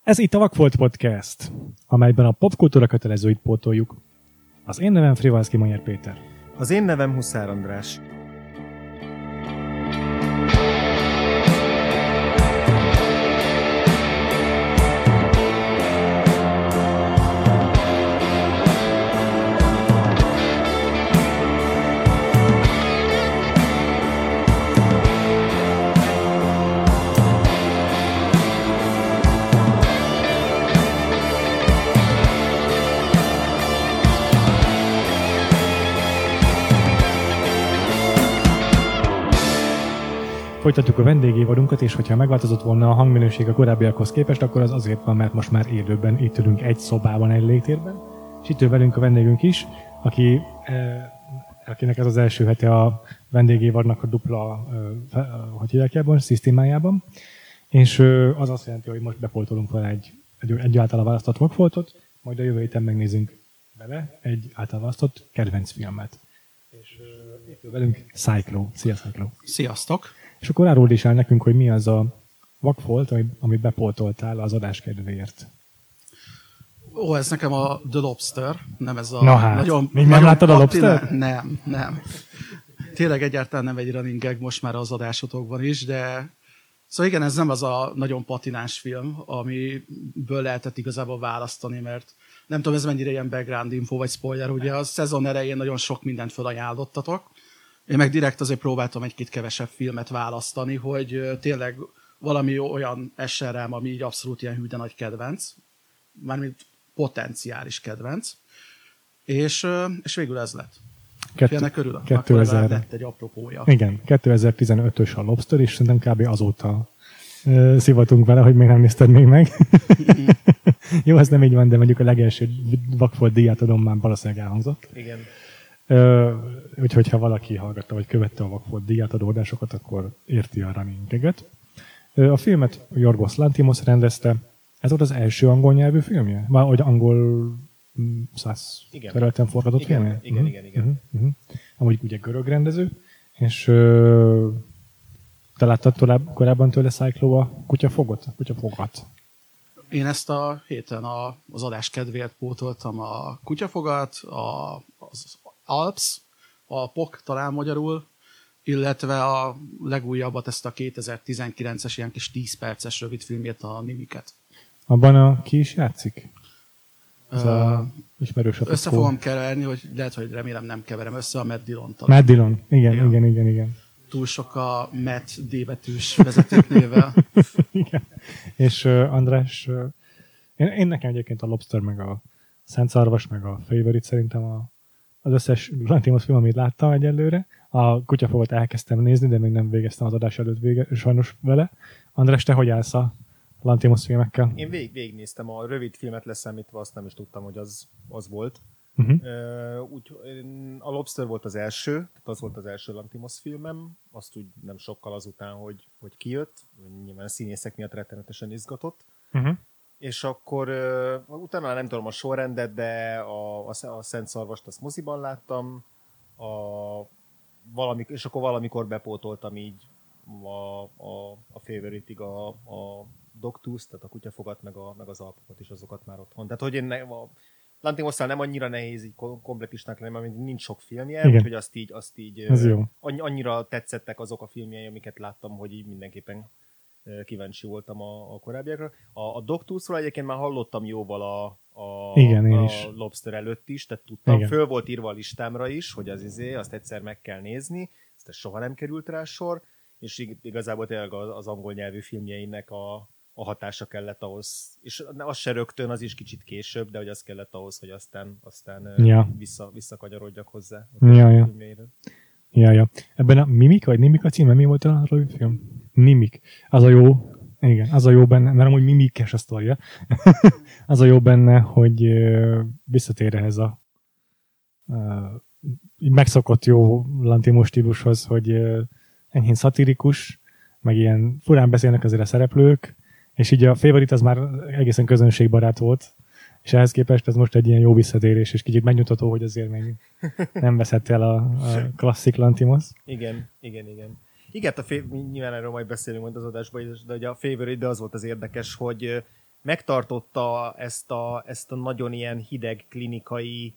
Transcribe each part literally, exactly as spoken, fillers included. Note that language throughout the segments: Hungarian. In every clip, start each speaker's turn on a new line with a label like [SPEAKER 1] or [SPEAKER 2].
[SPEAKER 1] Ez itt a Vakfolt Podcast, amelyben a popkultúra kötelezőit pótoljuk. Az én nevem Frivalszky Mayer Péter.
[SPEAKER 2] Az én nevem Huszár András.
[SPEAKER 1] Folytatjuk a vendégévadunkat, és hogyha megváltozott volna a hangminőség a korábbiakhoz képest, akkor az azért van, mert most már élőben itt ülünk egy szobában, egy légtérben. És itt ül velünk a vendégünk is, aki, eh, akinek ez az első hete a vendégévadnak a dupla, eh, hogy hívják jában, szisztémájában. És eh, az azt jelenti, hogy most bepoltolunk vele egy, egy, egy általán választott Vakfoltot, majd a jövő héten megnézünk vele egy általán választott kedvenc filmet. És eh, itt ül velünk Cyclo. Szia, Cyclo!
[SPEAKER 3] Sziasztok!
[SPEAKER 1] És akkor áruld is el nekünk, hogy mi az a Vakfolt, amit bepoltoltál az adás kedvéért.
[SPEAKER 3] Ó, ez nekem a The Lobster, nem ez a...
[SPEAKER 1] Na hát,
[SPEAKER 3] nagyon,
[SPEAKER 1] még
[SPEAKER 3] nagyon
[SPEAKER 1] nem láttad a
[SPEAKER 3] patina...
[SPEAKER 1] Lobster?
[SPEAKER 3] Nem, nem. Tényleg egyáltalán nem egy running gag most már az adásotokban is, de... Szóval igen, ez nem az a nagyon patinás film, amiből lehetett igazából választani, mert nem tudom, ez mennyire ilyen background info vagy spoiler, ugye a szezon elején nagyon sok mindent felajánlottatok. Én meg direkt azért próbáltam egy-két kevesebb filmet választani, hogy tényleg valami olyan essen rám, ami így abszolút ilyen hű, de nagy kedvenc. Mármint potenciális kedvenc. És, és végül ez lett.
[SPEAKER 1] Kettő,
[SPEAKER 3] Félnek örülök,
[SPEAKER 1] kétezer
[SPEAKER 3] akkor lett egy apropója.
[SPEAKER 1] Igen, kétezer-tizenötös a Lobster, és szerintem kb. Azóta uh, szivatunk vele, hogy még nem nézted még meg. Jó, ez nem így van, de mondjuk a legelső Vakfolt díját adom már valószínűleg elhangzott.
[SPEAKER 2] Igen.
[SPEAKER 1] Uh, úgyhogy ha valaki hallgatta, vagy követte a Vakfolt díjátadó adásokat, akkor érti a running gag-et. Uh, a filmet Yorgos Lanthimos rendezte. Ez volt az első angol nyelvű filmje? Már hogy angol száz területen forgatott
[SPEAKER 2] igen,
[SPEAKER 1] filmje?
[SPEAKER 2] Igen, igen, igen.
[SPEAKER 1] Uh-huh, uh-huh. Amúgy ugye görög rendező, és uh, te láttad tovább, korábban tőle Cyclo a Kutyafogot? A Kutyafogat?
[SPEAKER 3] Én ezt a héten a, az adás kedvéért pótoltam a Kutyafogat, a, az Alps, a pé o ká talán magyarul, illetve a legújabbat, ezt a kétezer-tizenkilences ilyen kis tíz perces rövidfilmjét, a Mimiket.
[SPEAKER 1] Abban a ki is játszik? Ez
[SPEAKER 3] uh,
[SPEAKER 1] a ismerős a
[SPEAKER 3] Össze fogom keverni, hogy lehet, hogy remélem nem keverem össze a Matt Dillon.
[SPEAKER 1] Matt Dillon, igen, igen, igen, igen, igen.
[SPEAKER 3] Túl sok a Matt D betűs vezetéknével.
[SPEAKER 1] Igen. És uh, András, uh, én, én nekem egyébként a Lobster, meg a Szent Szarvas, meg a Favorite szerintem a az összes Lanthimos film, amit láttam egyelőre. A Kutyafogot elkezdtem nézni, de még nem végeztem az adás előtt vége, sajnos vele. András, te hogy állsz a Lanthimos filmekkel?
[SPEAKER 2] Én vég, végignéztem a rövid filmet leszámítva, azt nem is tudtam, hogy az, az volt.
[SPEAKER 1] Uh-huh.
[SPEAKER 2] Uh, úgy, a Lobster volt az első, tehát az volt az első Lanthimos filmem, azt úgy nem sokkal azután, hogy, hogy kijött, nyilván a színészek miatt rettenetesen izgatott. Uh-huh. És akkor uh, utána nem tudom a sorrendet, de a, a, a Szent Szarvast azt moziban láttam, a, valami, és akkor valamikor bepótoltam így a, a, a Favorite-ig a, a Dogtooth, tehát a Kutyafogat, meg, a, meg az Alpokat is, azokat már otthon. Tehát, hogy én ne, a Lanthimosszal nem annyira nehéz így kompletisnak lenni, mert nincs sok filmje, úgyhogy azt így, azt így annyira tetszettek azok a filmjei, amiket láttam, hogy így mindenképpen kíváncsi voltam a, a korábbiakra. A, a Dogtoothról egyébként már hallottam jóval a, a,
[SPEAKER 1] igen,
[SPEAKER 2] a
[SPEAKER 1] is.
[SPEAKER 2] Lobster előtt is, tehát tudtam,
[SPEAKER 1] igen.
[SPEAKER 2] Föl volt írva a listámra is, hogy az izé, azt egyszer meg kell nézni, ezt soha nem került rá sor, és igazából tényleg az, az angol nyelvű filmjeinek a, a hatása kellett ahhoz, és az se rögtön, az is kicsit később, de hogy az kellett ahhoz, hogy aztán, aztán
[SPEAKER 1] ja.
[SPEAKER 2] vissza, visszakanyarodjak hozzá.
[SPEAKER 1] Ja, ja. Ja, ja. Ebben a Mimik, vagy Mimika címe, mi volt a rövid film? Mimik. Az a jó, igen, az a jó benne, mert amúgy mimikes a sztoria. Az a jó benne, hogy uh, visszatér ehhez a uh, megszokott jó Lanthimos stílushoz, hogy uh, enyhén szatirikus, meg ilyen furán beszélnek azért a szereplők, és így a Favorite az már egészen közönségbarát volt, és ehhez képest ez most egy ilyen jó visszatérés, és kicsit megnyugtató, hogy azért még nem veszett el a, a klasszik Lanthimos.
[SPEAKER 2] Igen, igen, igen. Igen, a fév, nyilván erről majd beszélünk majd az adásban, de ugye a Favorite, de az volt az érdekes, hogy megtartotta ezt a, ezt a nagyon ilyen hideg klinikai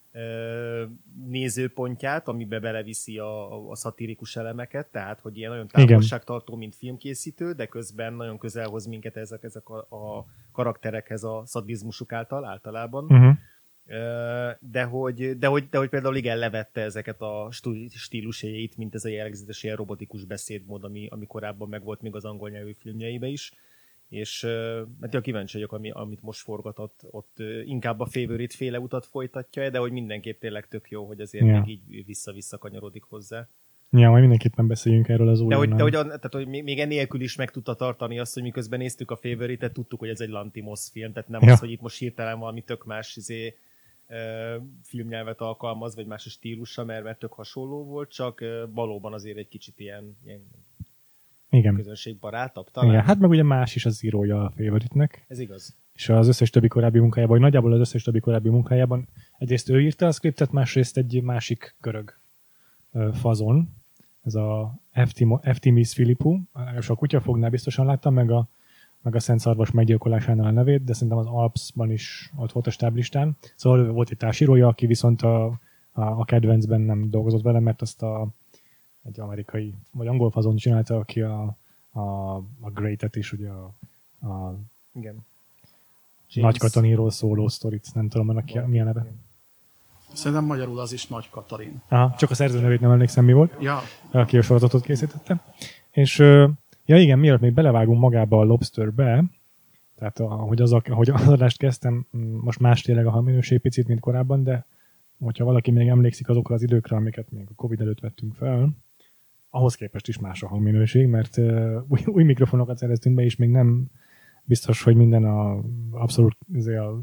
[SPEAKER 2] ö, nézőpontját, amiben beleviszi a, a szatirikus elemeket, tehát hogy ilyen nagyon távolságtartó, mint filmkészítő, de közben nagyon közel hoz minket ezek, ezek a, a karakterekhez a szadizmusuk által általában. Uh-huh. De hogy, de, hogy, de hogy például igen, levette ezeket a stílusjegyeit, mint ez a jellegzetes ilyen robotikus beszédmód, ami, ami korábban megvolt még az angol nyelvű filmjeibe is. És mert ja, kíváncsi vagyok, ami, amit most forgatott, ott inkább a Favorite féle utat folytatja, de hogy mindenképp tényleg tök jó, hogy azért ja. még így vissza-vissza kanyarodik hozzá.
[SPEAKER 1] Ja, majd mindenképpen beszéljünk erről az új.
[SPEAKER 2] De hogy, de hogy, a, tehát, hogy még enélkül is meg tudta tartani azt, hogy miközben néztük a Favorite-et, tudtuk, hogy ez egy Lantimos film, tehát nem ja. az, hogy itt most hirtelen valami tök más izé, filmnyelvet alkalmaz, vagy más a stílusa, mert, mert tök hasonló volt, csak valóban azért egy kicsit ilyen, ilyen
[SPEAKER 1] igen.
[SPEAKER 2] közönségbarátabb talán.
[SPEAKER 1] Igen, hát meg ugye más is az írója a Favorite-nek.
[SPEAKER 2] Ez igaz.
[SPEAKER 1] És az összes többi korábbi munkájában, vagy nagyjából az összes többi korábbi munkájában egyrészt ő írta a skriptet, másrészt egy másik körög fazon. Ez a F T Miss Filippu, és a Kutyafognál biztosan láttam, meg a meg a Szent Szarvas meggyilkolásánál a nevét, de szerintem az Alpsban is ott volt a stáblistán. Szóval volt egy társírója, aki viszont a, a, a kedvencben nem dolgozott vele, mert azt a, egy amerikai, vagy angol fazon csinálta, aki a, a, a Great-et is, ugye a, a
[SPEAKER 2] igen.
[SPEAKER 1] Nagy Katalinról szóló sztorit, nem tudom, annak ki, milyen neve.
[SPEAKER 3] Szerintem magyarul az is Nagy Katalin.
[SPEAKER 1] Aha, csak a szerző nevét nem emlékszem, mi volt.
[SPEAKER 3] Ja.
[SPEAKER 1] Aki a sorozatot készítette. És ja igen, mielőtt még belevágunk magába a Lobsterbe, tehát ahogy az, ahogy az adást kezdtem, most más tényleg a hangminőség picit, mint korábban, de hogyha valaki még emlékszik azokra az időkre, amiket még a Covid előtt vettünk fel, ahhoz képest is más a hangminőség, mert uh, új, új mikrofonokat szereztünk be, és még nem biztos, hogy minden a, abszolút a,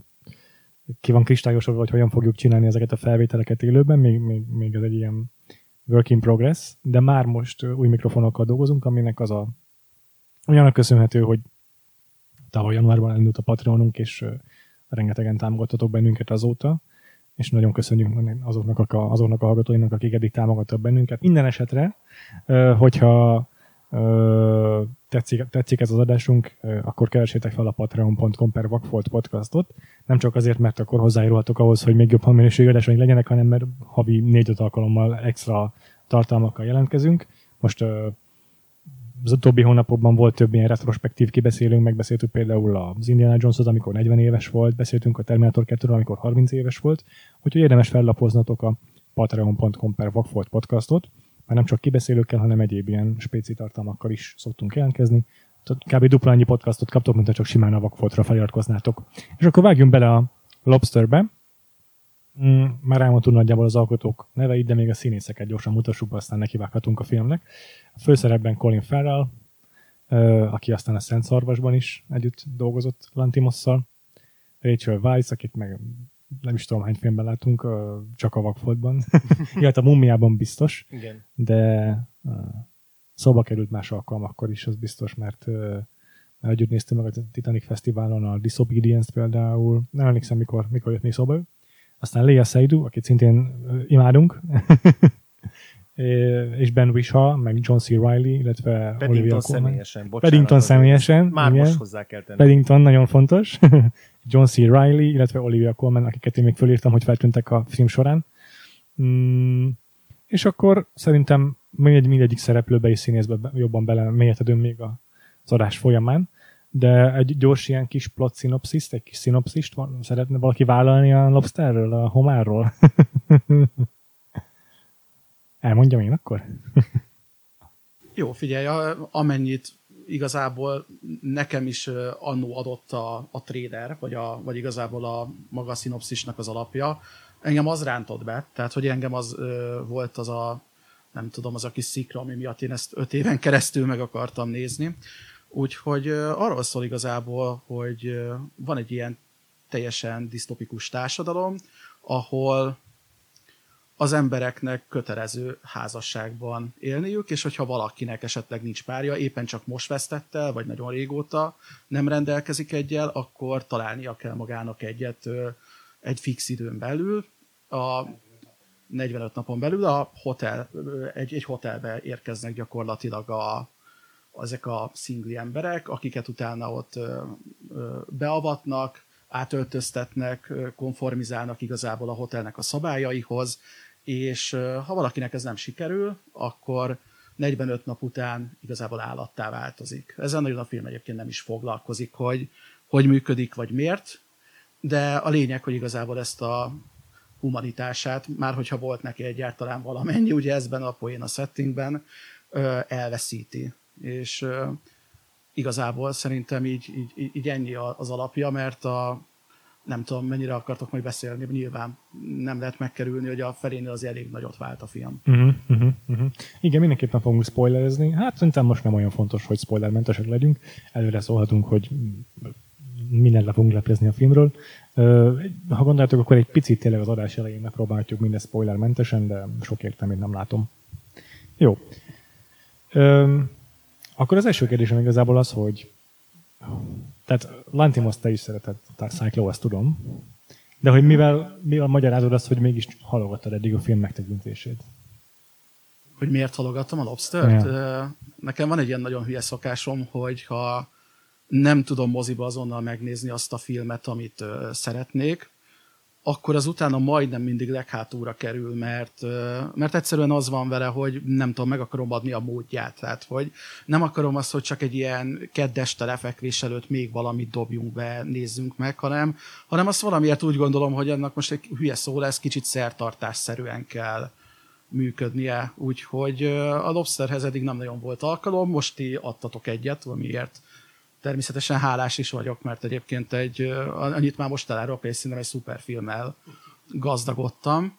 [SPEAKER 1] ki van kristályosodva, hogy hogyan fogjuk csinálni ezeket a felvételeket élőben, még, még, még ez egy ilyen work in progress, de már most új mikrofonokkal dolgozunk, aminek az a olyannak köszönhető, hogy tavaly januárban elindult a Patreonunk, és uh, rengetegen támogattatok bennünket azóta, és nagyon köszönjük azoknak a, azoknak a hallgatóinak, akik eddig támogattak bennünket. Minden esetre, uh, hogyha uh, tetszik, tetszik ez az adásunk, uh, akkor keresétek fel a patreon pont com per Vakfolt podcastot. Nem csak azért, mert akkor hozzájárulhatok ahhoz, hogy még jobb hangminőségű adásaink legyenek, hanem mert havi négy-öt alkalommal extra tartalmakkal jelentkezünk. Most uh, az utóbbi hónapokban volt több ilyen retrospektív kibeszélünk, megbeszéltük például az Indiana Jones-ot, amikor negyven éves volt, beszéltünk a Terminator kettőről, amikor harminc éves volt, úgyhogy érdemes fellapoznatok a patreon pont com per Vakfolt podcastot, mert nem csak kibeszélőkkel, hanem egyéb ilyen spéci tartalmakkal is szoktunk jelentkezni. Kb. Dupla annyi podcastot kaptok, mint ha csak simán a Vakfoltra feliratkoznátok. És akkor vágjunk bele a Lobsterbe. Mm, már elmondtuk nagyjából az alkotók neveit, de még a színészeket gyorsan mutassuk be, aztán nekivághatunk a filmnek. A főszerepben Colin Farrell, uh, aki aztán a Szent Szarvasban is együtt dolgozott Lantimosszal. Rachel Weisz, akit meg nem is tudom hány filmben látunk, uh, csak a Vakfoltban. Ilyet a Mummiában biztos,
[SPEAKER 2] igen.
[SPEAKER 1] De uh, szóba került más alkalmakkor is, az biztos, mert uh, együtt néztünk meg a Titanic Fesztiválon a Disobedience például. Nem emlékszem, mikor, mikor jött még szóba ő. Aztán Léa Seydoux, akit szintén uh, imádunk, és Ben Whishaw, meg John C. Reilly, illetve
[SPEAKER 2] Paddington
[SPEAKER 1] Olivia
[SPEAKER 2] személyesen, bocsánat.
[SPEAKER 1] Paddington személyesen.
[SPEAKER 2] Már
[SPEAKER 1] igen.
[SPEAKER 2] most hozzá kell tenni.
[SPEAKER 1] Paddington nagyon fontos. John C. Reilly, illetve Olivia Colman, akiket én még fölírtam, hogy feltűntek a film során. Mm, és akkor szerintem mindegy, mindegyik szereplőbe és színészbe jobban bele mélyedhetünk még az adás folyamán. De egy gyors ilyen kis plot szinopsziszt, egy kis szinopszist van, szeretne valaki vállalni a Lobsterről, a homárról? Elmondjam én akkor?
[SPEAKER 3] Jó, figyelj, amennyit igazából nekem is annó adott a, a trailer, vagy, a, vagy igazából a maga szinopszisnak az alapja, engem az rántott be, tehát hogy engem az ö, volt az a, nem tudom, az a kis szikra, ami miatt én ezt öt éven keresztül meg akartam nézni. Úgyhogy ö, arról szól igazából, hogy ö, van egy ilyen teljesen disztopikus társadalom, ahol az embereknek kötelező házasságban élniük, és hogyha valakinek esetleg nincs párja, éppen csak most vesztett el, vagy nagyon régóta nem rendelkezik egyel, akkor találnia kell magának egyet egy fix időn belül, a negyvenöt napon belül a hotel, egy, egy hotelbe érkeznek gyakorlatilag a, ezek a szingli emberek, akiket utána ott ö, ö, beavatnak, átöltöztetnek, konformizálnak igazából a hotelnek a szabályaihoz, és ha valakinek ez nem sikerül, akkor negyvenöt nap után igazából állattá változik. Ezzel nagyon a film egyébként nem is foglalkozik, hogy hogy működik, vagy miért, de a lényeg, hogy igazából ezt a humanitását, már hogyha volt neki egyáltalán valamennyi, ugye ezben a poén a settingben, elveszíti. És igazából szerintem így, így, így ennyi az alapja, mert a, nem tudom, mennyire akartok majd beszélni, nyilván nem lehet megkerülni, hogy a felénél az elég nagyot vált a film.
[SPEAKER 1] Uh-huh, uh-huh, uh-huh. Igen, mindenképpen fogunk spoilerezni. Hát szerintem most nem olyan fontos, hogy spoilermentesek legyünk. Előre szólhatunk, hogy mindent le fogunk leplezni a filmről. Ha gondoljátok, akkor egy picit tényleg az adás elején megpróbáljuk mindezt spoilermentesen, de sok értelmét nem látom. Jó. Üm, akkor az első kérdésem igazából az, hogy tehát Lantimos, te is szereted a Cyclo, ezt tudom, de hogy mivel, mivel magyarázod azt, hogy mégis halogattad eddig a film megtekintését?
[SPEAKER 3] Hogy miért halogattam a Lobstert?
[SPEAKER 1] Ja.
[SPEAKER 3] Nekem van egy ilyen nagyon hülye szokásom, hogy ha nem tudom moziba azonnal megnézni azt a filmet, amit szeretnék, akkor az utána majdnem mindig leghátulra kerül, mert, mert egyszerűen az van vele, hogy nem tudom, meg akarom adni a módját. Tehát, hogy nem akarom azt, hogy csak egy ilyen keddeste lefekvés előtt még valamit dobjunk be, nézzünk meg, hanem, hanem azt valamiért úgy gondolom, hogy annak most egy hülye szó lesz, kicsit szertartásszerűen kell működnie. Úgyhogy a Lobsterhez eddig nem nagyon volt alkalom, most ti adtatok egyet, valamiért természetesen hálás is vagyok, mert egyébként egy, annyit már most elárulok, és szerintem egy szuper filmmel gazdagodtam.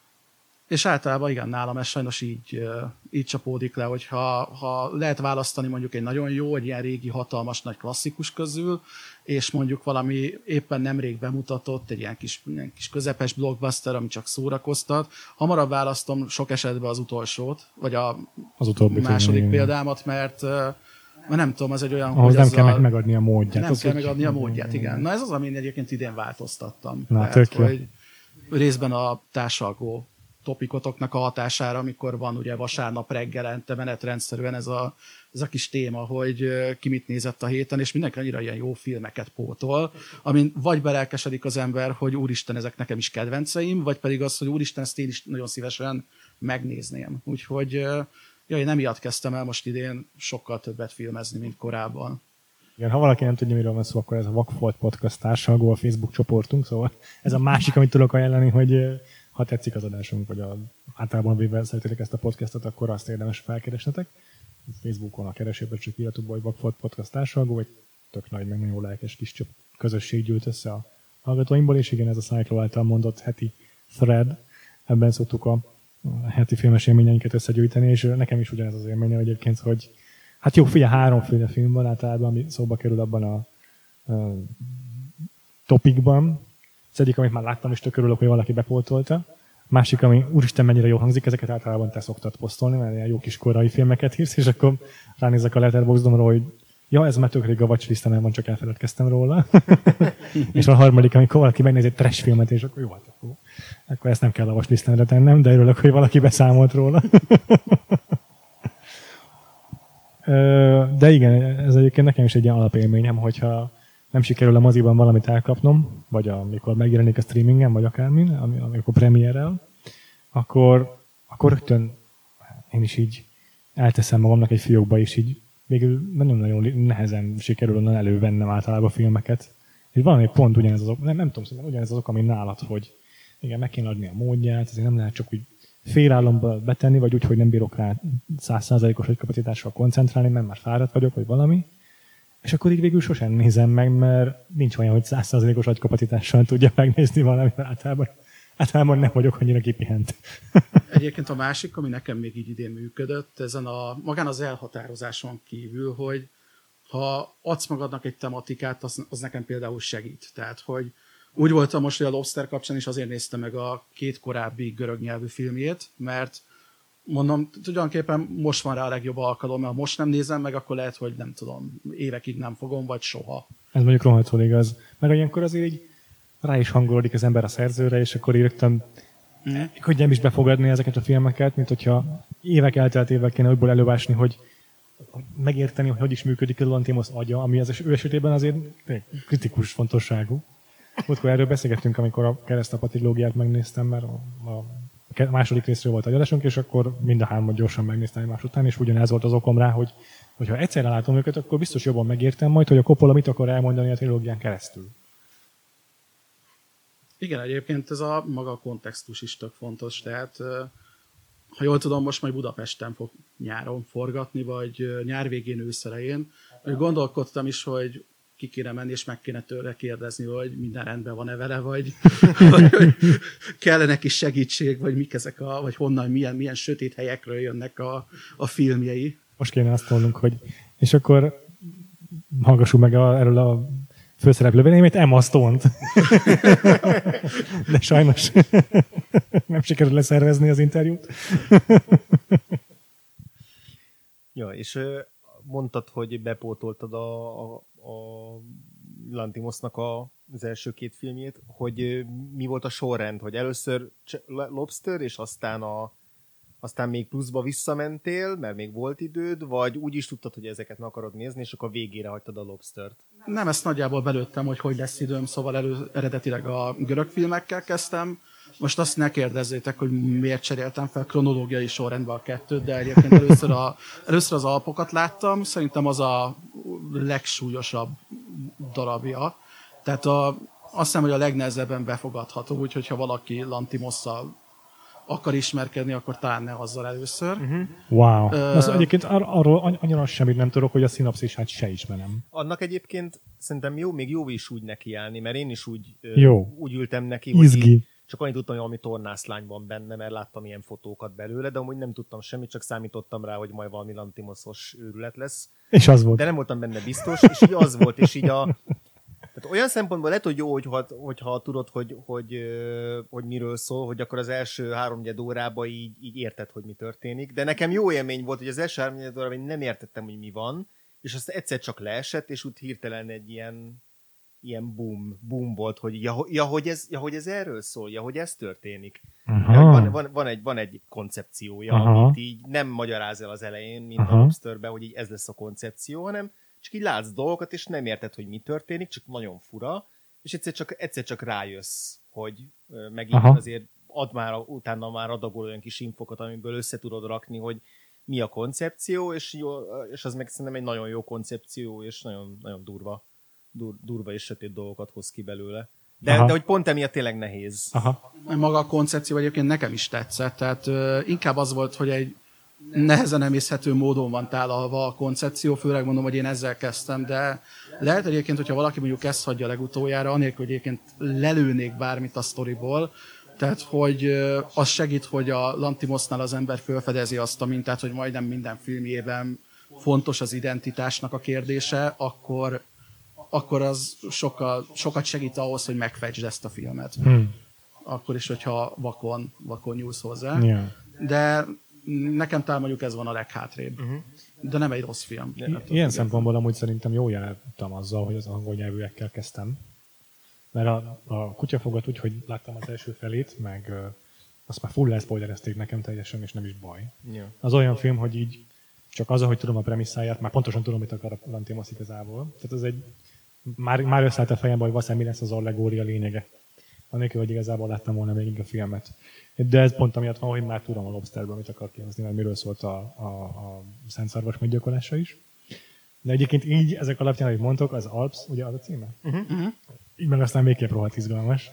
[SPEAKER 3] És általában igen, nálam ez sajnos így, így csapódik le, hogy ha, ha lehet választani mondjuk egy nagyon jó, egy ilyen régi, hatalmas, nagy klasszikus közül, és mondjuk valami éppen nemrég bemutatott, egy ilyen kis, ilyen kis közepes blockbuster, ami csak szórakoztat, hamarabb választom sok esetben az utolsót, vagy a
[SPEAKER 1] az
[SPEAKER 3] második
[SPEAKER 1] film,
[SPEAKER 3] példámat, mert mert nem tudom, az egy olyan,
[SPEAKER 1] ahhoz
[SPEAKER 3] hogy
[SPEAKER 1] nem kell
[SPEAKER 3] a...
[SPEAKER 1] megadni a módját.
[SPEAKER 3] Nem
[SPEAKER 1] az
[SPEAKER 3] kell
[SPEAKER 1] úgy...
[SPEAKER 3] megadni a módját, igen. Na ez az, amin egyébként idén változtattam.
[SPEAKER 1] Na,
[SPEAKER 3] Tehát,
[SPEAKER 1] tök jó.
[SPEAKER 3] hogy részben a társalgó topikotoknak a hatására, amikor van ugye vasárnap reggelente menetrendszerűen ez a, ez a kis téma, hogy ki mit nézett a héten, és mindenki annyira ilyen jó filmeket pótol, amin vagy belelkesedik az ember, hogy úristen, ezek nekem is kedvenceim, vagy pedig az, hogy úristen, ezt én is nagyon szívesen megnézném. Úgyhogy ja, én emiatt kezdtem el most idén sokkal többet filmezni, mint korábban.
[SPEAKER 1] Igen, ha valaki nem tudja, miről van szó, akkor ez a Vakfolt Podcast társalgó, a Facebook csoportunk, szóval ez a másik, amit tudok ajánlani, hogy ha tetszik az adásunk, vagy a, általában véve szeretitek ezt a podcastot, akkor azt érdemes felkeresnetek. Facebookon a keresőben csak írjatok be, hogy Vakfolt Podcast társalgó, vagy tök nagy, meg nagyon lelkes kis közösség gyűlt össze a hallgatóimból, és igen, ez a Cyclo által mondott heti thread, ebben szoktuk a heti filmes élményeinket összegyűjteni, és nekem is ugyanez az élménye egyébként, hogy hát jó, figyelj, háromféle film van általában, ami szóba kerül abban a, a topikban. Az egyik, amit már láttam, és tök örülök, hogy valaki bepótolta. Másik, ami úristen, mennyire jól hangzik, ezeket általában te szoktad posztolni, mert ilyen jó kis korai filmeket írsz, és akkor ránézek a Letterboxdomra, hogy ja, ez már tök rég a watchlisten van, csak elfeledkeztem róla. És a harmadik, amikor valaki megnéz egy trash filmet, és akkor jó, hát akkor, akkor ezt nem kell a watchlistemre tennem, de örülök, hogy valaki beszámolt róla. De igen, ez egyébként nekem is egy ilyen alapélményem, hogyha nem sikerül a moziban valamit elkapnom, vagy amikor megjelenik a streamingen, vagy akármin, amikor premierel, akkor, akkor rögtön én is így elteszem magamnak egy fiókba, és így végül nagyon-nagyon nehezen sikerül onnan elővennem általában filmeket. És valami pont ugyanez azok, nem, nem tudom, szerintem ugyanez azok, ami nálad, hogy igen, meg kéne adni a módját, ezért nem lehet csak úgy félállomba betenni, vagy úgy, hogy nem bírok rá száz százalékos agykapacitással koncentrálni, mert már fáradt vagyok, vagy valami. És akkor így végül sosem nézem meg, mert nincs olyan, hogy száz százalékos agykapacitással tudja megnézni valami, mert általában, általában nem vagyok annyira kipihent.
[SPEAKER 3] Egyébként a másik, ami nekem még így idén működött, ezen a, magán az elhatározáson kívül, hogy ha adsz magadnak egy tematikát, az, az nekem például segít. Tehát, hogy úgy voltam most, hogy a Lobster kapcsán is azért néztem meg a két korábbi görög nyelvű filmjét, mert mondom, tulajdonképpen most van rá a legjobb alkalom, mert ha most nem nézem meg, akkor lehet, hogy nem tudom, évekig nem fogom, vagy soha.
[SPEAKER 1] Ez mondjuk rohadtul igaz. Meg ilyenkor azért így rá is hangolódik az ember a szerzőre, és akkor így rögtön mm. könnyebb is befogadni ezeket a filmeket, mint hogyha évek elteltével kéne újból elővásni, hogy megérteni, hogy hogy is működik a Lantimos agya, ami az ő esetében azért kritikus fontosságú. Múltkor erről beszélgettünk, amikor a Keresztapa trilógiát megnéztem, mert a, a második részről volt a adásunk, és akkor mind a hármat gyorsan megnéztem egymás után, és ugyanez volt az okom rá, hogy hogyha egyszerre látom őket, akkor biztos jobban megértem majd, hogy a Coppola mit akar elmondani a trilógián keresztül.
[SPEAKER 3] Igen, egyébként ez a maga kontextus is tök fontos, tehát ha jól tudom, most majd Budapesten fog nyáron forgatni, vagy nyár végén, ősz elején. Gondolkodtam is, hogy ki kéne menni, és meg kéne tőle kérdezni, hogy minden rendben van-e vele, vagy, vagy hogy kellene neki segítség, vagy mik ezek a, vagy honnan, milyen, milyen sötét helyekről jönnek a, a filmjei.
[SPEAKER 1] Most kéne azt mondnunk, hogy és akkor hallgassuk meg a, erről a főszereplő véleményét, Emma Stone-t. De sajnos nem sikerül leszervezni az interjút.
[SPEAKER 2] Ja, és mondtad, hogy bepótoltad a, a, a Lantimosnak a, az első két filmjét, hogy mi volt a sorrend, hogy először Lobster, és aztán a aztán még pluszba visszamentél, mert még volt időd, vagy úgy is tudtad, hogy ezeket meg akarod nézni, és akkor végére hagytad a Lobstert?
[SPEAKER 3] Nem, ezt nagyjából belőttem, hogy hogy lesz időm, szóval elő, eredetileg a görög filmekkel kezdtem. Most azt ne kérdezzétek, hogy miért cseréltem fel kronológiai sorrendben a kettőt, de egyébként először, a, először az Alpokat láttam, szerintem az a legsúlyosabb darabja. Tehát a, azt hiszem, hogy a legnehezebben befogadható, úgyhogy ha valaki Lantimosszal akar ismerkedni, akkor talán ne azzal először. Uh-huh.
[SPEAKER 1] Wow. Uh, az egyébként ar- arról annyira semmit nem tudok, hogy a szinopszisát se ismerem.
[SPEAKER 2] Annak egyébként szerintem jó, még jó is úgy nekiállni, mert én is úgy,
[SPEAKER 1] jó.
[SPEAKER 2] úgy ültem neki,
[SPEAKER 1] Izgi.
[SPEAKER 2] hogy így, csak annyit tudtam, hogy valami tornászlány van benne, mert láttam ilyen fotókat belőle, de amúgy nem tudtam semmit, csak számítottam rá, hogy majd valami Lantimoszos őrület lesz.
[SPEAKER 1] És az volt.
[SPEAKER 2] De nem voltam benne biztos, és így az volt, és így a tehát olyan szempontból lehet, hogy jó, hogyha, hogyha tudod, hogy, hogy, hogy miről szól, hogy akkor az első háromnegyed órában így, így érted, hogy mi történik. De nekem jó élmény volt, hogy az első háromnegyed órában nem értettem, hogy mi van, és azt egyszer csak leesett, és úgy hirtelen egy ilyen, ilyen boom, boom volt, hogy ja, ja, hogy ez, ja, hogy ez erről szól, ja, hogy ez történik. Van, van, van, egy, van egy koncepciója, Aha. amit így nem magyaráz el az elején, mint Aha. a Lobsterben, hogy így ez lesz a koncepció, hanem csak így látsz dolgokat, és nem érted, hogy mi történik, csak nagyon fura, és egyszer csak, egyszer csak rájössz, hogy megint Aha. azért ad már, utána már adagol olyan kis infokat, amiből össze tudod rakni, hogy mi a koncepció, és, jó, és az meg szerintem egy nagyon jó koncepció, és nagyon, nagyon durva, dur, durva és sötét dolgokat hoz ki belőle. De, de hogy pont emiatt tényleg nehéz.
[SPEAKER 3] Aha. Maga a koncepció egyébként nekem is tetszett, tehát uh, inkább az volt, hogy egy nehezen emészhető módon van tálalva a koncepció, főleg mondom, hogy én ezzel kezdtem, de lehet egyébként, hogyha valaki mondjuk ezt hagyja legutoljára, anélkül, hogy egyébként lelőnék bármit a sztoriból, tehát hogy az segít, hogy a Lantimosnál az ember felfedezi azt a mintát, hogy majdnem minden filmjében fontos az identitásnak a kérdése, akkor, akkor az sokkal, sokat segít ahhoz, hogy megfejtsd ezt a filmet. Hmm. Akkor is, hogyha vakon, vakon nyúlsz hozzá. Yeah. De nekem talán mondjuk ez van a leghátrébb. Uh-huh. De nem egy rossz film.
[SPEAKER 1] I- ilyen szempontból amúgy szerintem jól jártam azzal, hogy az angol nyelvűekkel kezdtem. Mert a, a Kutyafogat úgy, hogy láttam az első felét, meg uh, azt már full spoilerezték nekem teljesen, és nem is baj. Yeah. Az olyan film, hogy így csak az, hogy tudom a premisszáját, már pontosan tudom, mit akar a Lantimos igazából. Tehát az egy, már, már összeállt a fejembe, hogy valószínűleg mi lesz az allegória lényege. Anélkül, hogy igazából láttam volna még a filmet. De ez pont amiatt van, hogy már tudom a Lobsterből mit akar kihozni, mert miről szólt a, a, a Szent Szarvas meggyilkolása is. De egyébként így, ezek alapján, ahogy mondtok, az Alps, ugye az a címe? Uh-huh. Így meg aztán végképp rohadt izgalmas.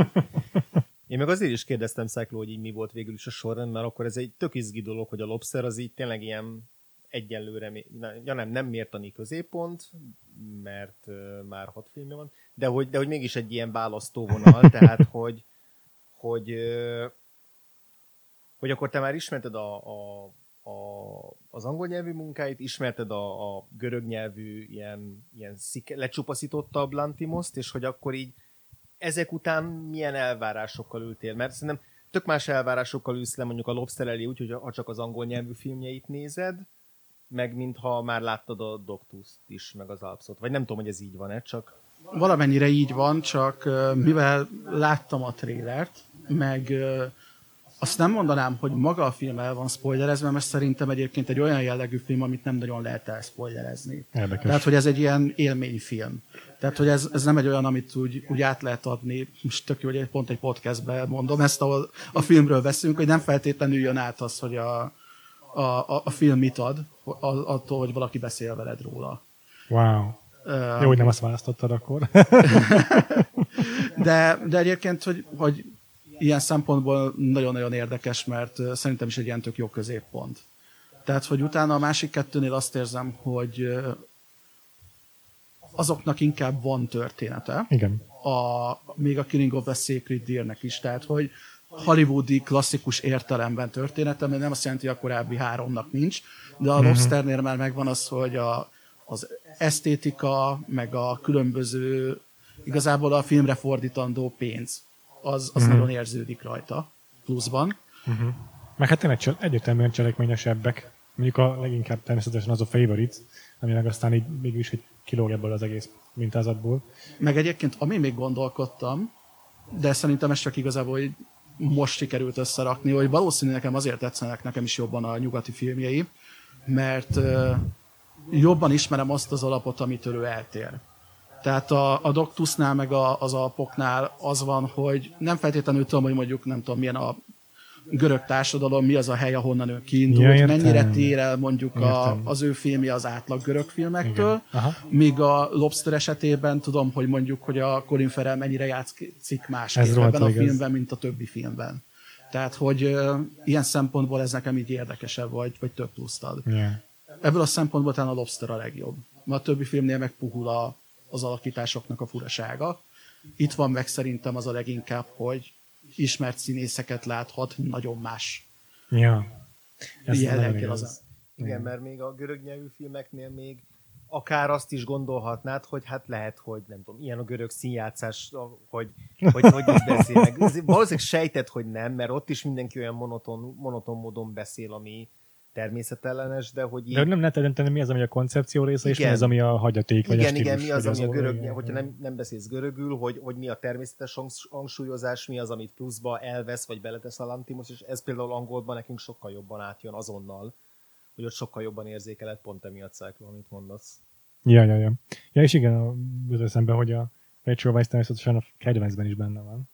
[SPEAKER 2] Én meg azért is kérdeztem Cyclo, hogy így mi volt végül is a sorrend, mert akkor ez egy tök izgi dolog, hogy a Lobster az így tényleg ilyen egyenlőre, ja nem, nem mértani középpont, mert uh, már hat filmje van, de hogy, de hogy mégis egy ilyen választóvonal, tehát hogy, hogy, uh, hogy akkor te már ismerted a, a, a, az angol nyelvű munkáit, ismerted a, a görög nyelvű ilyen, ilyen szike, lecsupaszítottabb Lantimoszt, és hogy akkor így ezek után milyen elvárásokkal ültél, mert szerintem tök más elvárásokkal ülsz le mondjuk a Lobster elé, úgyhogy ha csak az angol nyelvű filmjeit nézed, meg mintha már láttad a Dogtooth-t is, meg az Alpsot. Vagy nem tudom, hogy ez így van-e, csak...
[SPEAKER 3] Valamennyire így van, csak mivel láttam a trélert, meg azt nem mondanám, hogy maga a film el van spoilerezve, mert szerintem egyébként egy olyan jellegű film, amit nem nagyon lehet elspoilerezni.
[SPEAKER 1] Érdekes.
[SPEAKER 3] Tehát, hogy ez egy ilyen élményfilm. Tehát, hogy ez, ez nem egy olyan, amit úgy, úgy át lehet adni, most tök jó, hogy pont egy podcastben mondom ezt, ahol a filmről veszünk, hogy nem feltétlenül jön át az, hogy a, a, a, a film mit ad, attól, hogy valaki beszél veled róla.
[SPEAKER 1] Wow. Uh, jó, hogy nem azt választottad akkor.
[SPEAKER 3] de, de egyébként, hogy, hogy ilyen szempontból nagyon-nagyon érdekes, mert szerintem is egy ilyen tök jó középpont. Tehát, hogy utána a másik kettőnél azt érzem, hogy azoknak inkább van története.
[SPEAKER 1] Igen.
[SPEAKER 3] A, még a Killing of a Sacred Deer-nek is. Tehát, hogy hollywoodi klasszikus értelemben története, mert nem azt jelenti, hogy a korábbi háromnak nincs, de a mm-hmm. Lobsternél már megvan az, hogy a, az esztétika, meg a különböző, igazából a filmre fordítandó pénz, az, az mm-hmm. nagyon érződik rajta, pluszban.
[SPEAKER 1] Mm-hmm. Meg hát tényleg egyértelműen cselekményesebbek. Mondjuk a leginkább természetesen az a Favorite, ami meg aztán így mégis egy kilóg ebből az egész mintázatból.
[SPEAKER 3] Meg egyébként, ami még gondolkodtam, de szerintem ez csak igazából hogy most sikerült összerakni, hogy valószínűleg nekem azért tetszenek nekem is jobban a nyugati filmjei, mert uh, jobban ismerem azt az alapot, amitől ő eltér. Tehát a, a Doctusnál meg a, az Alpoknál az van, hogy nem feltétlenül tudom, hogy mondjuk nem tudom milyen a görög társadalom, mi az a hely, ahonnan ő kiindult, ja, mennyire tér el mondjuk a, az ő filmje az átlag görög filmektől, míg a Lobster esetében tudom, hogy mondjuk, hogy a Colin Farrell mennyire játszik másképp ebben a filmben, mint a többi filmben. Tehát, hogy uh, ilyen szempontból ez nekem így érdekesebb, vagy, vagy több pluszt ad.
[SPEAKER 1] Yeah.
[SPEAKER 3] Ebből a szempontból talán a Lobster a legjobb. A többi filmnél meg puhul a, az alakításoknak a furasága. Itt van meg szerintem az a leginkább, hogy ismert színészeket láthat nagyon más
[SPEAKER 1] ja.
[SPEAKER 3] jelleggel az.
[SPEAKER 2] Igen, mert még a görög nyelvű filmeknél még akár azt is gondolhatnád, hogy hát lehet, hogy nem tudom, ilyen a görög színjátszás, hogy hogy, hogy is beszélnek. Valószínűleg sejtett, hogy nem, mert ott is mindenki olyan monoton, monoton módon beszél, ami természetellenes, de hogy így...
[SPEAKER 1] De nem lehet eldönteni, mi az, ami a koncepció része, igen. És mi az, ami a hagyaték, vagy
[SPEAKER 2] igen,
[SPEAKER 1] a stílus.
[SPEAKER 2] Igen, mi az, ami
[SPEAKER 1] az
[SPEAKER 2] a görög, igen, hogyha nem, nem beszélsz görögül, hogy, hogy mi a természetes hangsúlyozás, mi az, amit pluszba elvesz, vagy beletesz a Lantimos, és ez például angolban nekünk sokkal jobban átjön azonnal, hogy ott sokkal jobban érzékeled pont emiatt Cyclo, amit mondasz.
[SPEAKER 1] Ja, ja, ja. Ja, és igen, az eszembe, hogy a Rachel Weisz természetesen a kedvencben is benne van.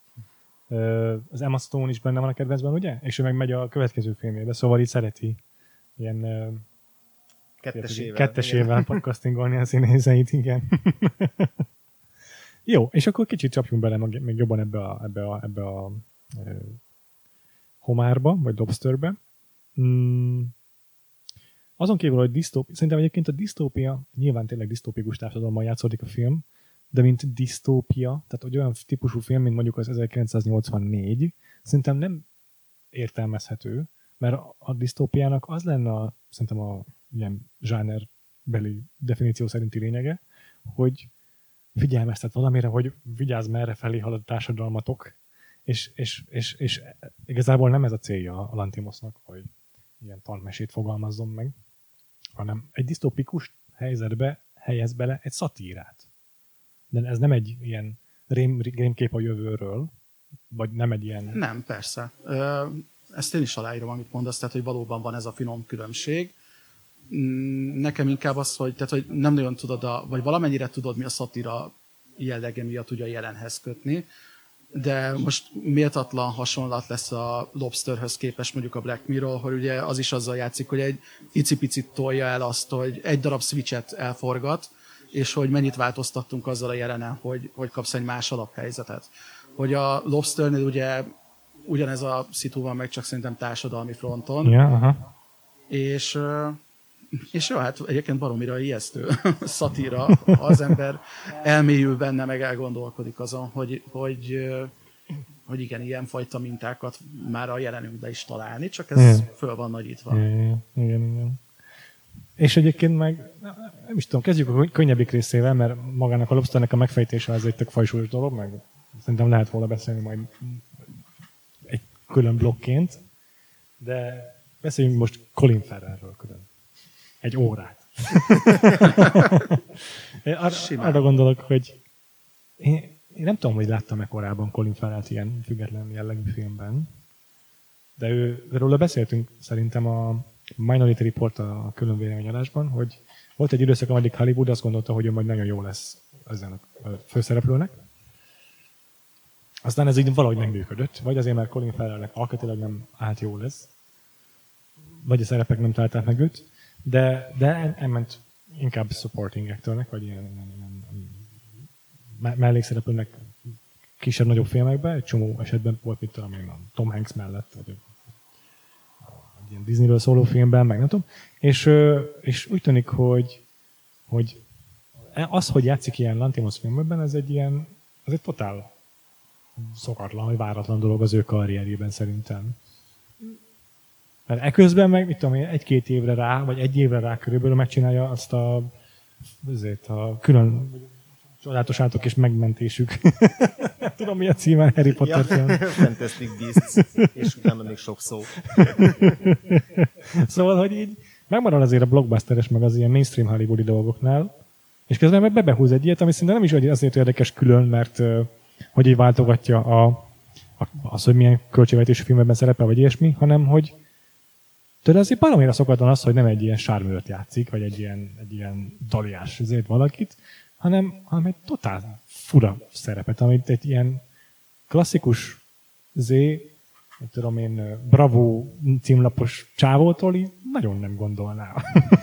[SPEAKER 1] Az Emma Stone is benne van a kedvencben, ugye? És ő meg megy a következő filmjébe, szóval így szereti ilyen
[SPEAKER 2] kettesével,
[SPEAKER 1] kettesével podcastingolni a színészeit, igen. Jó, és akkor kicsit csapjunk bele még jobban ebbe a, ebbe a, ebbe a e, homárba, vagy lobsterbe. Mm. Azon kívül, hogy disztópia, szerintem egyébként a disztópia, nyilván tényleg disztópikus társadalommal játszódik a film, de mint disztópia, tehát hogy olyan típusú film, mint mondjuk az ezerkilencszáznyolcvannégy, szerintem nem értelmezhető, mert a disztópiának az lenne a, szerintem a ilyen zsánerbeli definíció szerinti lényege, hogy figyelmeztet valamire, hogy vigyázz, merre felé halad a társadalmatok, és, és, és, és igazából nem ez a célja a Lantimosnak, hogy ilyen tanmesét fogalmazzon meg, hanem egy disztópikus helyzetbe helyez bele egy szatírát. De ez nem egy ilyen rém, rémkép a jövőről, vagy nem egy ilyen...
[SPEAKER 3] Nem, persze. Ö, ezt én is aláírom, amit mondasz, tehát, hogy valóban van ez a finom különbség. Nekem inkább az, hogy, tehát, hogy nem nagyon tudod, a, vagy valamennyire tudod, mi a szatíra jellege miatt ugye a jelenhez kötni, de most méltatlan hasonlat lesz a Lobsterhöz képest mondjuk a Black Mirror, hogy ugye az is azzal játszik, hogy egy icipicit tolja el azt, hogy egy darab switchet elforgat, és hogy mennyit változtattunk azzal a jelenen, hogy, hogy kapsz egy más alaphelyzetet. Hogy a Lobsternél ugye ugyanez a szitu van meg, csak szerintem társadalmi fronton.
[SPEAKER 1] Ja, aha.
[SPEAKER 3] És, és jó, hát egyébként baromira ijesztő szatíra, az ember elmélyül benne, meg elgondolkodik azon, hogy, hogy, hogy igen, ilyenfajta mintákat már a jelenünkben is találni, csak ez yeah. föl van nagyítva.
[SPEAKER 1] Yeah, yeah. Igen, igen. És egyébként meg, nem is tudom, kezdjük a könnyebbik részével, mert magának a Lobsternek a megfejtése az egy tök fajsúlyos dolog, meg szerintem lehet volna beszélni majd egy külön blokként, de beszéljünk most Colin Farrellről külön. Egy órát. Ar- arra gondolok, hogy én, én nem tudom, hogy láttam-e korábban Colin Farrellt ilyen független jellegű filmben. de ő, róla beszéltünk szerintem a Minority Report a külön véleményadásban, hogy volt egy időszak, ameddig Hollywood azt gondolta, hogy ő majd nagyon jó lesz ezen a főszereplőnek. Aztán ez így valahogy nem működött, vagy azért, mert Colin Farrellnek alkatilag nem állt jó lesz, vagy a szerepek nem találták meg őt, de, de elment inkább supporting actornek, vagy ilyen, ilyen, ilyen mellékszereplőnek kisebb-nagyobb filmekben, egy csomó esetben volt, mint tudom én, a Tom Hanks mellett, vagy egy ilyen Disneyről szóló filmben, meg nem tudom. És, és úgy tűnik, hogy, hogy az, hogy játszik ilyen Lanthimos filmekben, ez egy ilyen, az egy totál szokatlan, vagy váratlan dolog az ő karrierjében szerintem. Mert eközben meg, mit tudom én, egy-két évre rá, vagy egy évre rá körülbelül megcsinálja azt a, azért a külön csodálatos állatok és megmentésük. Nem tudom, mi a címe Harry Potter
[SPEAKER 2] ja,
[SPEAKER 1] film.
[SPEAKER 2] Fantastic Beasts, és utána még sok szó.
[SPEAKER 1] Szóval, hogy így megmarad azért a blockbusteres, meg az ilyen mainstream hollywoodi dolgoknál, és közben meg bebehúz egy ilyet, ami szerintem nem is azért érdekes külön, mert hogy így váltogatja a, a, az, hogy milyen költségvetésű filmekben szerepel, vagy ilyesmi, hanem hogy tőle azért baromira szokatlan az, hogy nem egy ilyen sármőrt játszik, vagy egy ilyen, egy ilyen daliás azért valakit, hanem, hanem egy totál fura szerepet, amit egy ilyen klasszikus zé, tudom én, Bravo címlapos csávótól így nagyon nem gondolná.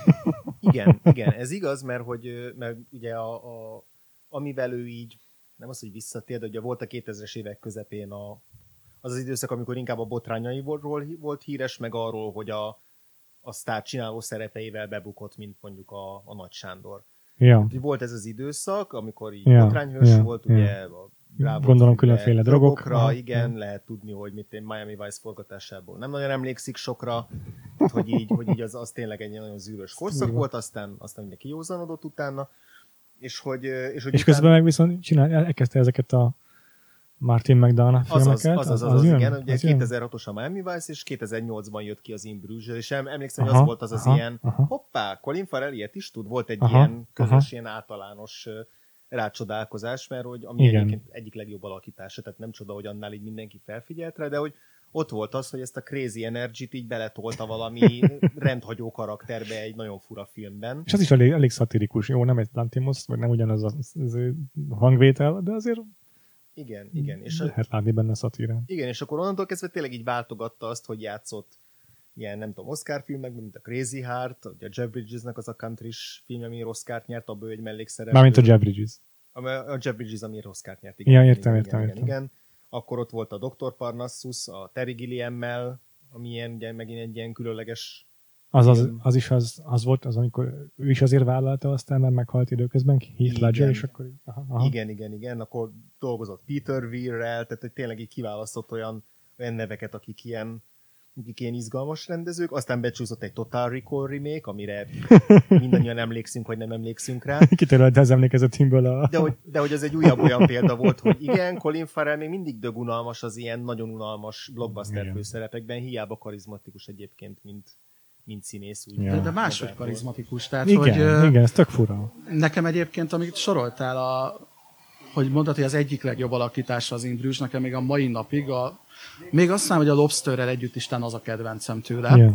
[SPEAKER 2] Igen, igen, ez igaz, mert hogy mert ugye a, a, amivel ő így, nem az, hogy visszatér, de ugye volt a kétezres évek közepén a, az az időszak, amikor inkább a botrányairól volt híres, meg arról, hogy a, a sztár csináló szerepeivel bebukott, mint mondjuk a, a Nagy Sándor.
[SPEAKER 1] Ja.
[SPEAKER 2] Volt ez az időszak, amikor így
[SPEAKER 1] ja,
[SPEAKER 2] botrányhős
[SPEAKER 1] ja,
[SPEAKER 2] volt,
[SPEAKER 1] ja.
[SPEAKER 2] ugye a Bravo,
[SPEAKER 1] gondolom különféle drogokra.
[SPEAKER 2] drogokra igen, ja. Lehet tudni, hogy mit én Miami Vice forgatásából nem nagyon emlékszik sokra, hogy így, hogy így az, az tényleg egy nagyon zűrös korszak volt, aztán, aztán ugye kijózanodott utána, és hogy... És, hogy
[SPEAKER 1] és
[SPEAKER 2] után...
[SPEAKER 1] közben meg viszont csinál, elkezdte ezeket a Martin McDonagh filmeket.
[SPEAKER 2] Az az, az, az, az, az igen, ugye kétezer-hatos a Miami Vice, és kétezer-nyolcban jött ki az In Bruges, és emlékszem, hogy aha, az volt az az aha, ilyen, aha. hoppá, Colin Farrell ilyet is tud, volt egy aha, ilyen közös, aha. ilyen általános rácsodálkozás, mert hogy ami egyébként egyik legjobb alakítása, tehát nem csoda, hogy annál így mindenki felfigyelt rá, de hogy ott volt az, hogy ezt a crazy energy-t így beletolta valami rendhagyó karakterbe egy nagyon fura filmben.
[SPEAKER 1] És az is elég, elég szatirikus, jó, nem egy Lanthimos, vagy nem ugyanaz a hangvétel, de azért
[SPEAKER 2] igen, igen. És
[SPEAKER 1] lehet látni benne szatírán.
[SPEAKER 2] Igen, és akkor onnantól kezdve tényleg így váltogatta azt, hogy játszott ilyen, nem tudom, Oscar filmekben, mint a Crazy Heart, ugye a Jeff Bridgesnek az a country-s film, ami Oscart nyert, abban egy mellékszereplő.
[SPEAKER 1] Mármint a Jeff Bridges.
[SPEAKER 2] A, a Jeff Bridges, ami Oscart nyert. Igen,
[SPEAKER 1] ja, értem,
[SPEAKER 2] igen,
[SPEAKER 1] értem,
[SPEAKER 2] igen,
[SPEAKER 1] értem.
[SPEAKER 2] igen. Akkor ott volt a doktor Parnassus, a Terry Gilliammel, ami ilyen, ugye, megint egy ilyen különleges...
[SPEAKER 1] Az, az, az is az, az volt, az, amikor ő is azért vállalta, aztán már meghalt időközben, Heath Ledger, és akkor... Aha, aha.
[SPEAKER 2] Igen, igen, igen, akkor dolgozott Peter Weir-rel, tehát hogy tényleg így kiválasztott olyan, olyan neveket, akik ilyen, akik ilyen izgalmas rendezők, aztán becsúszott egy Total Recall remake, amire mindannyian emlékszünk, hogy nem emlékszünk rá.
[SPEAKER 1] Kitörölte az emlékezetünkből a...
[SPEAKER 2] De hogy, de hogy ez egy újabb olyan példa volt, hogy igen, Colin Farrell még mindig dög unalmas az ilyen nagyon unalmas blockbuster igen. főszerepekben, hiába karizmatikus egyébként, mint mint színész. Úgy
[SPEAKER 3] ja. De, de máshogy karizmatikus. Tehát,
[SPEAKER 1] igen,
[SPEAKER 3] hogy,
[SPEAKER 1] igen, ez tök fura.
[SPEAKER 3] Nekem egyébként, amit soroltál, a, hogy mondtad, hogy az egyik legjobb alakítása az In Bruges, nekem még a mai napig, a, még azt hiszem, hogy a Lobsterrel együtt is az a kedvencem tőle. Yeah.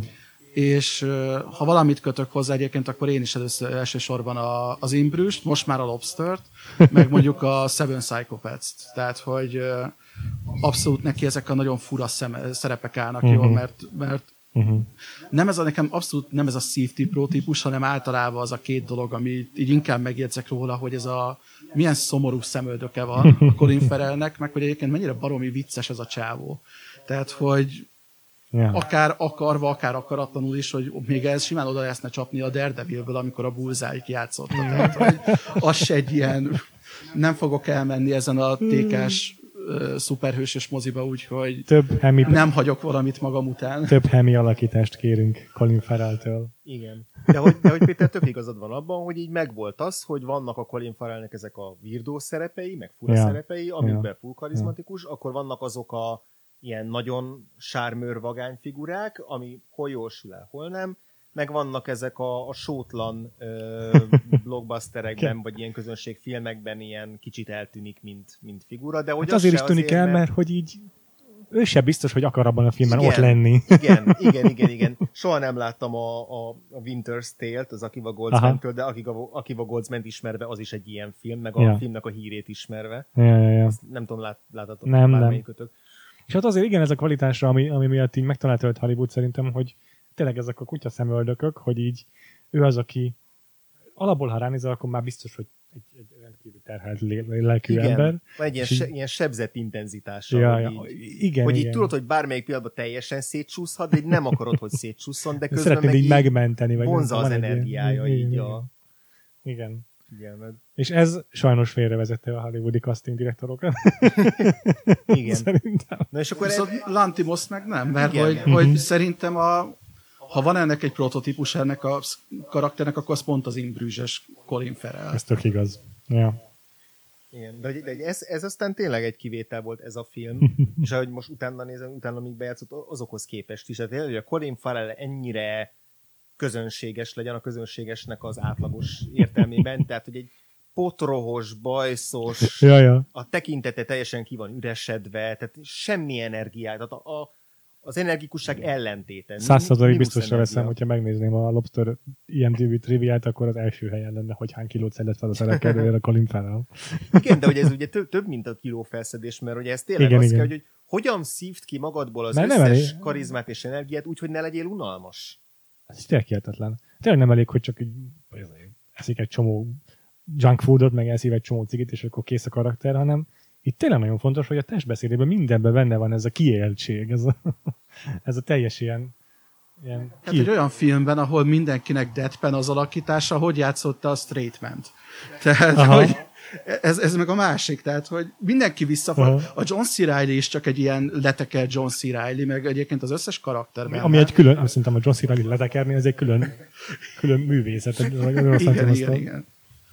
[SPEAKER 3] És ha valamit kötök hozzá egyébként, akkor én is először, elsősorban a, az In Bruges-t, most már a Lobstert, meg mondjuk a Seven Psychopaths-t. Tehát, hogy abszolút neki ezek a nagyon fura szem, szerepek állnak uh-huh. jól, mert, mert Uh-huh. nem ez a, nekem abszolút nem ez a szívtipró típus, hanem általában az a két dolog, ami így inkább megjegyzek róla, hogy ez a milyen szomorú szemöldöke van a Colin Farrellnek, meg hogy egyébként mennyire baromi vicces ez a csávó. Tehát, hogy yeah. akár akarva, akár akaratlanul is, hogy még ez simán oda lehetne csapni a Daredevilből, amikor a Bullseye-t játszotta. Tehát, hogy az se egy ilyen, nem fogok elmenni ezen a tékás szuperhősös moziba, úgyhogy
[SPEAKER 1] több hemi...
[SPEAKER 3] nem hagyok valamit magam után.
[SPEAKER 1] Több hemi alakítást kérünk Colin Farrell-től.
[SPEAKER 2] Igen. De hogy, de hogy Péter, tök igazad van abban, hogy így megvolt az, hogy vannak a Colin Farrellnek ezek a weirdo szerepei, meg fura ja. szerepei, amikben ja. full karizmatikus, ja. akkor vannak azok a ilyen nagyon sármőr vagány figurák, ami hol jól sül el, hol nem, meg vannak ezek a, a sótlan ö, blockbusterekben, vagy ilyen közönségfilmekben ilyen kicsit eltűnik, mint, mint figura, de hogy
[SPEAKER 1] hát azért is tűnik azért, el, mert hogy így ő sem biztos, hogy akar abban a filmben
[SPEAKER 2] igen,
[SPEAKER 1] ott lenni.
[SPEAKER 2] Igen, igen, igen, igen. Soha nem láttam a, a, a Winter's Tale-t, az Akiva Goldsman-től, de Akiva, Akiva Goldsman-t ismerve, az is egy ilyen film, meg a
[SPEAKER 1] ja.
[SPEAKER 2] filmnek a hírét ismerve.
[SPEAKER 1] Ja, ja, ja.
[SPEAKER 2] Azt nem tudom, lát, láttatok
[SPEAKER 1] nem,
[SPEAKER 2] bármelyikötök.
[SPEAKER 1] És hát azért igen, ez a kvalitásra, ami, ami miatt így megtalálta őt Hollywood szerintem, hogy tényleg ezek a kutya szemöldökök, hogy így ő az, aki alapból, ha ránézel, akkor már biztos, hogy egy, egy rendkívül terhelt lelkű
[SPEAKER 2] igen,
[SPEAKER 1] ember.
[SPEAKER 2] Vagy egy ilyen, se, ilyen sebzett intenzitással.
[SPEAKER 1] Ja,
[SPEAKER 2] hogy
[SPEAKER 1] ja,
[SPEAKER 2] így,
[SPEAKER 1] igen,
[SPEAKER 2] hogy
[SPEAKER 1] igen.
[SPEAKER 2] így tudod, hogy bármelyik pillanatban teljesen szétcsúszhat, de így nem akarod, hogy szétcsúszson, de közben
[SPEAKER 1] szeretnéd
[SPEAKER 2] meg
[SPEAKER 1] így megmenteni. Vagy
[SPEAKER 2] vonza az
[SPEAKER 1] egy
[SPEAKER 2] energiája.
[SPEAKER 1] Ilyen,
[SPEAKER 2] így
[SPEAKER 1] igen,
[SPEAKER 2] a...
[SPEAKER 1] igen.
[SPEAKER 2] igen.
[SPEAKER 1] És ez sajnos félrevezette a hollywoodi casting direktorokat.
[SPEAKER 2] Igen.
[SPEAKER 1] Szerintem.
[SPEAKER 2] Na és akkor
[SPEAKER 3] Viszont
[SPEAKER 2] el...
[SPEAKER 3] Lantimos meg nem, mert
[SPEAKER 2] igen,
[SPEAKER 3] hogy,
[SPEAKER 2] igen.
[SPEAKER 3] hogy
[SPEAKER 1] Mhm.
[SPEAKER 3] szerintem a, ha van ennek egy prototípus ennek a karakternek, akkor az pont az imbrűzses Colin Farrell.
[SPEAKER 1] Ez tök igaz. Ja.
[SPEAKER 2] Igen, de, de ez, ez aztán tényleg egy kivétel volt ez a film, és ahogy most utána nézem, utána még bejátszott, azokhoz képest is. Tehát tényleg, hogy a Colin Farrell ennyire közönséges legyen, a közönségesnek az átlagos értelmében, tehát hogy egy potrohos, bajszos,
[SPEAKER 1] Ja, ja.
[SPEAKER 2] a tekintete teljesen ki van üresedve, tehát semmi energiát, tehát a, a, az energikusság ellentéte.
[SPEAKER 1] Százszázalék biztosra
[SPEAKER 2] energia.
[SPEAKER 1] veszem, hogyha megnézném a Lobster I M D B triviát, akkor az első helyen lenne, hogy hány kilót szedett fel a szerepkedőjére a Colin Farrell.
[SPEAKER 2] Igen, de hogy ez ugye több, több mint a kilófelszedés, mert ugye ez tényleg
[SPEAKER 1] Igen,
[SPEAKER 2] az
[SPEAKER 1] igen.
[SPEAKER 2] kell, hogy, hogy hogyan szívd ki magadból az
[SPEAKER 1] Mert nem
[SPEAKER 2] összes
[SPEAKER 1] elég.
[SPEAKER 2] karizmát és energiát úgy, hogy ne legyél unalmas.
[SPEAKER 1] Ez tényleg hihetetlen. Tényleg nem elég, hogy csak így eszik egy csomó junk foodot, meg elszív egy csomó cigit, és akkor kész a karakter, hanem itt tényleg nagyon fontos, hogy a testbeszédében mindenben benne van ez a kiéltség, ez a, ez a teljes ilyen, ilyen
[SPEAKER 3] Hát egy olyan filmben, ahol mindenkinek deadpan az alakítása, hogy játszotta a straight man-t. Tehát,
[SPEAKER 1] Aha.
[SPEAKER 3] hogy ez, ez meg a másik, tehát, hogy mindenki visszafog.
[SPEAKER 1] Aha.
[SPEAKER 3] A John C. Reilly is csak egy ilyen letekert John C. Reilly, meg egyébként az összes karakterben.
[SPEAKER 1] ami egy külön, szerintem a John C. Reilly letekerni, ez egy külön, külön művészet.
[SPEAKER 3] Igen, igen, igen.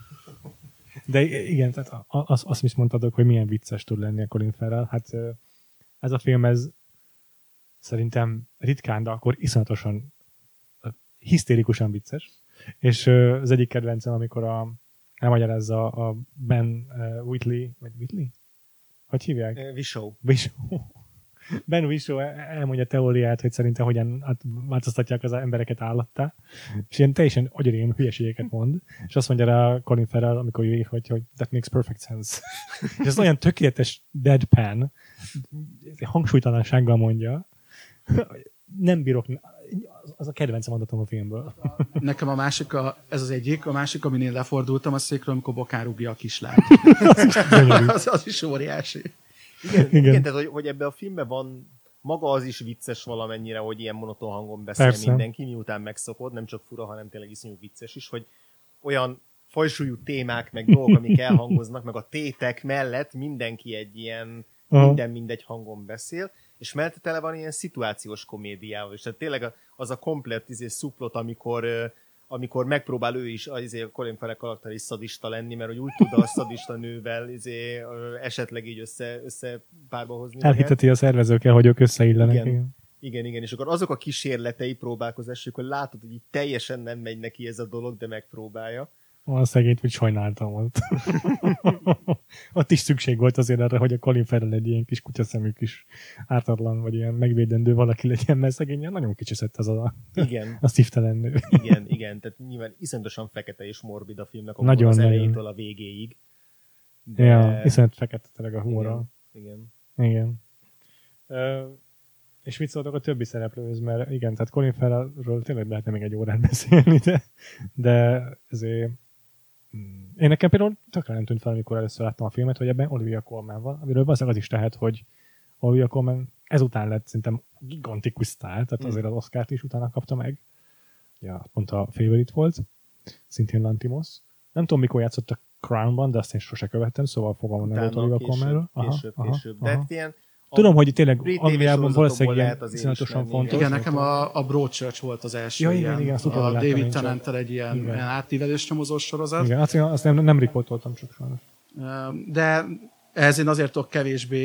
[SPEAKER 1] De igen, tehát azt, azt is mondtatok, hogy milyen vicces tud lenni a Colin Farrell. Hát ez a film, ez szerintem ritkán, de akkor iszonyatosan hisztérikusan vicces. És az egyik kedvencem, amikor a, elmagyarázza a Ben uh, Whitley, vagy Whitley? Hogy hívják?
[SPEAKER 2] Uh, Wishow.
[SPEAKER 1] Wishow. Ben Wishow elmondja a teóriát, hogy szerintem hogyan változtatják az embereket állattá, és ilyen teljesen agyarén hülyeségeket mond, és azt mondja rá Colin Farrell, amikor jöjjék, hogy, hogy that makes perfect sense. És ez olyan tökéletes deadpan, hangsúlytalansággal mondja, nem bírok, az a kedvenc mondatom a filmből.
[SPEAKER 3] Nekem a másik, a, ez az egyik, a másik, amin én lefordultam a székről, amikor Bokán rúgja a kislányt. az, az is óriási.
[SPEAKER 2] Igen,
[SPEAKER 1] Igen.
[SPEAKER 2] igen, tehát hogy, hogy ebben a filmben van maga az is vicces valamennyire, hogy ilyen monoton hangon beszél
[SPEAKER 1] Persze.
[SPEAKER 2] mindenki, miután megszokod, nem csak fura, hanem tényleg iszonyú vicces is, hogy olyan fajsúlyú témák, meg dolgok, amik elhangoznak, meg a tétek mellett mindenki egy ilyen
[SPEAKER 1] Aha.
[SPEAKER 2] minden mindegy hangon beszél, és mellette tele van ilyen szituációs komédiával is. Tehát tényleg az a komplett izé, szuplot, amikor amikor megpróbál ő is, izé, a Colin Farrell karakter is szadista lenni, mert hogy úgy tud a szadista nővel izé, esetleg így össze, össze párba hozni.
[SPEAKER 1] Elhiteti a szervezőkkel, hogy ők összeillenek.
[SPEAKER 2] Igen.
[SPEAKER 1] Igen.
[SPEAKER 2] Igen, igen, és akkor azok a kísérletei, próbálkozások, hogy látod, hogy így teljesen nem megy neki ez a dolog, de megpróbálja.
[SPEAKER 1] Van szegényt, hogy sajnáltam ott. Ott is szükség volt azért erre, hogy a Colin Farrell egy ilyen kis kutyaszemű kis ártatlan, vagy ilyen megvédendő valaki legyen, mert szegényen nagyon kicseszett az a,
[SPEAKER 2] Igen.
[SPEAKER 1] a szívtelen nő.
[SPEAKER 2] Igen, igen, tehát nyilván iszonyatosan fekete és morbid a filmnek, a
[SPEAKER 1] Nagyon,
[SPEAKER 2] az
[SPEAKER 1] nagyon.
[SPEAKER 2] elejétől a végéig. De...
[SPEAKER 1] Ja, iszonyat fekete tényleg a humora.
[SPEAKER 2] Igen.
[SPEAKER 1] Igen. igen. Ö, és mit szóltak a többi szereplőhöz, mert igen, tehát Colin Farrellről tényleg lehetne még egy órát beszélni, de, de ezért én nekem például tökre nem tűnt fel, amikor először láttam a filmet, hogy ebben Olivia Colman van, amiről valószínűleg az is tehet, hogy Olivia Colman ezután lett szerintem gigantikus sztár, tehát azért az Oscart is utána kapta meg. Ja, pont a Favorite volt, szintén Lantimos. Nem tudom, mikor játszott a Crownban, de azt én sose követtem, szóval fogalmam nem volt Olivia Colmanről.
[SPEAKER 2] Később, később. De hát ilyen
[SPEAKER 1] tudom, hogy tényleg
[SPEAKER 2] brit
[SPEAKER 1] Angliában valószínűleg
[SPEAKER 2] lehet
[SPEAKER 1] ilyen
[SPEAKER 2] azért
[SPEAKER 1] iszonyatosan
[SPEAKER 2] ismerni.
[SPEAKER 1] fontos.
[SPEAKER 3] Igen, nekem a, a Broadchurch volt az első.
[SPEAKER 1] Ja, igen,
[SPEAKER 3] ilyen,
[SPEAKER 1] igen, azt
[SPEAKER 3] a
[SPEAKER 1] utána láttam én
[SPEAKER 3] David
[SPEAKER 1] csak.
[SPEAKER 3] Tennanttel egy ilyen,
[SPEAKER 1] Igen.
[SPEAKER 3] ilyen átívelős nyomozós sorozat.
[SPEAKER 1] Igen, azt, azt nem, nem riportoltam csak sajnos.
[SPEAKER 3] De ehhez én azért tudok kevésbé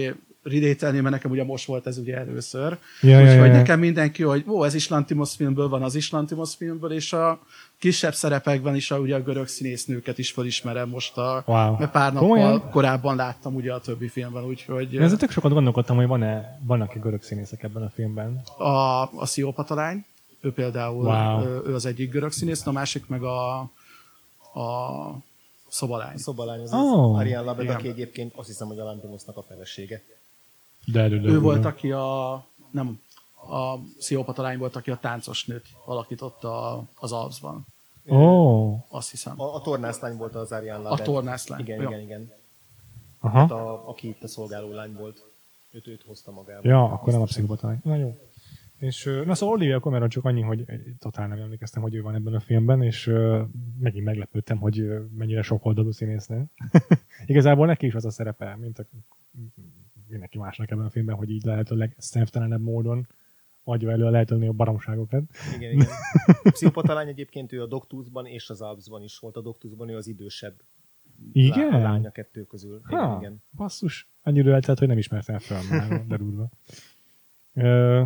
[SPEAKER 3] relate-elni, mert nekem ugye most volt ez ugye először.
[SPEAKER 1] Ja,
[SPEAKER 3] Úgyhogy
[SPEAKER 1] ja, ja.
[SPEAKER 3] nekem mindenki, hogy ó, ez is Lantimos filmből van, az is Lantimos filmből, és a kisebb szerepekben is a, ugye a görög színésznőket is felismerem most, a,
[SPEAKER 1] Wow.
[SPEAKER 3] mert pár nappal
[SPEAKER 1] Komolyan?
[SPEAKER 3] korábban láttam ugye a többi filmben, úgyhogy
[SPEAKER 1] Ezzel tök sokat gondolkodtam, hogy van-e, vannak-e görög színészek ebben a filmben.
[SPEAKER 3] a, a Sziópata lány, ő például,
[SPEAKER 1] Wow.
[SPEAKER 3] ő, ő az egyik görög színész, a másik meg a, a szobalány.
[SPEAKER 2] A szobalány az
[SPEAKER 1] Oh.
[SPEAKER 2] oh. Ariane Labed,
[SPEAKER 3] Igen.
[SPEAKER 2] aki egyébként azt hiszem, hogy a Lantimosnak a felesége.
[SPEAKER 1] De, de, de,
[SPEAKER 3] Ő
[SPEAKER 1] de.
[SPEAKER 3] volt, aki a, nem, a Pszichopata lány volt, aki a táncos nőt alakította az Alpsban.
[SPEAKER 1] Ó, oh.
[SPEAKER 3] Azt hiszem.
[SPEAKER 2] A, a tornászlány volt az Ariane
[SPEAKER 3] A
[SPEAKER 2] Labed.
[SPEAKER 3] tornászlány.
[SPEAKER 2] Igen,
[SPEAKER 3] Jó.
[SPEAKER 2] igen, igen.
[SPEAKER 1] Aha.
[SPEAKER 2] A, aki itt a szolgáló lány volt. Őt, őt hozta magával.
[SPEAKER 1] Ja, akkor nem a pszichopata lány. Na jó. És, ö, na szóval Olivia Colman csak annyi, hogy totál nem emlékeztem, hogy ő van ebben a filmben, és uh, megint meglepődtem, hogy uh, mennyire sok oldalú színésznő. Igazából neki is az a szerepe, mint a, mindenki másnak ebben a filmben, hogy így lehetőleg szemtelenebb módon adja elő a lehetőleg a baromságokat.
[SPEAKER 2] Igen, igen. A pszichopata lány egyébként ő a Doctusban és az Alpsban is volt. A Doctusban ő az idősebb
[SPEAKER 1] Igen?
[SPEAKER 2] lá- lány a kettő közül. Igen,
[SPEAKER 1] Ha,
[SPEAKER 2] igen.
[SPEAKER 1] basszus. Annyira eltelt, hogy nem ismertem fel már, de durva. Ö,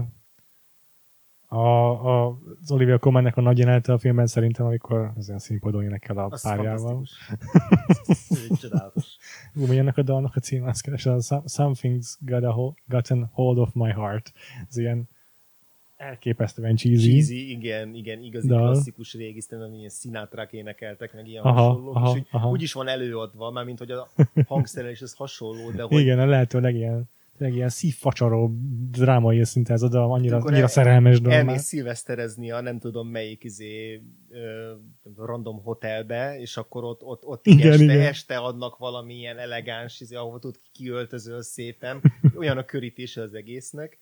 [SPEAKER 1] A, a, az Olivia Colmannek a nagy jelenete a filmben szerintem, amikor az ilyen színpadon énekel a
[SPEAKER 2] Az
[SPEAKER 1] párjával.
[SPEAKER 2] fantasztikus. Ez csodálatos.
[SPEAKER 1] Ú, mi ennek a dalnak a címe? Azt keresem, Something's got a hold, gotten hold of my heart. Ez ilyen elképesztően cheesy.
[SPEAKER 2] Cheesy, igen, igen, igazi
[SPEAKER 1] Dal.
[SPEAKER 2] klasszikus régi, aztán ilyen Sinatrák énekeltek, meg ilyen
[SPEAKER 1] Aha,
[SPEAKER 2] hasonlók,
[SPEAKER 1] aha,
[SPEAKER 2] és úgy,
[SPEAKER 1] aha.
[SPEAKER 2] úgy is van előadva, már mint hogy a hangszerelés ez hasonló, de hogy
[SPEAKER 1] Igen, a lehető legilyen, legilyen szívfacsaró drámai szinte ez a dal, annyira,
[SPEAKER 2] Amikor
[SPEAKER 1] annyira
[SPEAKER 2] el-
[SPEAKER 1] szerelmes dal már.
[SPEAKER 2] elmész szilveszterezni a nem tudom melyik izé, ö, random hotelbe, és akkor ott, ott, ott
[SPEAKER 1] Igen,
[SPEAKER 2] igen, este,
[SPEAKER 1] igen.
[SPEAKER 2] este adnak valamilyen elegáns, izé, ahova tud kiöltözöl szépen. Olyan a körítése az egésznek.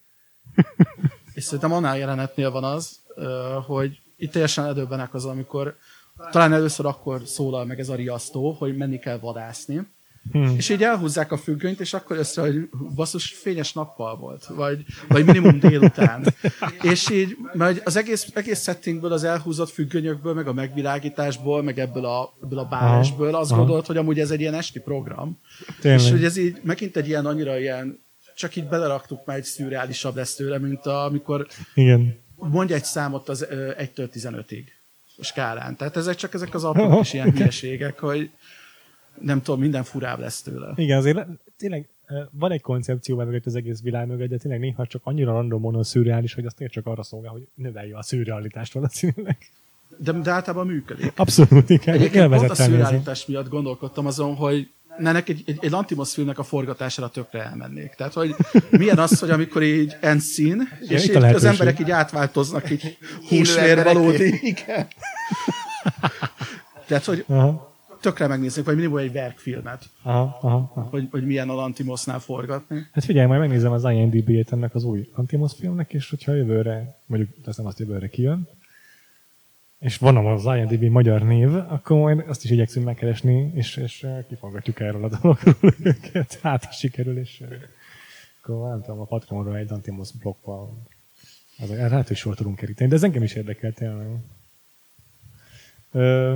[SPEAKER 3] És szerintem annál jelenetnél van az, ö, hogy itt teljesen edőbbenek az, amikor talán először akkor szólal meg ez a riasztó, hogy menni kell vadászni.
[SPEAKER 1] Hmm.
[SPEAKER 3] És így elhúzzák a függönyt, és akkor össze, hogy basszus, fényes nappal volt, vagy, vagy minimum délután. És így, mert az egész, egész settingből, az elhúzott függönyökből, meg a megvilágításból, meg ebből a, ebből a bálásból azt
[SPEAKER 1] Aha.
[SPEAKER 3] gondolt, hogy amúgy ez egy ilyen esti program.
[SPEAKER 1] Tényleg.
[SPEAKER 3] És hogy ez így megint egy ilyen annyira ilyen, csak így beleraktuk már egy szürreálisabb lesz tőle, mint a, amikor
[SPEAKER 1] Igen.
[SPEAKER 3] mondj egy számot az ö, egytől tizenötig a skálán. Tehát ezek csak ezek az apró kis ilyen hülyeségek, hogy nem tudom, minden furább lesz tőle.
[SPEAKER 1] Igen, azért le- tényleg eh, van egy koncepció mögött az egész világ mögött, de tényleg néha csak annyira random módon szürreális, hogy azt tényleg csak arra szolgál, hogy növelje a szürrealitást valószínűleg.
[SPEAKER 3] De, de általában működik.
[SPEAKER 1] Abszolút, igen.
[SPEAKER 3] Egyébként pont a
[SPEAKER 1] Élvezettel nézem.
[SPEAKER 3] szürrealitás miatt gondolkodtam azon, hogy ennek egy, egy, egy Lantimos filmnek a forgatására tökre elmennék. Tehát, hogy milyen az, hogy amikor így end scene,
[SPEAKER 1] Ja,
[SPEAKER 3] és
[SPEAKER 1] itt a
[SPEAKER 3] így az
[SPEAKER 1] lehetőség.
[SPEAKER 3] emberek így átváltoznak, így
[SPEAKER 2] Élő
[SPEAKER 3] húsvér
[SPEAKER 2] emberek.
[SPEAKER 3] valódi. Igen. Tehát, hogy
[SPEAKER 1] Aha,
[SPEAKER 3] tökre megnézzük, vagy minimum egy verkfilmet,
[SPEAKER 1] aha, aha, aha.
[SPEAKER 3] hogy, hogy milyen a Lantimosnál forgatni.
[SPEAKER 1] Hát figyelj, majd megnézem az I M D B-jét ennek az új Lantimos filmnek, és hogyha jövőre, mondjuk teszem azt jövőre kijön, és van az I M D B magyar név, akkor majd azt is igyekszünk megkeresni, és, és eh, kifogatjuk erről a dologról őket. Hát, ha sikerül, és eh, akkor nem tudom, a Patreonról egy Lantimos blokkval az, erre hát, hogy sor tudunk keríteni, de ez engem is érdekel tényleg. Ö,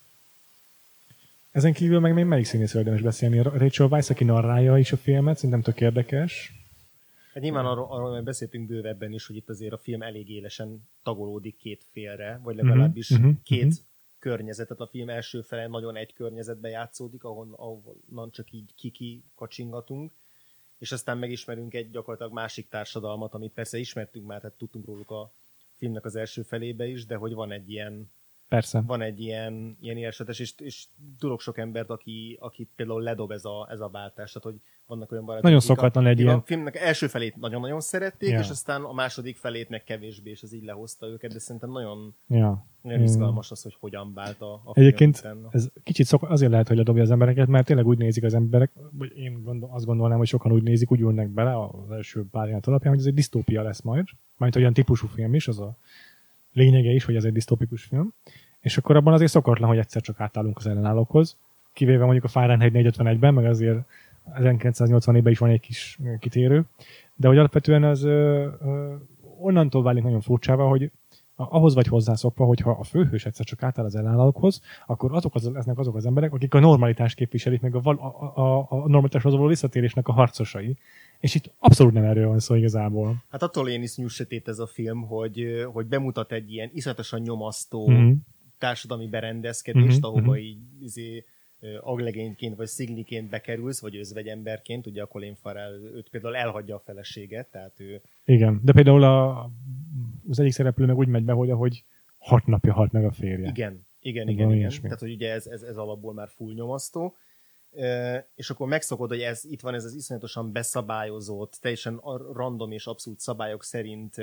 [SPEAKER 1] ezen kívül meg még melyik színészről érdemes beszélni? Rachel Weisz, aki narrálja is a filmet, szerintem tök érdekes.
[SPEAKER 2] Hát nyilván arról, arról majd beszéltünk bővebben is, hogy itt azért a film elég élesen tagolódik két félre, vagy legalábbis
[SPEAKER 1] Mhm, mhm,
[SPEAKER 2] két
[SPEAKER 1] mhm.
[SPEAKER 2] környezetet. A film első fele nagyon egy környezetben játszódik, ahon, ahonnan csak így kiki kacsingatunk, és aztán megismerünk egy gyakorlatilag másik társadalmat, amit persze ismertünk már, tehát tudtunk róluk a filmnek az első felébe is, de hogy van egy ilyen
[SPEAKER 1] Persze.
[SPEAKER 2] van egy ilyen, ilyen érsetes, és, és tudok sok embert, aki, aki például ledob ez a, ez a váltás, tehát hogy vannak olyan barátok,
[SPEAKER 1] Nagyon
[SPEAKER 2] akik a-
[SPEAKER 1] szokatlan egy
[SPEAKER 2] akik
[SPEAKER 1] ilyen.
[SPEAKER 2] A filmnek első felét nagyon-nagyon szerették,
[SPEAKER 1] Ja.
[SPEAKER 2] és aztán a második felét meg kevésbé, és ez így lehozta őket, de szerintem nagyon,
[SPEAKER 1] Ja.
[SPEAKER 2] nagyon
[SPEAKER 1] Mm.
[SPEAKER 2] izgalmas az, hogy hogyan vált a, a film
[SPEAKER 1] Egyébként
[SPEAKER 2] utána.
[SPEAKER 1] ez kicsit szok, azért lehet, hogy ledobja az embereket, mert tényleg úgy nézik az emberek, vagy én gondol, azt gondolnám, hogy sokan úgy nézik, úgy ülnek bele az első pár jelenet alapján, hogy ez egy disztópia lesz majd, majd olyan típusú film is, az a lényege is, hogy ez egy disztópikus film, és akkor abban azért szokatlan, hogy egyszer csak átállunk az ellenállókhoz, kivéve mondjuk a Fahrenheit négyszázötvenegyben, meg azért ezerkilencszáznyolcvannégyben is van egy kis ö, kitérő, de hogy alapvetően az ö, ö, onnantól válik nagyon furcsává, hogy ahhoz vagy hozzászokva, hogyha a főhős egyszer csak átáll az ellenállókhoz, akkor azok az, lesznek azok az emberek, akik a normalitást képviselik, meg a, val- a, a, a normalitáshoz való visszatérésnek a harcosai. És itt abszolút nem erről van szó igazából.
[SPEAKER 2] Hát attól én is nyújtsötét ez a film, hogy, hogy bemutat egy ilyen iszonyatosan nyomasztó
[SPEAKER 1] mm-hmm.
[SPEAKER 2] társadalmi berendezkedést,
[SPEAKER 1] mm-hmm.
[SPEAKER 2] ahova így izé, aglegényként vagy szigniként bekerülsz, vagy özvegyemberként, ugye a Colin Farrell őt például elhagyja a feleséget, tehát ő...
[SPEAKER 1] Igen, de például a, az egyik szereplő meg úgy megy be, hogy ahogy hat napja halt meg a férje.
[SPEAKER 2] Igen, igen, igen, igen. Tehát, hogy ugye ez, ez, ez alapból már full nyomasztó. E, és akkor megszokod, hogy ez, itt van ez az iszonyatosan beszabályozott, teljesen random és abszolút szabályok szerint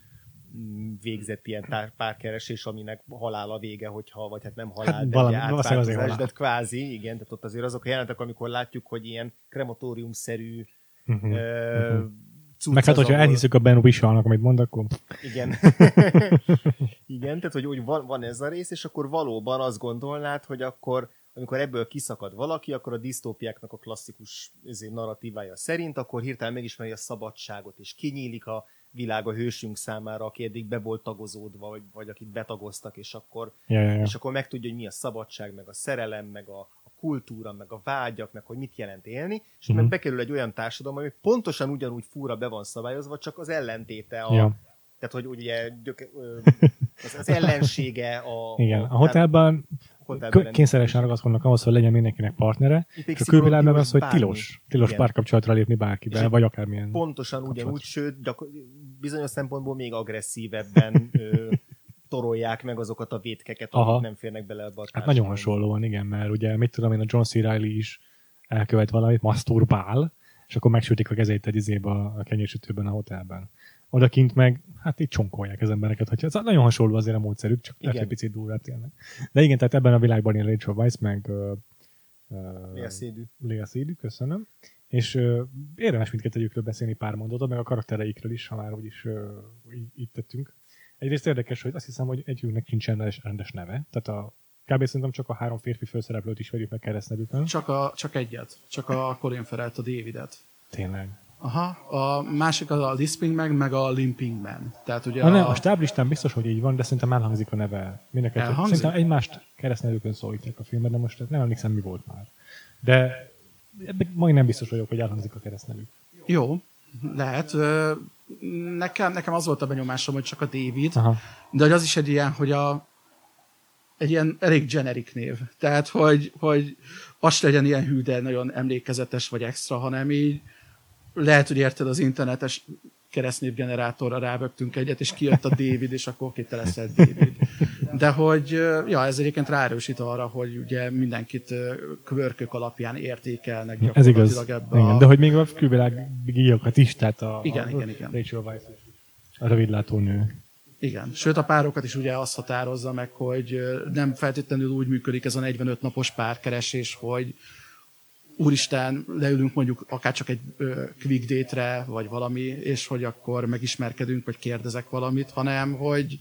[SPEAKER 2] végzett ilyen tár- párkeresés, aminek halál a vége, hogyha, vagy hát nem halál, hát, de valami, átváltozás, de kvázi, igen, tehát ott azért azok a jelentek, amikor látjuk, hogy ilyen krematóriumszerű uh-huh, uh, uh-huh.
[SPEAKER 1] Meg hát, hogyha elhiszük a Ben Whishaw-nak, amit mond, akkor...
[SPEAKER 2] Igen. Igen, tehát hogy úgy van, van ez a rész, és akkor valóban azt gondolnád, hogy akkor, amikor ebből kiszakad valaki, akkor a disztópiáknak a klasszikus narratívája szerint, akkor hirtelen megismeri a szabadságot, és kinyílik a világ a hősünk számára, aki eddig be volt tagozódva, vagy, vagy akit betagoztak, és akkor,
[SPEAKER 1] ja, ja, ja.
[SPEAKER 2] és akkor megtudja, hogy mi a szabadság, meg a szerelem, meg a, a kultúra, meg a vágyak, meg hogy mit jelent élni, és uh-huh. meg bekerül egy olyan társadalom, ami pontosan ugyanúgy fúra be van szabályozva, csak az ellentéte a...
[SPEAKER 1] Ja.
[SPEAKER 2] Tehát, hogy ugye gyöke, az, az ellensége a...
[SPEAKER 1] Igen, a, a hotelben, hotelben kényszeresen ragaszkodnak ahhoz, hogy legyen mindenkinek partnere, és a külvilágban az, hogy tilos, tilos párkapcsolatra lépni bárkivel, vagy akármilyen.
[SPEAKER 2] Pontosan ugyanúgy, sőt, gyakor- bizonyos szempontból még agresszívebben ö, torolják meg azokat a vétkeket, amik nem férnek bele ebbe a
[SPEAKER 1] hát nagyon hasonlóan, igen, mert ugye, mit tudom én, a John C. Reilly is elkövet valamit, maszturbál, és akkor megsütik a kezét egy izébe a kenyérsütőben a hotelben. Odakint meg, hát így csonkolják az embereket, hogy ez nagyon hasonló azért a módszerük, csak lehet egy picit durvát tényleg. De igen, tehát ebben a világban én Rachel Weisz, meg uh, uh,
[SPEAKER 2] Lea Seydoux.
[SPEAKER 1] Lea Seydoux, köszönöm. És uh, érdemes mindkettőjükről beszélni pár mondatot, meg a karaktereikről is, ha már úgyis uh, így, így tettünk. Egyrészt érdekes, hogy azt hiszem, hogy egyiknek nincs rendes, rendes neve, tehát a kb. Szerintem csak a három férfi főszereplőt ismerjük meg keresztnevükön.
[SPEAKER 3] Csak, a, csak egyet. Csak a Colin Farrellt, a Davidet.
[SPEAKER 1] Tényleg.
[SPEAKER 3] Aha, a másik az a Lisping Man, meg a Limping Man. Tehát ugye
[SPEAKER 1] a,
[SPEAKER 3] a...
[SPEAKER 1] Nem, a stáblistán biztos, hogy így van, de szerintem elhangzik a neve. Mindenket. Szerintem egymást keresztnevükön szólítják a filmben, de most nem emlékszem, mi volt már. De majd nem biztos vagyok, hogy elhangzik a keresztnevük.
[SPEAKER 3] Jó, lehet. Nekem, nekem az volt a benyomásom, hogy csak a David,
[SPEAKER 1] aha.
[SPEAKER 3] De hogy az is egy ilyen, hogy a egy ilyen elég generic név. Tehát, hogy, hogy az legyen ilyen hű, de nagyon emlékezetes vagy extra, hanem így lehet, hogy érted, az internetes keresztnévgenerátorra rávögtünk egyet, és kijött a David, és akkor oké, te leszel David. De hogy, ja, ez egyébként ráerősít arra, hogy ugye mindenkit kvörkök alapján értékelnek gyakorlatilag.
[SPEAKER 1] Ez igaz.
[SPEAKER 3] Ebbe
[SPEAKER 1] igen,
[SPEAKER 3] a...
[SPEAKER 1] de hogy még a külvilág gíjakat is, tehát a,
[SPEAKER 3] igen,
[SPEAKER 1] a
[SPEAKER 3] igen, igen.
[SPEAKER 1] Rachel Weisz, a rövidlátó nő.
[SPEAKER 3] Igen, sőt a párokat is ugye azt határozza meg, hogy nem feltétlenül úgy működik ez a negyvenöt napos párkeresés, hogy úristen, leülünk mondjuk akár csak egy ö, quick date-re, vagy valami, és hogy akkor megismerkedünk, vagy kérdezek valamit, hanem hogy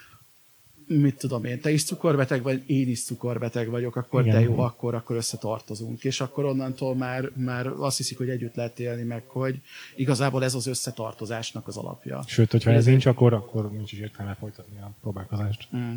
[SPEAKER 3] mit tudom én, te is cukorbeteg vagy, én is cukorbeteg vagyok, akkor igen. De jó, akkor, akkor összetartozunk. És akkor onnantól már, már azt hiszik, hogy együtt lehet élni meg, hogy igazából ez az összetartozásnak az alapja.
[SPEAKER 1] Sőt, hogyha ez nincs, akkor, akkor nincs is értelme folytatni a próbálkozást.
[SPEAKER 3] Mm.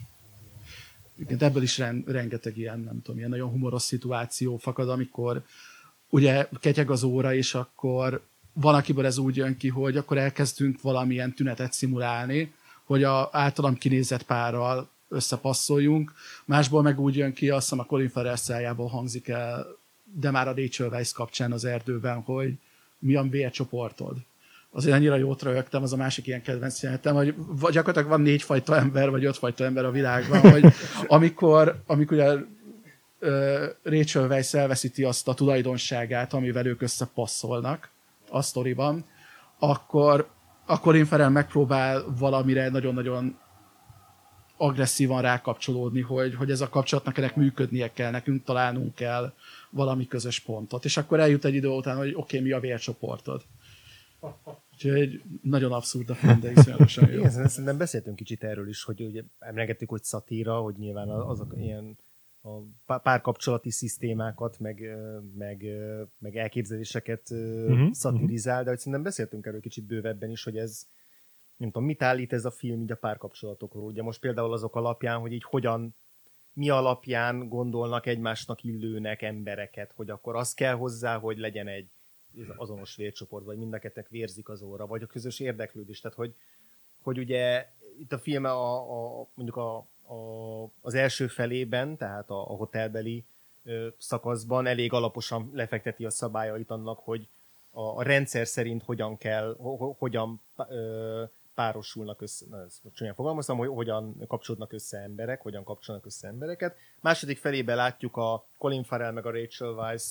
[SPEAKER 3] De ebből is rengeteg ilyen, nem tudom, ilyen nagyon humoros szituáció fakad, amikor ugye ketyeg az óra, és akkor van, akiből ez úgy jön ki, hogy akkor elkezdünk valamilyen tünetet szimulálni, hogy a általam kinézett párral összepasszoljunk. Másból meg úgy jön ki, azt hiszem a Colin Farrell szájából hangzik el, de már a Rachel Weisz kapcsán az erdőben, hogy milyen vércsoportod. Azért annyira jót röhögtem, az a másik ilyen kedvenc jelenetem, hogy gyakorlatilag van négyfajta ember, vagy ötfajta ember a világban, hogy amikor, amikor ugye, uh, Rachel Weisz elveszíti azt a tulajdonságát, amivel ők összepasszolnak a sztoriban, akkor a Colin Farrell megpróbál valamire nagyon-nagyon agresszívan rákapcsolódni, hogy, hogy ez a kapcsolatnak ennek működnie kell, nekünk találnunk kell valami közös pontot. És akkor eljut egy idő után, hogy oké, okay, mi a vércsoportod. Úgyhogy nagyon abszurd a film, de iszonyatosan jó.
[SPEAKER 2] Igen, szerintem beszéltünk kicsit erről is, hogy ugye emlegettük, hogy szatíra, hogy nyilván azok ilyen a párkapcsolati szisztémákat, meg, meg, meg elképzeléseket uh-huh, szatirizál, uh-huh. De hogy szerintem beszéltünk erről kicsit bővebben is, hogy ez, nem tudom, mit állít ez a film így a párkapcsolatokról. Ugye most például azok alapján, hogy így hogyan, mi alapján gondolnak egymásnak illőnek embereket, hogy akkor az kell hozzá, hogy legyen egy azonos vércsoport, vagy mind a kettőnek vérzik az óra, vagy a közös érdeklődés. Tehát, hogy, hogy ugye itt a film a, a, mondjuk a, a, az első felében, tehát a, a hotelbeli ö, szakaszban elég alaposan lefekteti a szabályait annak, hogy a, a rendszer szerint hogyan kell, ho, hogyan ö, párosulnak össze, na, ezt csúnyán fogalmaztam, hogy hogyan kapcsolódnak össze emberek, hogyan kapcsolnak össze embereket. Második felében látjuk a Colin Farrell meg a Rachel Weisz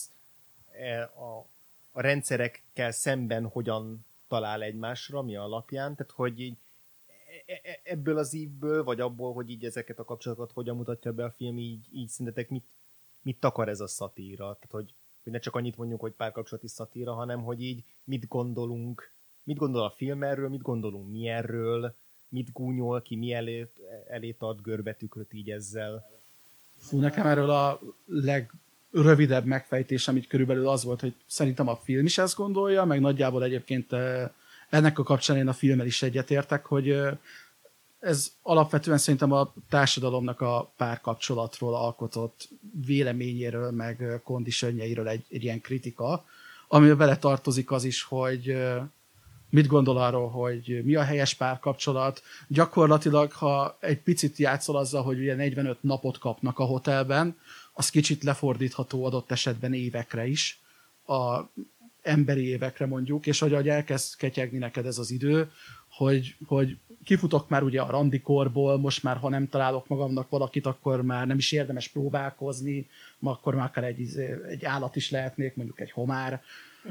[SPEAKER 2] a, a rendszerekkel szemben hogyan talál egymásra, mi alapján, tehát hogy így ebből az ívből, vagy abból, hogy így ezeket a kapcsolatokat hogyan mutatja be a film, így, így szerintetek mit, mit takar ez a szatíra? Tehát, hogy, hogy ne csak annyit mondjuk, hogy párkapcsolati szatíra, hanem hogy így mit gondolunk, mit gondol a film erről, mit gondolunk mi erről, mit gúnyol ki, mi elé, elé tart görbetükröt így ezzel.
[SPEAKER 3] Fú, nekem erről a legrövidebb megfejtés, amit körülbelül az volt, hogy szerintem a film is ezt gondolja, meg nagyjából egyébként ennek a kapcsán én a filmmel is egyetértek, hogy ez alapvetően szerintem a társadalomnak a párkapcsolatról alkotott véleményéről, meg konditionjeiről egy, egy ilyen kritika, amivel vele tartozik az is, hogy mit gondol arról, hogy mi a helyes párkapcsolat. Gyakorlatilag, ha egy picit játszol azzal, hogy ugye negyvenöt napot kapnak a hotelben, az kicsit lefordítható adott esetben évekre is, a emberi évekre mondjuk, és hogy elkezd ketyegni neked ez az idő, hogy, hogy kifutok már ugye a randikorból, most már ha nem találok magamnak valakit, akkor már nem is érdemes próbálkozni, akkor már akár egy, egy állat is lehetnék, mondjuk egy homár,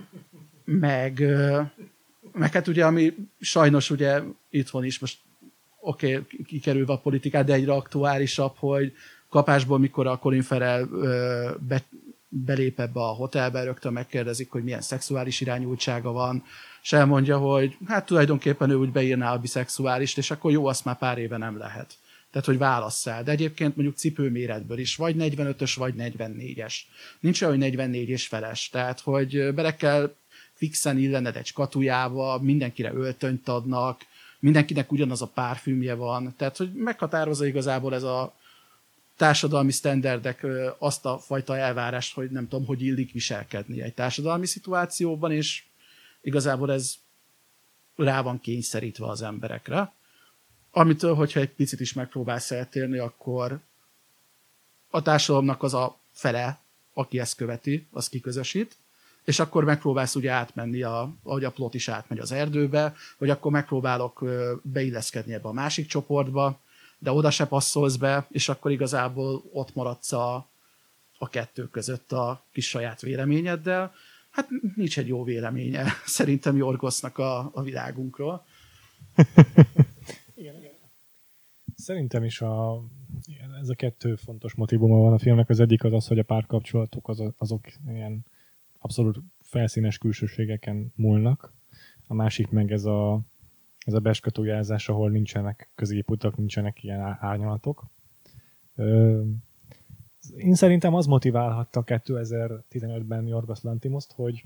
[SPEAKER 3] meg, meg hát ugye, ami sajnos ugye itthon is most oké, okay, kikerülve a politikát, de egyre aktuálisabb, hogy kapásból, mikor a Colin Farrell be, belép ebbe a hotelbe, rögtön megkérdezik, hogy milyen szexuális irányultsága van, és elmondja, hogy hát tulajdonképpen ő úgy beírná a biszexuálist, és akkor jó, azt már pár éve nem lehet. Tehát, hogy válasszál. De egyébként mondjuk cipőméretből is, vagy negyvenötös, vagy negyvennégyes. Nincs olyan, hogy negyvennégy és feles. Tehát, hogy bele kell fixen illened egy skatujába, mindenkire öltönyt adnak, mindenkinek ugyanaz a párfümje van. Tehát, hogy meghatározza igazából ez a társadalmi sztenderdek azt a fajta elvárást, hogy nem tudom, hogy illik viselkedni egy társadalmi szituációban, és igazából ez rá van kényszerítve az emberekre. Amitől, hogyha egy picit is megpróbálsz eltérni, akkor a társadalomnak az a fele, aki ezt követi, az kiközösít, és akkor megpróbálsz ugye átmenni, a, ahogy a plot is átmegy az erdőbe, hogy akkor megpróbálok beilleszkedni ebbe a másik csoportba, de oda se passzolsz be, és akkor igazából ott maradsz a, a kettő között a kis saját véleményeddel. Hát nincs egy jó véleménye szerintem Jorgosznak a, a világunkról.
[SPEAKER 1] Igen, igen. Szerintem is a, ez a kettő fontos motivuma van a filmnek. Az egyik az az, hogy a párkapcsolatok az, azok ilyen abszolút felszínes külsőségeken múlnak. A másik meg ez a ez a beskatujázás, ahol nincsenek középutak, nincsenek ilyen árnyalatok. Én szerintem az motiválhatta kétezer-tizenötben Yorgos Lanthimoszt, hogy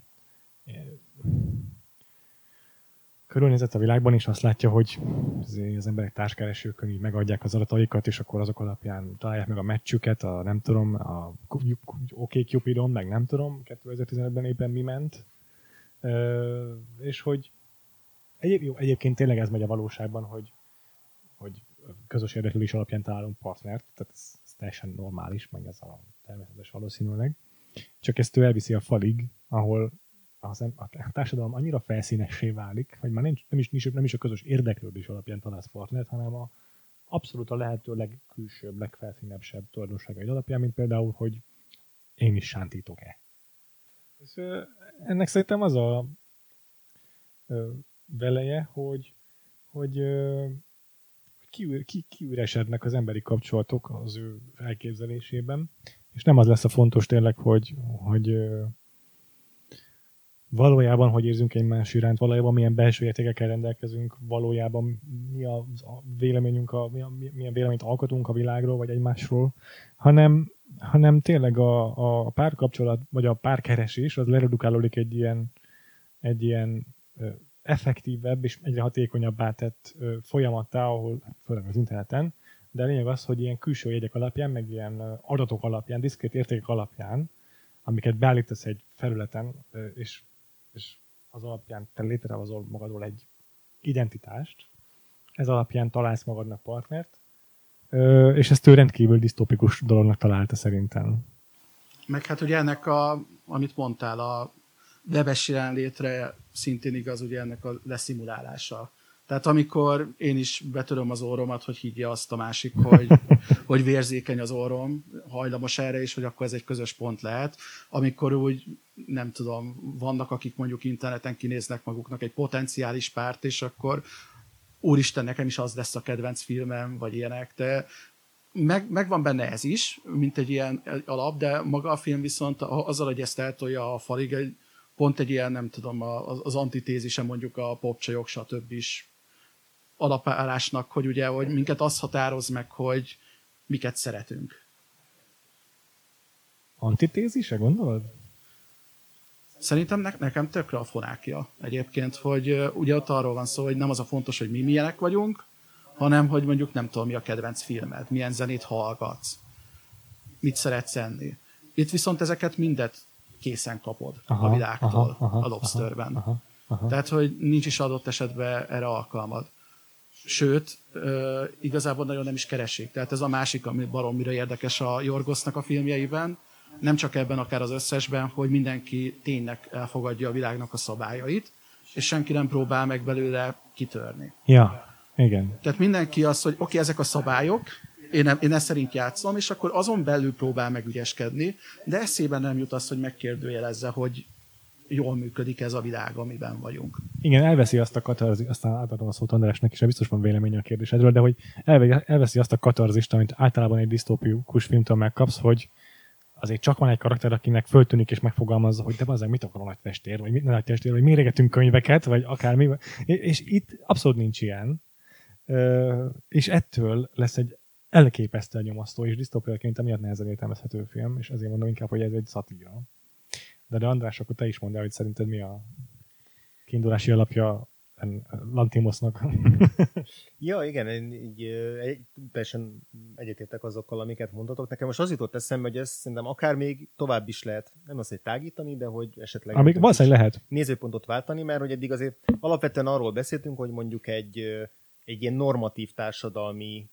[SPEAKER 1] körülnézett a világban, és azt látja, hogy az emberek társkeresőkön így megadják az adataikat, és akkor azok alapján találják meg a meccsüket, a nem tudom, a OkCupidon, meg nem tudom, kétezer-tizenötben éppen mi ment. És hogy Egyéb, jó, egyébként tényleg ez megy a valóságban, hogy, hogy közös érdeklődés alapján találunk partnert, tehát ez, ez teljesen normális, meg ez a természetes valószínűleg. Csak ezt ő elviszi a falig, ahol az, a társadalom annyira felszínessé válik, hogy már nincs, nem, is, nem is a közös érdeklődés alapján találsz partnert, hanem a abszolút a lehető legkülsőbb, legfelszínesebb tulajdonságaid alapján, mint például, hogy én is sántítok-e. És, ennek szerintem az a veleje, hogy, hogy kiür, ki, kiüresednek az emberi kapcsolatok az ő elképzelésében, és nem az lesz a fontos tényleg, hogy, hogy valójában hogy érzünk egymás iránt, valójában milyen belső értékekkel rendelkezünk, valójában mi a véleményünk, a, mi a, milyen véleményt alkotunk a világról, vagy egymásról, hanem, hanem tényleg a, a párkapcsolat, vagy a párkeresés, az leredukálódik egy ilyen, egy ilyen effektívebb és egyre hatékonyabbá tett ö, folyamattá, ahol főleg az interneten, de a lényeg az, hogy ilyen külső jegyek alapján, meg ilyen adatok alapján, diszkrét értékek alapján, amiket beállítasz egy felületen, ö, és és az alapján te létrehozol magadról egy identitást, ez alapján találsz magadnak partnert, és ezt ő rendkívül disztópikus dolognak találta szerintem.
[SPEAKER 3] Meg hát ugye ennek, a, amit mondtál, a webes jelenlétre szintén igaz ugye ennek a leszimulálása. Tehát amikor én is betöröm az orromat, hogy higgye azt a másik, hogy, hogy vérzékeny az orrom, hajlamos erre is, hogy akkor ez egy közös pont lehet. Amikor úgy, nem tudom, vannak, akik mondjuk interneten kinéznek maguknak egy potenciális párt, és akkor úristen, nekem is az lesz a kedvenc filmem, vagy ilyenek, de meg, megvan benne ez is, mint egy ilyen alap, de maga a film viszont azzal, hogy ezt eltolja a falig, egy, pont egy ilyen, nem tudom, az antitézise mondjuk a popcsajok, stb. Is alapállásnak, hogy ugye, hogy minket az határoz meg, hogy miket szeretünk.
[SPEAKER 1] Antitézise, gondolod?
[SPEAKER 3] Szerintem ne, nekem tökre a fonákja egyébként, hogy uh, ugye ott arról van szó, hogy nem az a fontos, hogy mi milyenek vagyunk, hanem hogy mondjuk nem tudom, mi a kedvenc filmed, milyen zenét hallgatsz, mit szeretsz enni. Itt viszont ezeket mindet készen kapod aha, a világtól aha, aha, a Lobsterben. Aha, aha, aha. Tehát, hogy nincs is adott esetben erre alkalmad. Sőt, uh, igazából nagyon nem is keresik. Tehát ez a másik, ami baromira érdekes a Yorgosznak a filmjeiben, nem csak ebben, akár az összesben, hogy mindenki tényleg elfogadja a világnak a szabályait, és senki nem próbál meg belőle kitörni.
[SPEAKER 1] Ja, igen.
[SPEAKER 3] Tehát mindenki az, hogy oké, okay, ezek a szabályok, én, nem, én ezt szerint játszom, és akkor azon belül próbál meg ügyeskedni, de eszében nem jut az, hogy megkérdőjelezze, hogy jól működik ez a világ, amiben vagyunk.
[SPEAKER 1] Igen, elveszi azt a katarzist, aztán átadom a szót Andrásnak is, biztos van véleménye a kérdésedről, de hogy elveszi azt a katarzist, amit általában egy disztópikus filmtől megkapsz, hogy azért csak van egy karakter, akinek föltűnik és megfogalmazza, hogy de bazzeg, mit akar a nagy testvér, vagy mit nagy testvér, vagy méregetünk könyveket, vagy akármi. És itt abszolút nincs ilyen. És ettől lesz egy elképesztően nyomasztó, és disztópiaként emiatt nehezen értelmezhető film, és ezért mondom inkább, hogy ez egy szatíra. De, de András, akkor te is mondd el, hogy szerinted mi a kiindulási alapja Lanthimosnak.
[SPEAKER 2] Ja, igen, így, egy, teljesen egyetértek azokkal, amiket mondhatok. Nekem most az jutott eszembe, hogy ezt szerintem akár még tovább is lehet, nem az, hogy tágítani, de hogy esetleg
[SPEAKER 1] Amíg valószínűleg lehet.
[SPEAKER 2] Nézőpontot váltani, mert hogy eddig azért alapvetően arról beszéltünk, hogy mondjuk egy, egy ilyen normatív társadalmi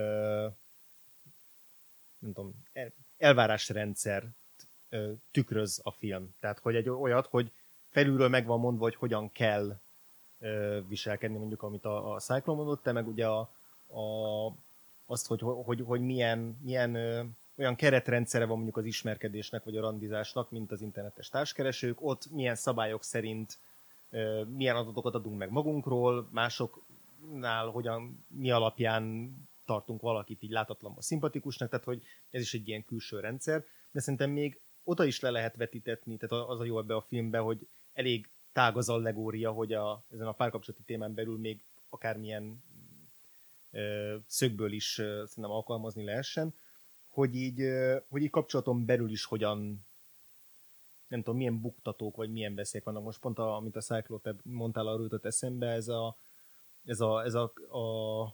[SPEAKER 2] nem tudom, elvárásrendszer tükröz a film. Tehát, hogy egy olyat, hogy felülről meg van mondva, hogy hogyan kell viselkedni, mondjuk, amit a, a Cyclone mondott, te meg ugye a, a, azt, hogy, hogy, hogy milyen, milyen ö, olyan keretrendszere van mondjuk az ismerkedésnek, vagy a randizásnak, mint az internetes társkeresők, ott milyen szabályok szerint ö, milyen adatokat adunk meg magunkról, másoknál hogyan, mi alapján tartunk valakit így látatlanban szimpatikusnak, tehát hogy ez is egy ilyen külső rendszer, de szerintem még oda is le lehet vetítetni, tehát az a jó ebbe a filmbe, hogy elég tág az allegória, hogy a, ezen a párkapcsolati témán belül még akármilyen ö, szögből is ö, szerintem alkalmazni lehessen, hogy így, ö, hogy így kapcsolaton belül is hogyan, nem tudom, milyen buktatók, vagy milyen veszélyek vannak. Most pont, a, amit a Cyclone, te mondtál, arról jutott eszembe, ez a, ez a, ez a, a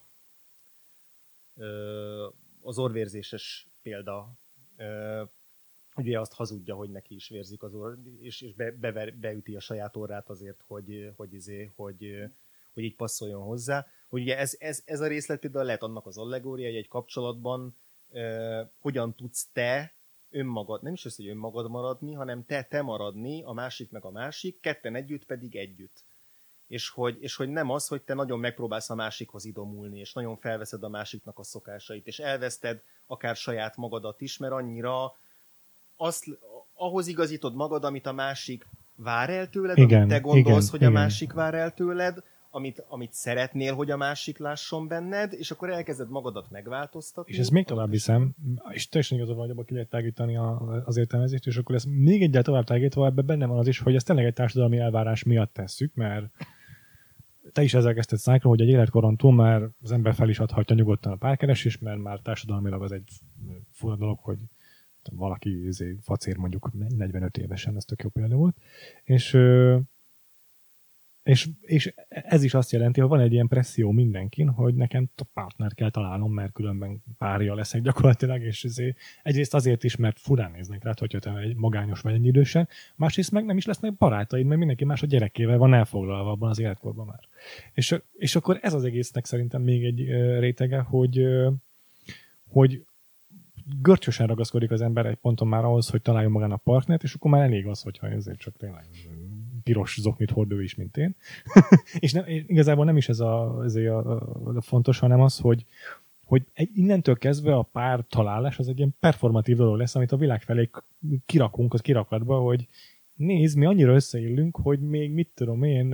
[SPEAKER 2] ö, az orvérzéses példa, ö, hogy ugye azt hazudja, hogy neki is vérzik az orr, és, és be, bever, beüti a saját orrát azért, hogy, hogy, izé, hogy, hogy így passzoljon hozzá. Hogy ugye ez, ez, ez a részlet például lehet annak az allegória, hogy egy kapcsolatban eh, hogyan tudsz te önmagad, nem is az, hogy önmagad maradni, hanem te, te maradni, a másik meg a másik, ketten együtt pedig együtt. És hogy, és hogy nem az, hogy te nagyon megpróbálsz a másikhoz idomulni, és nagyon felveszed a másiknak a szokásait, és elveszted akár saját magadat is, mert annyira azt, ahhoz igazítod magad, amit a másik vár el tőled, igen, amit te gondolsz, igen, hogy igen. A másik vár el tőled, amit, amit szeretnél, hogy a másik lásson benned, és akkor elkezded magadat megváltoztatni.
[SPEAKER 1] És ezt még tovább viszem, és teljesen igazad van, hogy abban ki lehet tágítani az értelmezést, és akkor ezt még egyel tovább tágítva, ebben benne van az is, hogy ezt tényleg egy társadalmi elvárás miatt tesszük, mert te is ezzel kezdted Cyclone, hogy egy életkoron túl már az ember fel is adhatja nyugodtan a párkeresést, mert már társadalmilag az egy fura dolog, hogy valaki izé, facér mondjuk negyvenöt évesen, ez tök jó példa volt. És, És, és ez is azt jelenti, hogy van egy ilyen presszió mindenkin, hogy nekem partner kell találnom, mert különben párja leszek gyakorlatilag, és ezért, egyrészt azért is, mert furán néznek rá, hogyha te egy magányos vagy egy idősen, másrészt meg nem is lesznek barátaid, mert mindenki más a gyerekével van elfoglalva abban az életkorban már. És, és akkor ez az egésznek szerintem még egy rétege, hogy, hogy görcsösen ragaszkodik az ember egy ponton már ahhoz, hogy találjon magának partnert, és akkor már elég az, hogyha ezért csak tényleg piros zoknit hord ő is, mint én. És nem, igazából nem is ez a, a, a, a fontos, hanem az, hogy, hogy egy, innentől kezdve a pár találás az egy ilyen performatív dolog lesz, amit a világ felé kirakunk az kirakatba, hogy nézd, mi annyira összeillünk, hogy még mit tudom én,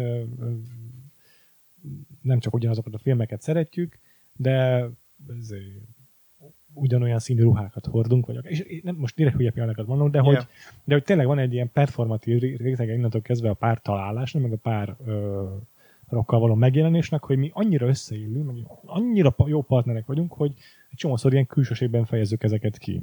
[SPEAKER 1] nem csak ugyanazokat a filmeket szeretjük, de ugyanolyan színű ruhákat hordunk, vagy és nem, most direkt hülye példákat mondom, de, yeah. hogy, de hogy tényleg van egy ilyen performatív rétege innentől kezdve a pár találásnak, meg a pár ö, rokkal való megjelenésnek, hogy mi annyira összeillünk, meg annyira jó partnerek vagyunk, hogy egy csomószor ilyen külsőségben fejezzük ezeket ki.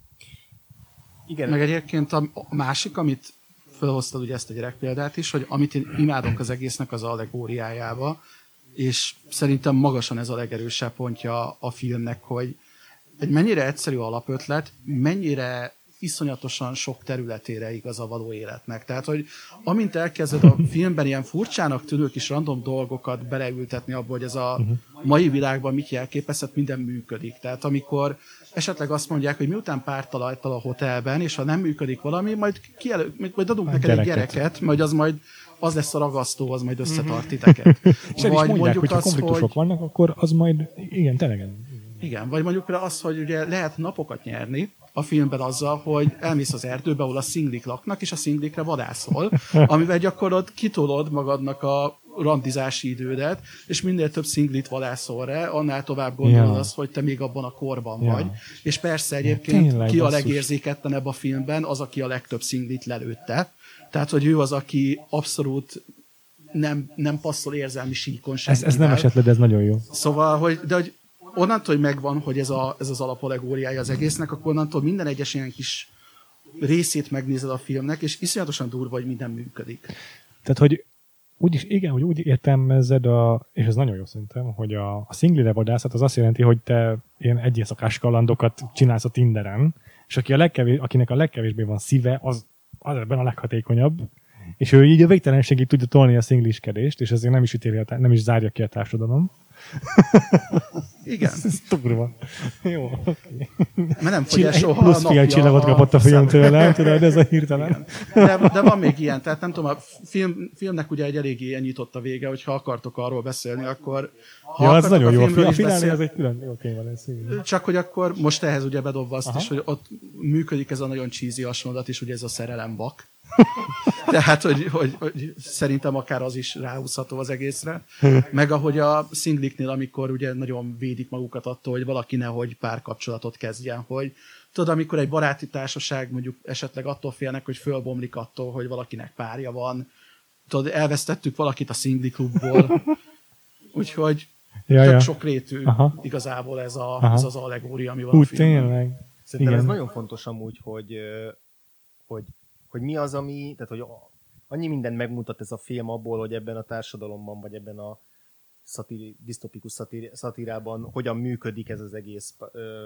[SPEAKER 3] Igen. Meg egyébként a másik, amit felhoztad ugye ezt a gyerekpéldát is, hogy amit én imádok az egésznek az allegóriájába, és szerintem magasan ez a legerősebb pontja a filmnek, hogy egy mennyire egyszerű alapötlet, mennyire iszonyatosan sok területére igaz a való életnek. Tehát, hogy amint elkezded a filmben ilyen furcsának tűnő kis random dolgokat beleültetni abba, hogy ez a mai világban mit jelképezhet, minden működik. Tehát amikor esetleg azt mondják, hogy miután párt találtál a hotelben, és ha nem működik valami, majd, kielő, majd adunk neked egy gyereket, majd az majd az lesz a ragasztó, az majd összetart titeket.
[SPEAKER 1] És vagy mondják, mondjuk hogyha az, konfliktusok hogy... vannak, akkor az majd, igen, tényleg.
[SPEAKER 3] Igen, vagy mondjuk például az, hogy ugye lehet napokat nyerni a filmben azzal, hogy elmész az erdőbe, ahol a szinglik laknak, és a szinglikre vadászol, amivel gyakorlod kitolod magadnak a randizási idődet, és minél több szinglit vadászol rá, annál tovább gondolod ja. azt, hogy te még abban a korban ja. vagy. És persze egyébként Tényleg, ki a legérzéketlenebb a filmben, az, aki a legtöbb szinglit lelőtte. Tehát, hogy ő az, aki abszolút nem, nem passzol érzelmi síkon
[SPEAKER 1] semmivel. Ez, ez nem esett le, de ez nagyon jó.
[SPEAKER 3] Szóval, hogy, de hogy onnantól, hogy megvan, hogy ez, a, ez az alapallegóriája az egésznek, akkor onnantól minden egyes ilyen kis részét megnézed a filmnek, és iszonyatosan durva, hogy minden működik.
[SPEAKER 1] Tehát, hogy úgy is, igen, hogy úgy értelmezed, a, és ez nagyon jó szerintem, hogy a, a szinglire vadászat az azt jelenti, hogy te ilyen egyészakás kalandokat csinálsz a Tinderen, és aki a legkevés, akinek a legkevésbé van szíve, az, az ebben a leghatékonyabb, és ő így a végtelenségig tudja tolni a szingliskedést, és ezért nem is ítéli, nem is zárja ki a társadalom.
[SPEAKER 3] Igen.
[SPEAKER 1] Ez, ez durva. Jó, oké.
[SPEAKER 3] Okay. Mert nem fogja soha
[SPEAKER 1] plusz fél csillagot kapott a film tőle, tudod, ez a hirtelen.
[SPEAKER 3] De, de van még ilyen, tehát nem tudom, a film, filmnek ugye egy eléggé nyitott a vége, hogyha akartok arról beszélni, akkor...
[SPEAKER 1] Ja, az nagyon jó, a finálé az egy külön, oké, okay, van ez.
[SPEAKER 3] Csak hogy akkor most ehhez ugye bedobva azt Aha. is, hogy ott működik ez a nagyon cheesy hasonlat is, ugye ez a szerelembak. Tehát, hogy, hogy, hogy szerintem akár az is ráhúzható az egészre. Meg ahogy a szingliknél, amikor ugye nagyon védik magukat attól, hogy valaki nehogy párkapcsolatot kezdjen, hogy tudod, amikor egy baráti társaság mondjuk esetleg attól félnek, hogy fölbomlik attól, hogy valakinek párja van. Tudod, elvesztettük valakit a szingli klubból. Úgyhogy ja, tök ja. sokrétű Aha. igazából ez, a, ez az allegória, ami van
[SPEAKER 1] Hú,
[SPEAKER 3] a filmben.
[SPEAKER 1] Tényleg.
[SPEAKER 2] Szerintem ez nagyon fontos amúgy, hogy, hogy hogy mi az, ami, tehát hogy annyi mindent megmutat ez a film abból, hogy ebben a társadalomban, vagy ebben a szatíri, disztopikus szatíri, szatírában hogyan működik ez az egész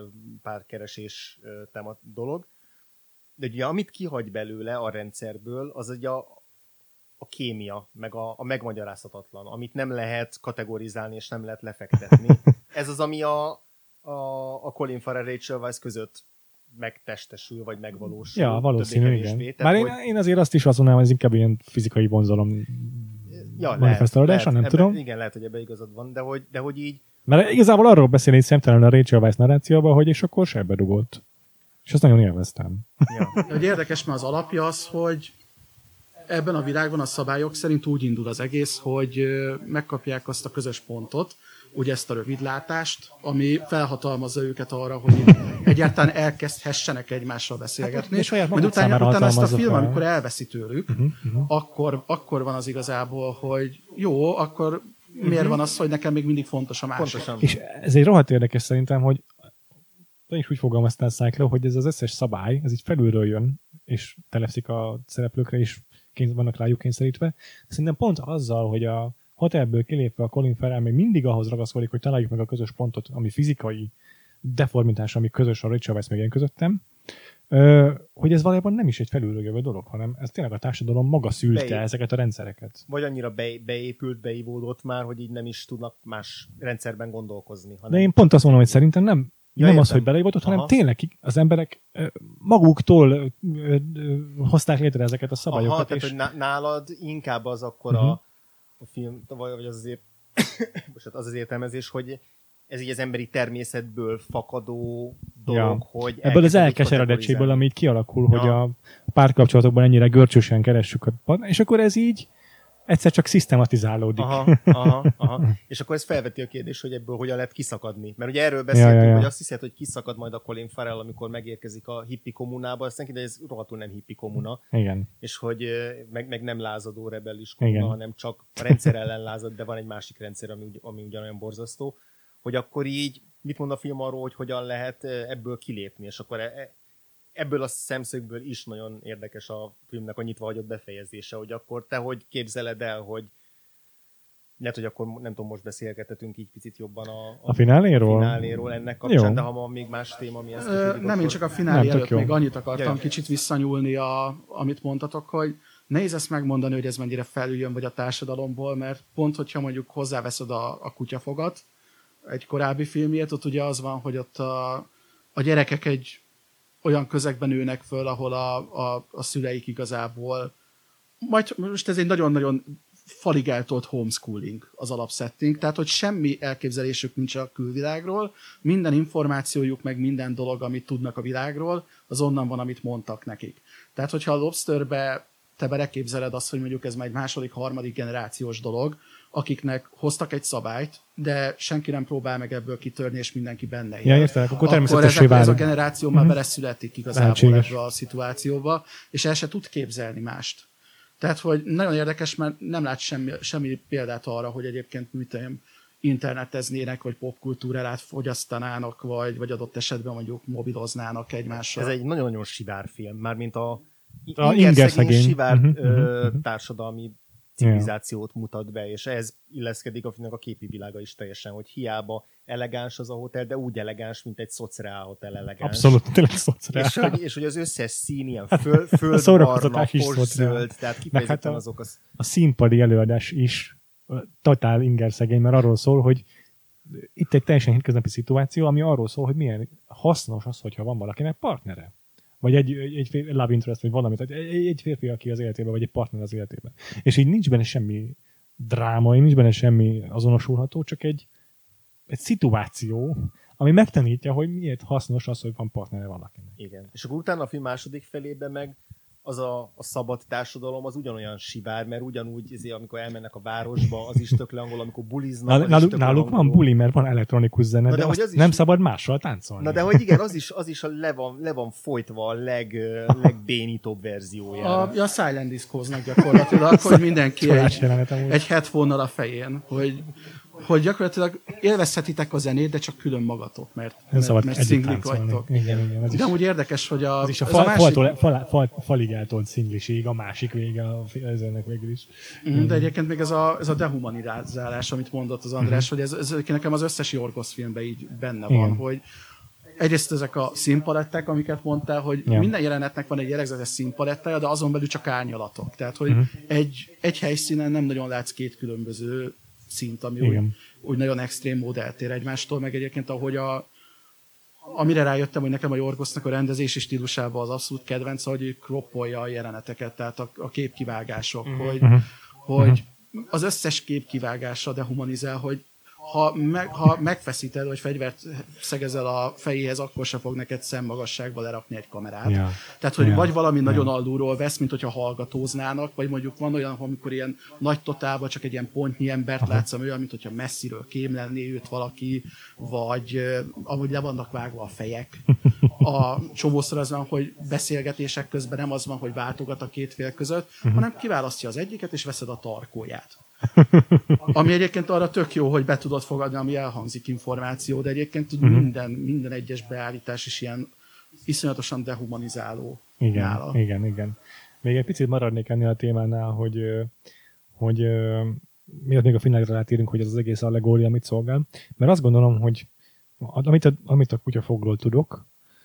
[SPEAKER 2] párkeresés téma dolog. De ugye amit kihagy belőle a rendszerből, az ugye a, a kémia, meg a, a megmagyarázhatatlan, amit nem lehet kategorizálni, és nem lehet lefektetni. Ez az, ami a, a, a Colin Farrell, Rachel Weisz között megtestesül, vagy megvalósul.
[SPEAKER 1] Ja, valószínű, igen. Bár én, hogy... én azért azt is azt mondanám, hogy ez inkább ilyen fizikai vonzalom
[SPEAKER 2] ja,
[SPEAKER 1] manifestálódása, nem
[SPEAKER 2] ebbe,
[SPEAKER 1] tudom.
[SPEAKER 2] Igen, lehet, hogy ebben igazad van, de hogy, de hogy így...
[SPEAKER 1] Mert igazából arról beszélni szemtelen a Rachel Weisz narrációban, hogy és akkor sebbe dugott. És azt nagyon élveztem.
[SPEAKER 3] Ja. Hogy érdekes, mert az alapja az, hogy ebben a világban a szabályok szerint úgy indul az egész, hogy megkapják azt a közös pontot, ugye ezt a rövidlátást, ami felhatalmazza őket arra, hogy egyáltalán elkezdhessenek egymással beszélgetni. Hát, majd utána, utána ezt a film, fel. amikor elveszi tőlük, uh-huh, uh-huh. Akkor, akkor van az igazából, hogy jó, akkor uh-huh. miért van az, hogy nekem még mindig fontos a másik. Pontosan.
[SPEAKER 1] És ez egy rohadt érdekes szerintem, hogy te is úgy fogalmaztál, Cyclo, hogy ez az összes szabály, ez így felülről jön, és telepszik a szereplőkre, és vannak rájuk kényszerítve. Szerintem pont azzal, hogy a hotelből kilépve a Colin Farrell még mindig ahhoz ragaszkodik, hogy találjuk meg a közös pontot, ami fizikai deformitás, ami közös a Rachel Weisz meg én közöttem, hogy ez valójában nem is egy felülről jövő dolog, hanem ez tényleg a társadalom maga szülte Beép... ezeket a rendszereket.
[SPEAKER 2] Vagy annyira be, beépült, beivódott már, hogy így nem is tudnak más rendszerben gondolkozni. Hanem...
[SPEAKER 1] De én pont azt mondom, hogy szerintem nem, ja, nem az, hogy beleivódott, hanem tényleg az emberek maguktól hozták létre ezeket a szabályokat.
[SPEAKER 2] Aha, tehát, és... hogy nálad inkább az akkor uh-huh. a, a film, vagy az azért az az értelmezés, hogy ez így az emberi természetből fakadó dolog, ja. hogy...
[SPEAKER 1] Ebből az elkeseredettségből, ami így kialakul, ja. hogy a párkapcsolatokban ennyire görcsösen keressük a... És akkor ez így egyszer csak szisztematizálódik.
[SPEAKER 2] Aha, aha, aha. És akkor ez felveti a kérdés, hogy ebből hogyan lehet kiszakadni. Mert ugye erről beszéltünk, ja, ja, ja. hogy azt hiszed, hogy kiszakad majd a Colin Farrell, amikor megérkezik a hippi kommunába, aztán ki, de ez rohadtul nem hippi komuna.
[SPEAKER 1] Igen.
[SPEAKER 2] És hogy meg, meg nem lázadó rebellis komuna, igen. hanem csak a rendszer ellen lázad, de van egy másik rendszer, ami, ami ugyanolyan borzasztó. Hogy akkor így, mit mond a film arról, hogy hogyan lehet ebből kilépni, és akkor ebből a szemszögből is nagyon érdekes a filmnek a nyitva hagyott befejezése, hogy akkor te hogy képzeled el, hogy lehet, hogy akkor nem tudom, most beszélgethetünk így picit jobban a, a,
[SPEAKER 1] a fináléról?
[SPEAKER 2] a fináléról ennek kapcsán, jó. De ha van még más téma, ami ezt
[SPEAKER 3] Ö,
[SPEAKER 2] kötődik,
[SPEAKER 3] Nem,
[SPEAKER 2] akkor...
[SPEAKER 3] én csak a finálé előtt még annyit akartam
[SPEAKER 2] Jaj.
[SPEAKER 3] kicsit visszanyúlni, a, amit mondtatok, hogy nehéz ezt megmondani, hogy ez mennyire felüljön vagy a társadalomból, mert pont, hogyha mondjuk hozzáveszed a, a kutyafogat, egy korábbi filmjét, ott ugye az van, hogy ott a, a gyerekek egy olyan közegben nőnek föl, ahol a, a, a szüleik igazából, majd most ez egy nagyon-nagyon falig eltolt homeschooling az alapsetting, tehát hogy semmi elképzelésük nincs a külvilágról, minden információjuk, meg minden dolog, amit tudnak a világról, az onnan van, amit mondtak nekik. Tehát, hogyha a Lobsterbe te beleképzeled azt, hogy mondjuk ez már egy második, harmadik generációs dolog, akiknek hoztak egy szabályt, de senki nem próbál meg ebből kitörni, és mindenki benne él.
[SPEAKER 1] Ja, értelek, akkor természetesen
[SPEAKER 3] akkor ez a generáció már beleszületik igazából
[SPEAKER 1] lehetséges
[SPEAKER 3] ebbe a szituációba, és el se tud képzelni mást. Tehát, hogy nagyon érdekes, mert nem lát semmi, semmi példát arra, hogy egyébként mit tudom, interneteznének, vagy popkultúrát fogyasztanának, vagy, vagy adott esetben mondjuk mobiloznának egymással.
[SPEAKER 2] Ez egy nagyon-nagyon sivár film, mármint a,
[SPEAKER 1] a
[SPEAKER 2] ingerszegény sivár uh-huh, ö, uh-huh. társadalmi civilizációt mutat be, és ez illeszkedik a filmnek a képi világa is teljesen, hogy hiába elegáns az a hotel, de úgy elegáns, mint egy szociál hotel elegáns.
[SPEAKER 1] Abszolút, tényleg szociál.
[SPEAKER 2] És, hogy, és hogy az összes szín ilyen föl, földbarna, zöld, tehát kifejezetten
[SPEAKER 1] hát
[SPEAKER 2] azok az...
[SPEAKER 1] A színpadi előadás is totál ingerszegény, mert arról szól, hogy itt egy teljesen hétköznapi szituáció, ami arról szól, hogy milyen hasznos az, hogyha van valakinek partnere. Vagy egy, egy, egy love interest, vagy valamit, egy, egy férfi, aki az életében, vagy egy partner az életében. És így nincs benne semmi dráma, nincs benne semmi azonosulható, csak egy, egy szituáció, ami megtanítja, hogy miért hasznos az, hogy van partnere valakinek.
[SPEAKER 2] Igen. És akkor utána a film második felében meg az a, a szabad társadalom az ugyanolyan sivár, mert ugyanúgy, ezért, amikor elmennek a városba, az is tök le angol, amikor buliznak, az
[SPEAKER 1] náluk,
[SPEAKER 2] is
[SPEAKER 1] náluk van buli, mert van elektronikus zene, na, de, de az nem is... szabad mással táncolni.
[SPEAKER 2] Na de hogy igen, az is, az is a le, van, le van folytva a leg, legbénítóbb verziójára.
[SPEAKER 3] A, a silent discóznak gyakorlatilag, hogy mindenki egy, egy headphone-nal a fején, hogy hogy gyakorlatilag élvezhetitek a zenét, de csak külön magatok, mert, mert, mert szinglik vagytok.
[SPEAKER 1] Igen, igen,
[SPEAKER 3] de amúgy érdekes, hogy a...
[SPEAKER 1] Ez is a, fal, a másik... faltól, fal, fal, falig eltolt szingliség, a másik vége a ennek végül is.
[SPEAKER 3] Mm, de egyébként még ez a, ez a dehumanizálás, amit mondott az András, mm-hmm. hogy ez, ez nekem az összes Yorgos filmben így benne van, igen. hogy egyrészt ezek a színpalettek, amiket mondtál, hogy ja. minden jelenetnek van egy jellegzetes színpalettája, de azon belül csak árnyalatok. Tehát, hogy mm-hmm. egy, egy helyszínen nem nagyon látsz két különböző szint, ami úgy, úgy nagyon extrém mód eltér egymástól, meg egyébként ahogy a, amire rájöttem, hogy nekem a Yorgosnak a rendezési stílusában az abszolút kedvenc, hogy ő kroppolja a jeleneteket, tehát a, a képkivágások, uh-huh. hogy, uh-huh. hogy az összes képkivágása dehumanizál, hogy ha, meg, ha megfeszíted, vagy fegyvert szegezel a fejéhez, akkor se fog neked szemmagasságba lerakni egy kamerát. Ja. Tehát, hogy ja. vagy valami ja. nagyon alulról vesz, mint hogyha hallgatóznának, vagy mondjuk van olyan, amikor ilyen nagy totálban csak egy ilyen pontnyi embert aha. látsz, olyan, mint hogyha messziről kémlenné őt valaki, vagy uh, ahogy le vannak vágva a fejek. A csomószor az van, hogy beszélgetések közben nem az van, hogy váltogat a két fél között, uh-huh. hanem kiválasztja az egyiket, és veszed a tarkóját. Ami egyébként arra tök jó, hogy be tudod fogadni, ami elhangzik információ, de egyébként uh-huh. minden, minden egyes beállítás is ilyen iszonyatosan dehumanizáló
[SPEAKER 1] igen,
[SPEAKER 3] nála.
[SPEAKER 1] Igen, igen. még egy picit maradnék ennél a témánál, hogy, hogy miatt még a finálra rátérünk, hogy ez az egész allegória mit szolgál. Mert azt gondolom, hogy amit a, amit a kutyafogról tudok,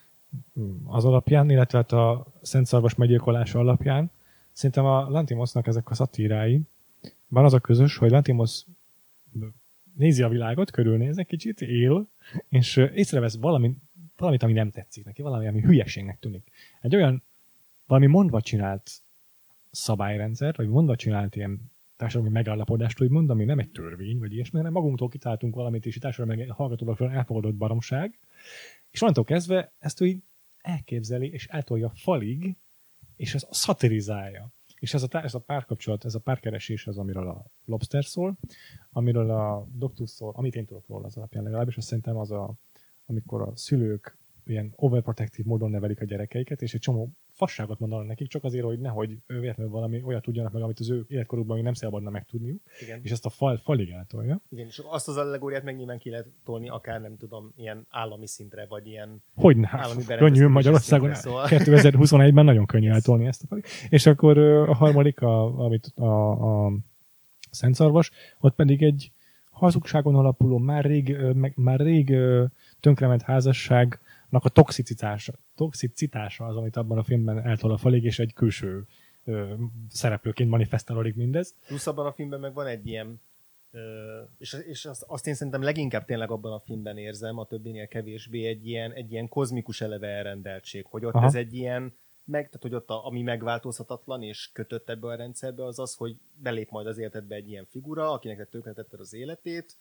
[SPEAKER 1] az alapján, illetve hát a Szent Szarvas meggyilkolása alapján, szerintem a Lantimosnak ezek a szatírái, van az a közös, hogy Lantimos nézi a világot, körülnéz egy kicsit, él, és észrevesz valami, valamit, ami nem tetszik neki, valami, ami hülyeségnek tűnik. Egy olyan, valami mondva csinált szabályrendszer, vagy mondva csinált ilyen társadalmi megállapodást, úgymond, ami nem egy törvény, vagy ilyesmi, hanem magunktól kitáltunk valamit, és társadalmi meg hallgatókról elfogadott baromság, és onnantól kezdve ezt úgy elképzeli, és eltolja falig, és ez szatirizálja. És ez a, ez a párkapcsolat, ez a párkeresés az, amiről a Lobster szól, amiről a Doctus szól, amit én tudok róla az alapján legalábbis, azt szerintem az a, amikor a szülők ilyen overprotective módon nevelik a gyerekeiket, és egy csomó fasságot mondanak nekik, csak azért, hogy nehogy véletlenül valami olyat tudjanak meg, amit az ő életkorukban még nem szabadna megtudniuk, igen. És ezt a fal, falig eltolja.
[SPEAKER 2] Igen, és azt az allegóriát meg nyilván ki lehet tolni, akár nem tudom, ilyen állami szintre, vagy ilyen
[SPEAKER 1] Hogyne,
[SPEAKER 2] állami
[SPEAKER 1] könnyű Magyarországon,
[SPEAKER 2] szóval.
[SPEAKER 1] kétezer-huszonegyben nagyon könnyű eltolni ezt a falig. És akkor a harmadik, a, amit a, a, a Szent Szarvas, ott pedig egy hazugságon alapuló, már rég, meg, már rég tönkrement házasság, a toxicitása, toxicitása az, amit abban a filmben eltol a falig, és egy külső ö, szereplőként manifestálódik mindez.
[SPEAKER 2] Plusz abban a filmben meg van egy ilyen, ö, és, és azt, azt én szerintem leginkább tényleg abban a filmben érzem, a többinél kevésbé egy ilyen, egy ilyen kozmikus eleve elrendeltség, hogy ott Aha. ez egy ilyen, meg, tehát hogy ott a, ami megváltozhatatlan és kötött ebbe a rendszerbe, az az, hogy belép majd az életedbe egy ilyen figura, akinek te tönkretetted az életét,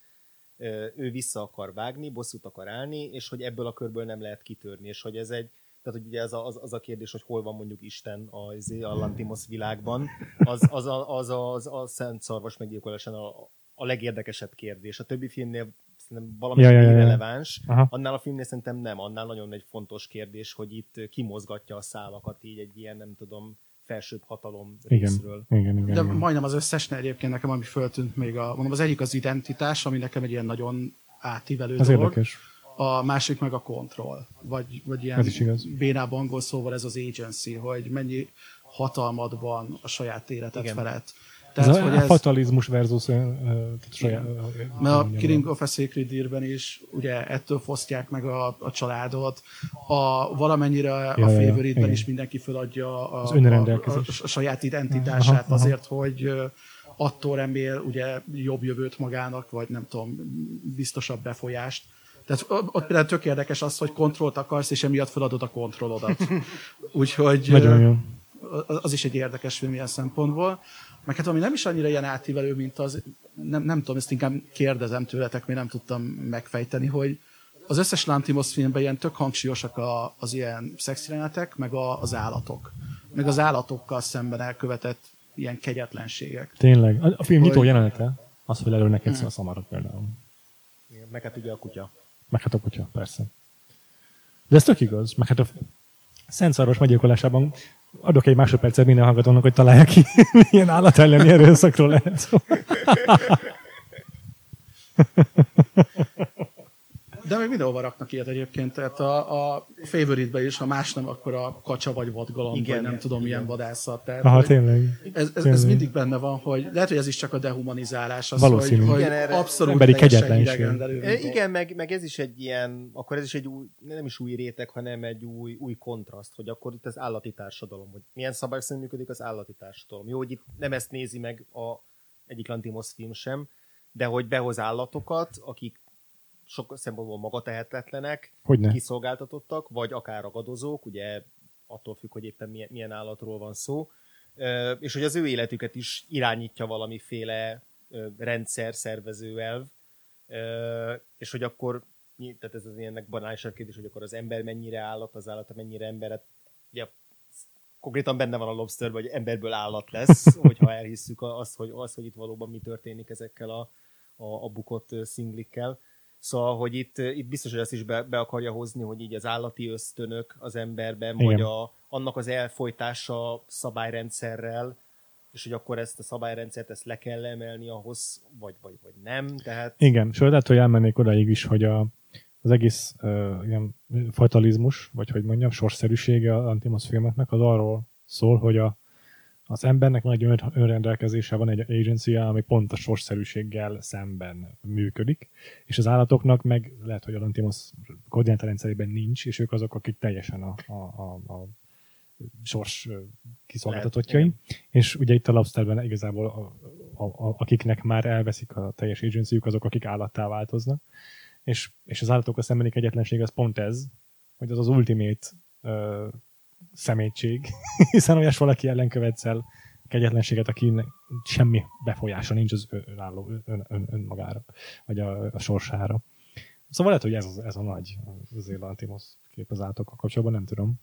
[SPEAKER 2] ő vissza akar vágni, bosszút akar állni, és hogy ebből a körből nem lehet kitörni, és hogy ez egy, tehát hogy ugye az a, az, az a kérdés, hogy hol van mondjuk Isten az, a Lantimos világban, az, az, a, az, a, az a Szent Szarvas meggyilkolásán a, a legérdekesebb kérdés. A többi filmnél szerintem valami ja, ja, ja. irreleváns, Aha. annál a filmnél szerintem nem, annál nagyon egy fontos kérdés, hogy itt kimozgatja a szálakat így egy ilyen, nem tudom, felsőbb hatalom részről.
[SPEAKER 1] Igen, igen, igen,
[SPEAKER 3] De
[SPEAKER 1] igen.
[SPEAKER 3] majdnem az összesnél egyébként nekem, ami föltűnt még, a, mondom, az egyik az identitás, ami nekem egy ilyen nagyon átívelő
[SPEAKER 1] az
[SPEAKER 3] dolog.
[SPEAKER 1] Érdekes.
[SPEAKER 3] A másik meg a control, vagy, vagy ilyen bénább angol szóval ez az agency, hogy mennyi hatalmad van a saját életed igen. felett.
[SPEAKER 1] Tehát, ez hogy a ez, fatalizmus versus uh, saját...
[SPEAKER 3] Mert a Killing of a Sacred Deer-ben is ugye ettől fosztják meg a, a családot, a, valamennyire ja, a Favorite-ben is mindenki feladja a, a, a, a saját identitását aha, azért, aha. hogy attól remél ugye jobb jövőt magának, vagy nem tudom, biztosabb befolyást. Tehát ott például tök érdekes az, hogy kontrollt akarsz, és emiatt feladod a kontrollodat. Úgyhogy az is egy érdekes film ilyen szempontból. Meg hát ami nem is annyira ilyen átívelő, mint az, nem, nem tudom, ezt inkább kérdezem tőletek, mert nem tudtam megfejteni, hogy az összes Lantimos filmben ilyen tök hangsúlyosak a, az ilyen szexjelenetek, meg a, az állatok. Meg az állatokkal szemben elkövetett ilyen kegyetlenségek.
[SPEAKER 1] Tényleg. A film hogy... nyitó jelenete, az, hogy lelőnek egyszer a szamarat például.
[SPEAKER 2] Meg hát ugye a kutya.
[SPEAKER 1] Meg hát a kutya, persze. De ez tök igaz. Meg hát a Szent Szarvas meggyilkolásában adok egy másodpercet minden hallgatónak, hogy találják ki, milyen állat elleni erőszakról lehet szó.
[SPEAKER 3] De még mindenhova raknak ilyet egyébként, tehát a, a Favorite-be is, ha más nem, akkor a kacsa vagy vadgalom, igen, vagy nem igen, tudom, igen. milyen vadászat. Tehát,
[SPEAKER 1] aha, tényleg.
[SPEAKER 3] Ez, ez,
[SPEAKER 1] tényleg.
[SPEAKER 3] ez mindig benne van, hogy lehet, hogy ez is csak a dehumanizálás, az,
[SPEAKER 1] valószínű.
[SPEAKER 3] hogy,
[SPEAKER 2] igen,
[SPEAKER 3] hogy abszolút
[SPEAKER 1] emberi kegyetlenség.
[SPEAKER 2] Igen, meg, meg ez is egy ilyen, akkor ez is egy új, nem is új réteg, hanem egy új, új kontraszt, hogy akkor itt az állati társadalom, hogy milyen szabályok szerint működik az állati társadalom. Jó, hogy itt nem ezt nézi meg a egyik Lantimos film sem, de hogy behoz állatokat, akik sok szempontból magatehetetlenek, kiszolgáltatottak, vagy akár ragadozók, ugye attól függ, hogy éppen milyen, milyen állatról van szó, és hogy az ő életüket is irányítja valamiféle rendszer, szervezőelv, és hogy akkor, tehát ez az ilyennek banálisabb kérdés, hogy akkor az ember mennyire állat, az állat mennyire ember, hát, ugye, konkrétan benne van a Lobsterben, hogy emberből állat lesz, hogyha elhisszük azt, hogy, az, hogy itt valóban mi történik ezekkel a, a, a bukott szinglikkel. Szóval, hogy itt, itt biztos, hogy ezt is be, be akarja hozni, hogy így az állati ösztönök az emberben, igen. vagy a, annak az elfojtása szabályrendszerrel, és hogy akkor ezt a szabályrendszert ezt le kell emelni ahhoz, vagy, vagy, vagy nem. Tehát...
[SPEAKER 1] Igen, sőt, lehet, hogy elmennék odaig is, hogy a, az egész uh, ilyen fatalizmus, vagy hogy mondjam, sorsszerűsége a Lantimos filmeknek az arról szól, hogy a, Az embernek van egy ön, önrendelkezése, van egy agency-ja, ami pont a sorsszerűséggel szemben működik, és az állatoknak meg lehet, hogy a Lantimos koordinátorrendszerében nincs, és ők azok, akik teljesen a, a, a, a sors kiszolgáltatottjai. És ugye itt a Lobsterben igazából a, a, a, akiknek már elveszik a teljes agency-jük, azok, akik állattá változnak. És, és az állatokkal szembeni kegyetlenség az pont ez, hogy az az ultimate uh, szemétség, hiszen olyas valaki ellen követsz el kegyetlenséget, akinek semmi befolyása nincs az önálló ön, ön, önmagára, vagy a, a sorsára. Szóval lehet, hogy ez, ez a nagy azért Lantimos kép az állatokkal kapcsolatban, nem tudom.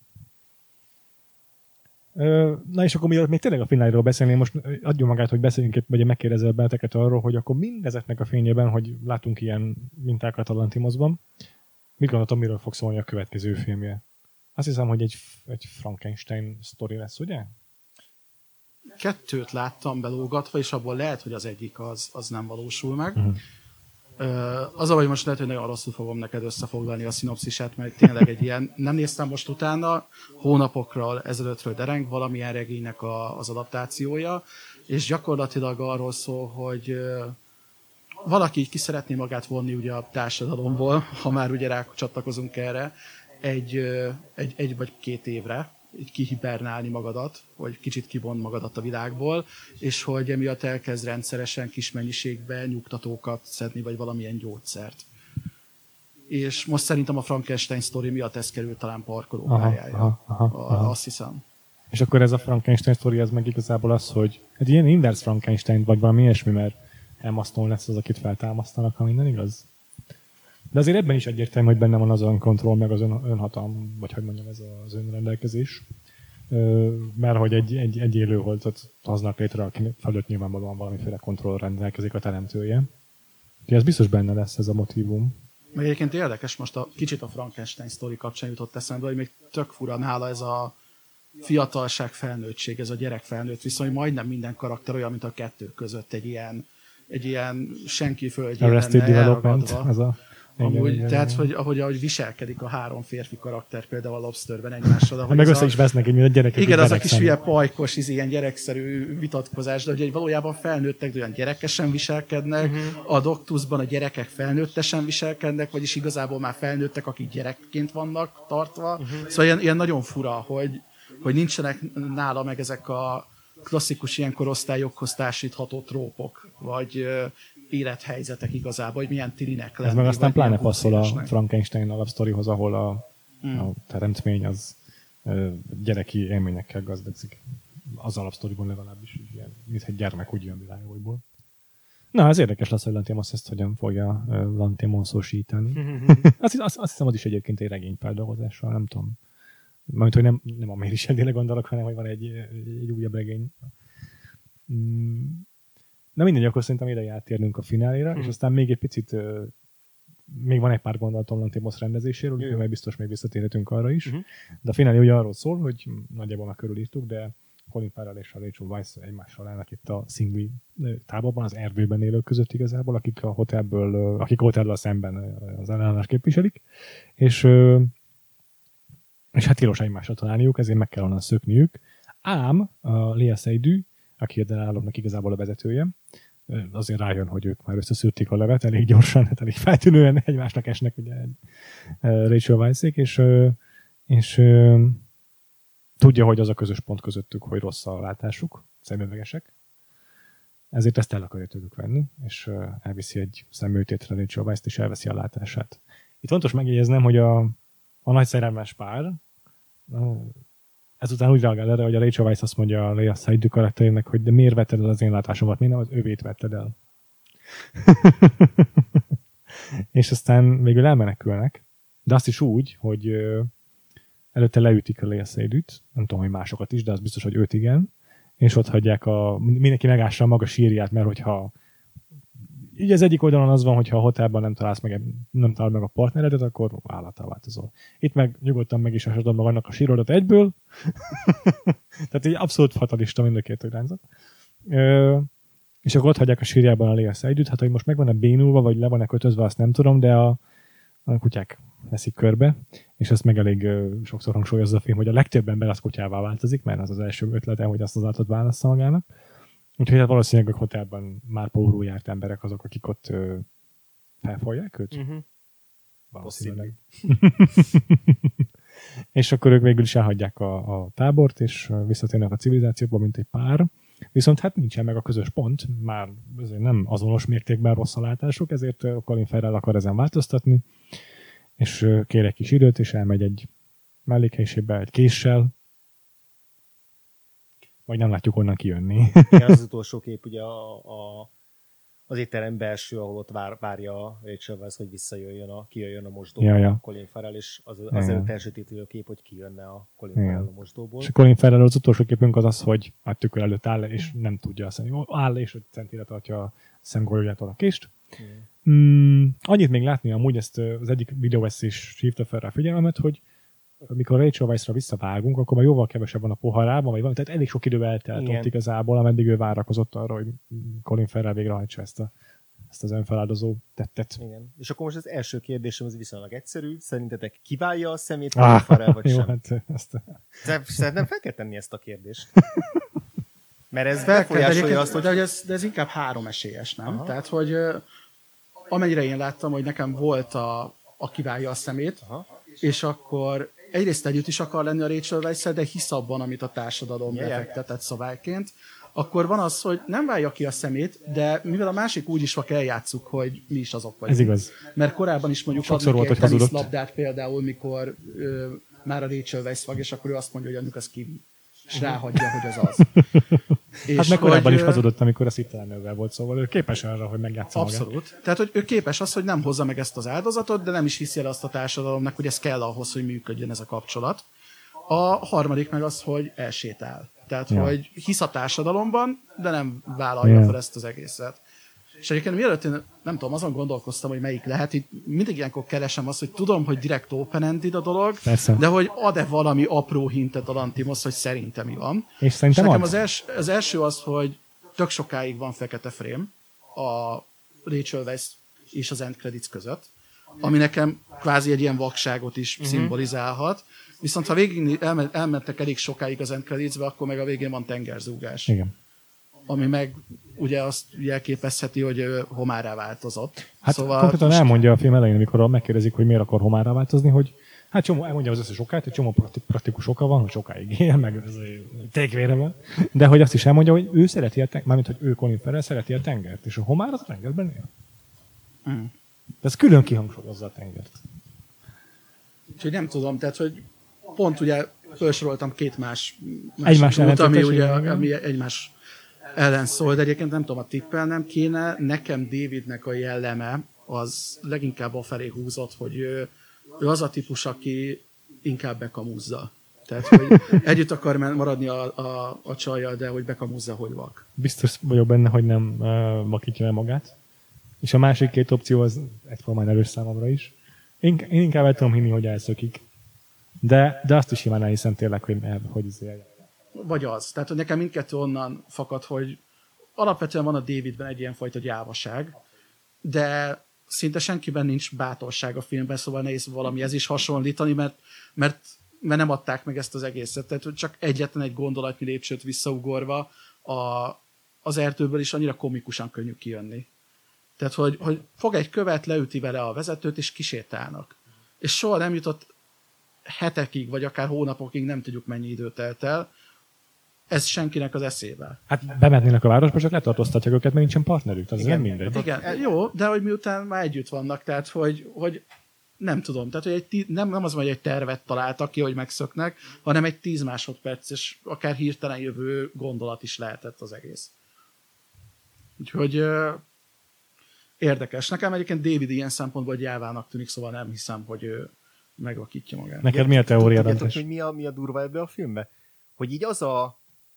[SPEAKER 1] Na és akkor mielőtt még tényleg a finálról beszélni, most adjon magát, hogy beszéljünk, vagy megkérdezel benneteket arról, hogy akkor mindezeknek a fényében, hogy látunk ilyen mintákat a Lantimosban, mit gondoltam, miről fog szólni a következő filmje? Azt hiszem, hogy egy, egy Frankenstein sztori lesz, ugye?
[SPEAKER 3] Kettőt láttam belógatva, és abból lehet, hogy az egyik az, az nem valósul meg. Uh-huh. Az, hogy most lehet, hogy nagyon rosszul fogom neked összefoglalni a szinopszisát, mert tényleg egy ilyen, nem néztem most utána, hónapokról ezelőttről dereng valamilyen regénynek a, az adaptációja, és gyakorlatilag arról szól, hogy valaki így ki szeretné magát vonni ugye a társadalomból, ha már ugye rácsatlakozunk erre, egy, egy, egy vagy két évre, így kihibernálni magadat, vagy kicsit kivonni magadat a világból, és hogy emiatt elkezd rendszeresen kis mennyiségben nyugtatókat szedni, vagy valamilyen gyógyszert. És most szerintem a Frankenstein sztori miatt ez került talán parkolópályája. Aha, aha, aha. Azt hiszem.
[SPEAKER 1] És akkor ez a Frankenstein sztori, ez meg igazából az, hogy egy ilyen inverse Frankenstein, vagy valami ilyesmi, mert Emma Stone lesz az, akit feltámasztanak, ha minden igaz? De azért ebben is egyértelmű, hogy benne van az önkontroll, meg az ön, önhatalom, vagy hogy mondjam, ez az önrendelkezés. Mert hogy egy, egy, egy élőholtot hoznak létre, aki felett nyilvánvalóan valamiféle kontroll rendelkezik a teremtője. Úgyhogy ez biztos benne lesz ez a motívum.
[SPEAKER 3] Meg egyébként érdekes, most a kicsit a Frankenstein sztori kapcsán jutott eszembe, hogy még tök fura nála ez a fiatalság, felnőttség, ez a gyerek felnőtt viszony, majdnem minden karakter olyan, mint a kettő között egy ilyen, egy ilyen senki földjén lenne elragadva. Ez a Amúgy, igen, tehát, igen. Hogy ahogy, ahogy viselkedik a három férfi karakter például a Lobsterben egymással.
[SPEAKER 1] Meg össze is vesznek egy, mint a gyerekek.
[SPEAKER 3] Igen, az a kis hülye pajkos, izé, ilyen gyerekszerű vitatkozás, de hogy valójában felnőttek, de olyan gyerekesen viselkednek. Uh-huh. A Doctusban a gyerekek felnőttesen viselkednek, vagyis igazából már felnőttek, akik gyerekként vannak tartva. Uh-huh. Szóval ilyen, ilyen nagyon fura, hogy, hogy nincsenek nála meg ezek a klasszikus ilyen korosztályokhoz társítható trópok, vagy élethelyzetek igazából, hogy milyen tirinek lenni.
[SPEAKER 1] Ez meg aztán pláne passzol a Frankenstein alapsztorihoz, ahol a, hmm. a teremtmény az ö, gyereki élményekkel gazdagszik. Az alapsztoriban legalábbis, ilyen, mint egy gyermek úgy jön világból. Na, ez érdekes lesz, hogy Lantimos ezt hogyan fogja uh, Lantimososítani. azt, azt, azt hiszem, az is egyébként egy regényfeldolgozással, nem tudom. Mert hogy nem, nem a Mary Shelley-re gondolok, hanem hogy van egy, egy újabb regény. Mm. Na mindegy, akkor szerintem ide áttérnünk a fináléra, mm. és aztán még egy picit, uh, még van egy pár gondolatom Lantimos rendezéséről, úgyhogy majd biztos még visszatérhetünk arra is. Mm. De a finálé ugye arról szól, hogy nagyjából már körülírtuk, de Colin Farrell és a Rachel Weisz egymással állnak itt a Singly táborban, az erdőben élők között igazából, akik a hotelből, akik a hotelből szemben az ellenállást képviselik, és, és hát tilos egymásra találniuk, ezért meg kell onnan szökniük. Ám a Léa Seydoux, aki a ellenállóknak igazából a vezetője, azért rájön, hogy ők már összeszűrték a levet elég gyorsan, hát elég feltűnően egymásnak esnek ugye Rachel Weiszék, és, és tudja, hogy az a közös pont közöttük, hogy rossz a látásuk, szemüvegesek. Ezért ezt el akarja tőlük venni, és elviszi egy szemműtétre Rachel Weisz-t, és elveszi a látását. Itt fontos megjegyeznem, hogy a, a nagy szerelmes pár ezután úgy reagál erre, hogy a Rachel Weisz azt mondja a Léa Seydoux karakterének, hogy de miért vetted el az én látásomat, miért nem az övét vetted el? És aztán végül elmenekülnek, de azt is úgy, hogy előtte leütik a Léa Seydoux-t, nem tudom, hogy másokat is, de az biztos, hogy őt igen, és ott hagyják a, mindenki megássa a maga sírját, mert hogyha így az egyik oldalon az van, hogyha a hotelban nem találsz meg, nem talál meg a partneredet, akkor állattá változol. Itt meg nyugodtan meg is asodod magadnak a sírodat egyből. Tehát így abszolút fatalista mind a két irányzat. És akkor ott hagyják a sírjában a Léa Seydoux-t, hát hogy most meg van-e bénulva, vagy le van-e kötözve, azt nem tudom, de a, a kutyák veszik körbe, és ezt meg elég uh, sokszor hangsúlyozza a film, hogy a legtöbb ember az kutyává változik, mert az az első ötlete, hogy azt az állatot válassza magának. Úgyhogy hát valószínűleg a hotelben már pórul járt emberek azok, akik ott uh, felfolják őt. Uh-huh. Valószínűleg. És akkor ők végül is elhagyják a, a tábort, és visszatérnek a civilizációba, mint egy pár. Viszont hát nincsen meg a közös pont, már nem azonos mértékben rossz a látások, ezért Colin Farrell akar ezen változtatni, és kér egy kis időt, és elmegy egy mellékhelyiségbe egy késsel, vagy nem látjuk onnan kijönni.
[SPEAKER 2] Igen, az utolsó kép ugye a, a, az étterem belső, ahol ott vár, várja Rachel Weisz, hogy visszajöjjön a, kijöjjön a mosdóból, ja, ja. Colin Farrell, és az, az ja, előtt elsötétítő kép, hogy kijönne a Colin ja. Farrell a mosdóból.
[SPEAKER 1] És a Colin Farrell az utolsó képünk az az, hogy a tükör előtt áll, és nem tudja azt mondani, áll, és hogy centire tartja a szemgolyójától a kést. Ja. Mm, annyit még látni, amúgy ezt az egyik videóvesz is hívta fel rá figyelmemet, hogy amikor Rachel Weiszra visszavágunk, akkor már jóval kevesebb van a poharában, vagy van, tehát elég sok idő eltelt ott igazából, ameddig ő várakozott arra, hogy Colin Farrell végrehajtsa ezt, a, ezt az önfeláldozó tettet.
[SPEAKER 2] Igen. És akkor most az első kérdésem az viszonylag egyszerű. Szerintetek kiválja a szemét Colin ah, Farrell, vagy jó, sem? Hát ezt... De szerintem fel kell tenni ezt a kérdést. Mert ez befolyásolja azt, hogy...
[SPEAKER 3] De, ez, de ez inkább három esélyes, nem? Aha. Tehát, hogy amennyire én láttam, hogy nekem volt a, a kiválja a szemét, aha. És akkor egyrészt együtt is akar lenni a Rachel Weisz-szel, de hisz abban, amit a társadalom yeah, befektetett szabályként. Akkor van az, hogy nem válja ki a szemét, de mivel a másik úgy is vak eljátszuk, hogy mi is azok vagyunk.
[SPEAKER 1] Ez igaz.
[SPEAKER 3] Mert korábban is mondjuk adnak egy teniszlabdát például, mikor ö, már a Rachel Weisz vag, és akkor ő azt mondja, hogy annak az kivi. És ráhagyja, hogy az az.
[SPEAKER 1] Hát meg korábban is hazudott, amikor a szittelenővel volt, szóval ő képes arra, hogy megjátsza magát.
[SPEAKER 3] Abszolút. Tehát, hogy ő képes az, hogy nem hozza meg ezt az áldozatot, de nem is hiszi el azt a társadalomnak, hogy ez kell ahhoz, hogy működjön ez a kapcsolat. A harmadik meg az, hogy elsétál. Tehát, ja. hogy hisz a társadalomban, de nem vállalja ja. fel ezt az egészet. És egyébként mielőtt én nem tudom, azon gondolkoztam, hogy melyik lehet. Itt mindig ilyenkor keresem azt, hogy tudom, hogy direkt open-ended a dolog, persze. De hogy ad-e valami apró hintet a Lantimos, hogy szerintem mi van.
[SPEAKER 1] És szerintem
[SPEAKER 3] és nekem az, els, az első az, hogy tök sokáig van fekete frame a Rachel Weisz és az end credits között, ami nekem kvázi egy ilyen vakságot is uh-huh. szimbolizálhat. Viszont ha végig elme, elmentek elég sokáig az end creditsbe, akkor meg a végén van tengerzúgás.
[SPEAKER 1] Igen.
[SPEAKER 3] Ami meg ugye azt jelképezheti, hogy homárá változott.
[SPEAKER 1] Hát szóval konkrétan most... elmondja a film elején, amikor megkérdezik, hogy miért akar homárá változni, hogy hát csomó, elmondja az összes okát, hogy csomó praktikus oka van, hogy sokáig él, meg tégvére van, de hogy azt is elmondja, hogy ő szereti a tengert, mármint, hogy ő Colin Farrell szereti a tengert, és a homár az a tengerben él. Mm. De ez külön kihangsúlyozza a tengert.
[SPEAKER 3] Úgyhogy nem tudom, tehát, hogy pont ugye felsoroltam két más, más egymás út, ami, ugye, ami egymás ellen szól, de egyébként nem tudom, a tippel nem kéne. Nekem Davidnek a jelleme az leginkább afelé húzott, hogy ő, ő az a típus, aki inkább bekamúzza. Tehát, hogy együtt akar maradni a, a, a csajjal, de hogy bekamúzza, hogy vak.
[SPEAKER 1] Biztos vagyok benne, hogy nem uh, vakítja el magát. És a másik két opció az egyformán erős számomra is. Én, én inkább el tudom hinni, hogy elszökik. De, de azt is simán elhiszem tényleg, hogy, hogy izé.
[SPEAKER 3] Vagy az. Tehát, hogy nekem mindkettő onnan fakad, hogy alapvetően van a Davidben egy ilyen fajta gyávaság, de szinte senkiben nincs bátorság a filmben, szóval nehéz valamihez is hasonlítani, mert, mert, mert nem adták meg ezt az egészet. Tehát, hogy csak egyetlen egy gondolatnyi lépcsőt visszaugorva a, az erdőből is annyira komikusan könnyű kijönni. Tehát, hogy, hogy fog egy követ, leüti vele a vezetőt, és kisétálnak. És soha nem jutott hetekig, vagy akár hónapokig, nem tudjuk mennyi időt telt el, ez senkinek az eszébe.
[SPEAKER 1] Hát bemennének a városba, csak letartóztatják őket, mert nincsen partnerük, az nem mindegy.
[SPEAKER 3] Igen, jó, de hogy miután már együtt vannak, tehát hogy, hogy nem tudom, tehát hogy egy, nem, nem az, hogy egy tervet találtak ki, hogy megszöknek, hanem egy tíz másodperc, és akár hirtelen jövő gondolat is lehetett az egész. Úgyhogy uh, érdekes. Nekem egyébként David ilyen szempontból gyávának tűnik, szóval nem hiszem, hogy ő megvakítja magát.
[SPEAKER 1] Neked mi a teória?
[SPEAKER 2] Tudjátok, hogy mi a, mi a durva ebbe a filmbe? Hogy így az a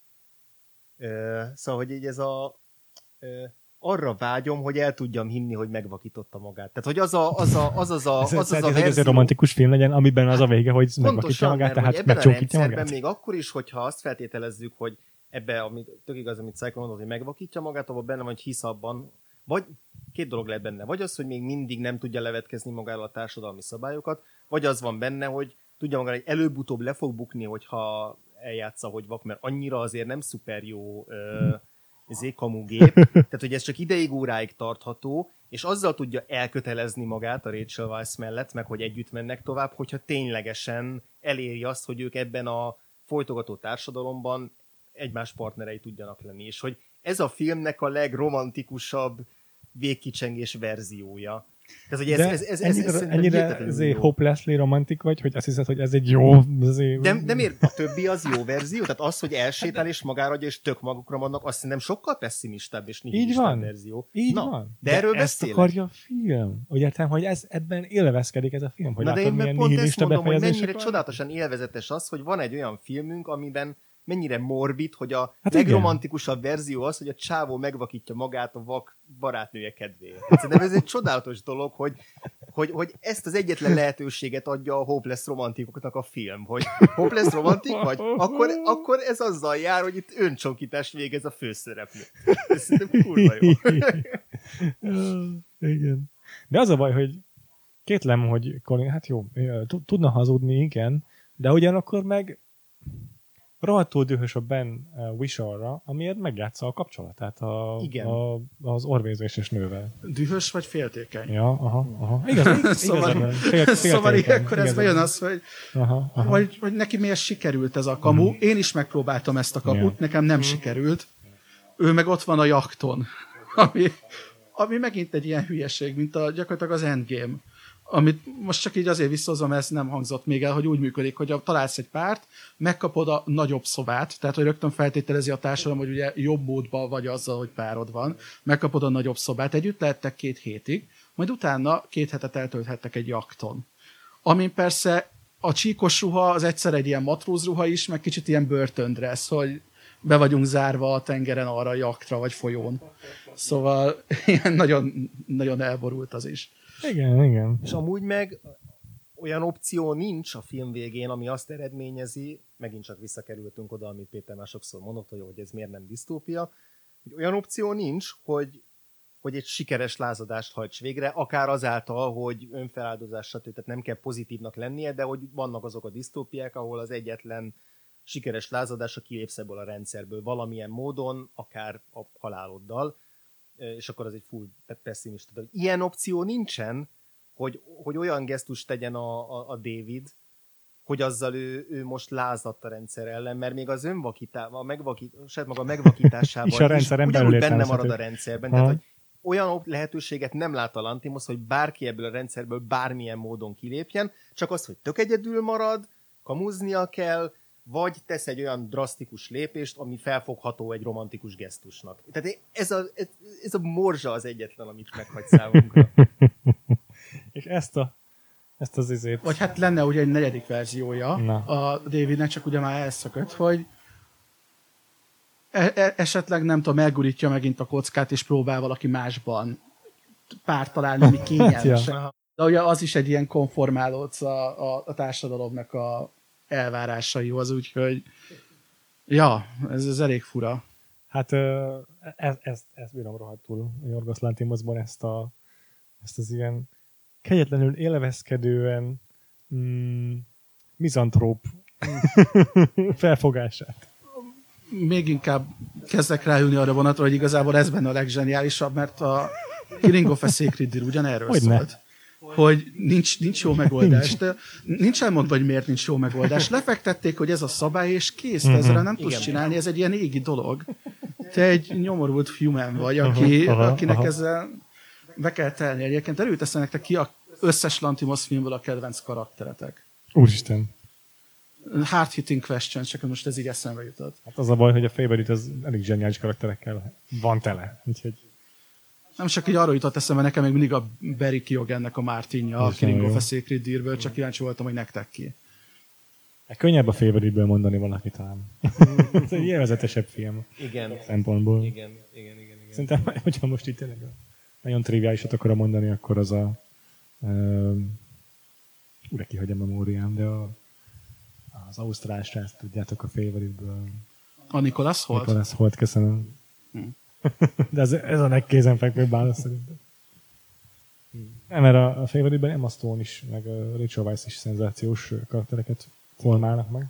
[SPEAKER 2] Uh, szóval, hogy így ez a uh, arra vágyom, hogy el tudjam hinni, hogy megvakította magát. Tehát, hogy az a, az a, az az a, az az a verzió... Ez egy romantikus film legyen, amiben az a vége, hogy megvakítja magát, tehát megcsókítja magát. Még akkor is, hogyha azt feltételezzük, hogy ebbe, ami tök igaz, amit Cycle mondott, hogy megvakítja magát, abban benne van, hogy hisz abban, vagy két dolog lehet benne. Vagy az, hogy még mindig nem tudja levetkezni magáról a társadalmi szabályokat, vagy az van benne, hogy tudja magára, hogy előbb-utóbb le fog bukni, hogyha eljátsza, hogy vak, mert annyira azért nem szuper jó ezé kamugép. Tehát, hogy ez csak ideig, óráig tartható, és azzal tudja elkötelezni magát a Rachel Weisz mellett, meg hogy együtt mennek tovább, hogyha ténylegesen eléri azt, hogy ők ebben a folytogató társadalomban egymás partnerei tudjanak lenni. És hogy ez a filmnek a legromantikusabb végkicsengés verziója. Tehát, hogy ez, ez, ez, ez, ez, ez
[SPEAKER 1] ennyire ennyire hopelessly romantik vagy, hogy azt hiszed, hogy ez egy jó...
[SPEAKER 2] De, de miért? A többi az jó verzió? Tehát az, hogy elsétál és magára adja, és tök magukra vannak, azt szerintem sokkal pessimistább és nihilistább verzió.
[SPEAKER 1] Így
[SPEAKER 2] Na,
[SPEAKER 1] van.
[SPEAKER 2] De, de erről
[SPEAKER 1] ezt
[SPEAKER 2] beszélek.
[SPEAKER 1] akarja a film. Úgy értem, hogy ez, ebben élvezkedik ez a film. Hogy
[SPEAKER 2] Na de én
[SPEAKER 1] milyen
[SPEAKER 2] pont ezt mondom, hogy mennyire
[SPEAKER 1] van?
[SPEAKER 2] csodálatosan élvezetes az, hogy van egy olyan filmünk, amiben mennyire morbid, hogy a
[SPEAKER 1] hát
[SPEAKER 2] legromantikusabb verzió az, hogy a csávó megvakítja magát a vak barátnője kedvéért. Szerintem ez egy csodálatos dolog, hogy, hogy, hogy ezt az egyetlen lehetőséget adja a hopeless romantikoknak a film, hogy hopeless romantik vagy, akkor, akkor ez azzal jár, hogy itt öncsonkítást végez a főszereplő. Ez szerintem kurva jó.
[SPEAKER 1] Igen. De az a baj, hogy kétlem, hogy Colin, hát jó, tudna hazudni, igen, de ugyanakkor meg rohadtul dühös a Ben Whishaw-ra, amiért megjátsza a kapcsolatát a, a, az orvézéses nővel.
[SPEAKER 3] Dühös vagy féltékeny?
[SPEAKER 1] Ja, aha, aha. Igaz, igaz,
[SPEAKER 3] szóval
[SPEAKER 1] igaz, fél,
[SPEAKER 3] szóval ilyenkor ez bejön az, hogy,
[SPEAKER 1] aha, aha.
[SPEAKER 3] Hogy, hogy neki miért sikerült ez a kamu. Mm. Én is megpróbáltam ezt a kamut, yeah. nekem nem mm. sikerült. Ő meg ott van a jakton, ami, ami megint egy ilyen hülyeség, mint a, gyakorlatilag az Endgame. Amit most csak így azért visszahozom, ez nem hangzott még el, hogy úgy működik, hogy találsz egy párt, megkapod a nagyobb szobát, tehát hogy rögtön feltételezi a társadalom, hogy ugye jobb módban vagy azzal, hogy párod van, megkapod a nagyobb szobát, együtt lehettek két hétig, majd utána két hetet eltölthettek egy jakton. Amin persze a csíkos ruha az egyszer egy ilyen matrózruha is, meg kicsit ilyen börtöndressz, hogy be vagyunk zárva a tengeren arra a jaktra vagy folyón. Szóval ilyen nagyon, nagyon elborult az is.
[SPEAKER 1] Igen, igen.
[SPEAKER 2] És amúgy meg olyan opció nincs a film végén, ami azt eredményezi, megint csak visszakerültünk oda, amit Péter már sokszor mondott, hogy ez miért nem disztópia, hogy olyan opció nincs, hogy, hogy egy sikeres lázadást hajts végre, akár azáltal, hogy önfeláldozás, stb. Tehát nem kell pozitívnak lennie, de hogy vannak azok a disztópiák, ahol az egyetlen sikeres lázadás, a kilépsz ebből a rendszerből valamilyen módon, akár a haláloddal, és akkor az egy full pessimista. De ilyen opció nincsen, hogy, hogy olyan gesztust tegyen a, a, a David, hogy azzal ő, ő most lázadt a rendszer ellen, mert még az önvakításával, a megvakít, saját maga megvakításával is, is ugyanúgy benne marad a rendszerben. Tehát, hogy olyan lehetőséget nem lát a Lantimos, hogy bárki ebből a rendszerből bármilyen módon kilépjen, csak az, hogy tök egyedül marad, kamuznia kell, vagy tesz egy olyan drasztikus lépést, ami felfogható egy romantikus gesztusnak. Tehát ez a, ez a morzsa az egyetlen, amit meghagy számunkra.
[SPEAKER 1] És ezt a ezt az izét...
[SPEAKER 3] Vagy hát lenne ugye egy negyedik verziója
[SPEAKER 1] Na.
[SPEAKER 3] a Davidnek, csak ugye már elszökött, hogy e- esetleg nem tudom, elgurítja megint a kockát, és próbál valaki másban párt találni, ami kényelmesen. De ugye az is egy ilyen konformálódsz a, a, a társadalomnak a elvárásaihoz, úgyhogy ja, ez, ez elég fura.
[SPEAKER 1] Hát ezt, ezt, ezt bírom rohadtul a Yorgos Lanthimosban, ezt, a, ezt az ilyen kegyetlenül élvezkedően mm, mizantróp felfogását.
[SPEAKER 3] Még inkább kezdek ráülni arra vonatra, hogy igazából ez benne a legzseniálisabb, mert a Killing of a Sacred Deer ugyanerről hogy szólt. Ne? Hogy nincs, nincs jó megoldás. De nincs elmondva, hogy miért nincs jó megoldás. Lefektették, hogy ez a szabály, és kész, mm-hmm. ezzel nem tudsz csinálni, ez egy ilyen égi dolog. Te egy nyomorult human vagy, aki, aha, akinek aha. ezzel be kell telni. Egyébként előteszem nektek ki az összes Lanthimos filmből a kedvenc karakteretek.
[SPEAKER 1] Úristen.
[SPEAKER 3] Hard-hitting question, csak most ez így eszembe jutott.
[SPEAKER 1] Hát az a baj, hogy a Favorite az elég zseniális karakterekkel van tele. Úgyhogy...
[SPEAKER 3] Nem csak így arról jutott eszembe, nekem még mindig a Barry Keoghannek a Martinja, a Killing of a Sacred Deerből, csak kíváncsi voltam, hogy nektek ki.
[SPEAKER 1] Hát könnyebb a Favorite-ből mondani valaki talán. Ez egy élvezetesebb film.
[SPEAKER 2] Igen.
[SPEAKER 1] Szempontból.
[SPEAKER 2] Igen, igen, igen. igen.
[SPEAKER 1] Szerintem, hogyha most itt tényleg nagyon triviálisat akarom mondani, akkor az a... Uh, Ura, kihagy a memóriám, de a, az ausztrál srác, tudjátok, a Favorite-ből.
[SPEAKER 3] A Nicholas Hoult?
[SPEAKER 1] Nicholas Hoult, köszönöm. Hm. De ez, ez a legkézenfekvőbb válasz szerintem. Nem, mert a, a Favourite-ben Emma Stone is, meg a Rachel Weisz is szenzációs karaktereket formálnak meg.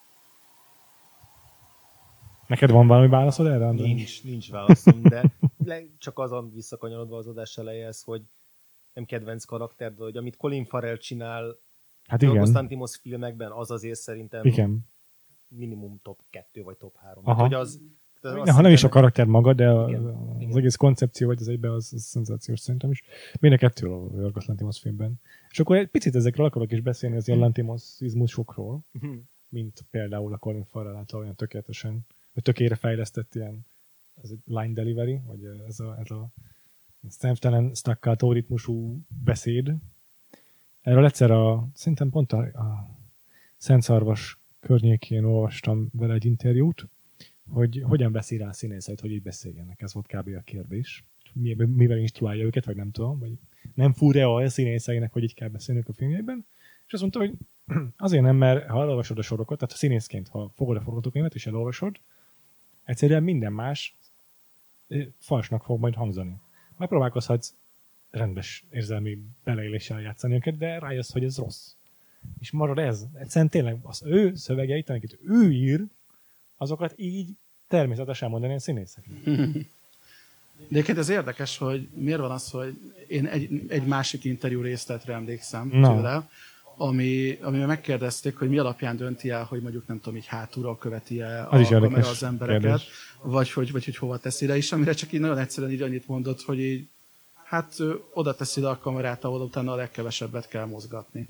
[SPEAKER 1] Neked van valami válaszod erre, András?
[SPEAKER 2] Nincs, nincs válaszom, de csak azon visszakanyarodva az adás elejéhez, hogy nem kedvenc karakter, de hogy amit Colin Farrell csinál
[SPEAKER 1] hát
[SPEAKER 2] a
[SPEAKER 1] igen.
[SPEAKER 2] Konstantinos filmekben, az azért szerintem
[SPEAKER 1] igen.
[SPEAKER 2] minimum top kettő vagy top három.
[SPEAKER 1] Aha.
[SPEAKER 2] Hogy az,
[SPEAKER 1] az ja, ha nem is a karakter maga, de a,
[SPEAKER 2] igen,
[SPEAKER 1] az
[SPEAKER 2] igen.
[SPEAKER 1] egész koncepció, vagy az egyben az, az szenzációs szerintem is. Mind a kettő a Yorgos Lanthimos filmben. És akkor egy picit ezekről akarok is beszélni, az ilyen Lanthimosizmusokról, mint például a Colin Farrell által olyan tökéletesen, vagy tökére fejlesztett ilyen ez egy line delivery, vagy ez a, ez a szemtelen staccato ritmusú beszéd. Erről egyszer a, szerintem pont a, a Szent Szarvas környékén olvastam vele egy interjút, hogy hogyan beszél rá a színészeit, hogy így beszéljenek. Ez volt kb. A kérdés. Mivel instruálja őket, vagy nem tudom, vagy nem fúr-e a színészeinek, hogy így kell beszélniük a filmjeiben. És azt mondta, hogy azért nem, mert ha elolvasod a sorokat, tehát a színészként, ha fogod a forgatókönyvet és elolvasod, egyszerűen minden más falsnak fog majd hangzani. Megpróbálkozhatsz rendes érzelmi beleéléssel játszani őket, de rájössz, hogy ez rossz. És marad ez. Egyszerűen tényleg az ő szövegeit, amiket ő ír, azokat így természetesen mondani a színészeknek.
[SPEAKER 3] De egyébként ez érdekes, hogy miért van az, hogy én egy, egy másik interjú részletre emlékszem
[SPEAKER 1] no.
[SPEAKER 3] tőle, ami, amiben megkérdezték, hogy mi alapján dönti el, hogy mondjuk nem tudom, így hátulról követi el a kamera az embereket, kérdés. vagy hogy, vagy hogy hova teszi le, és amire csak így nagyon egyszerűen így annyit mondott, hogy így, hát oda teszi le a kamerát, ahol utána a legkevesebbet kell mozgatni.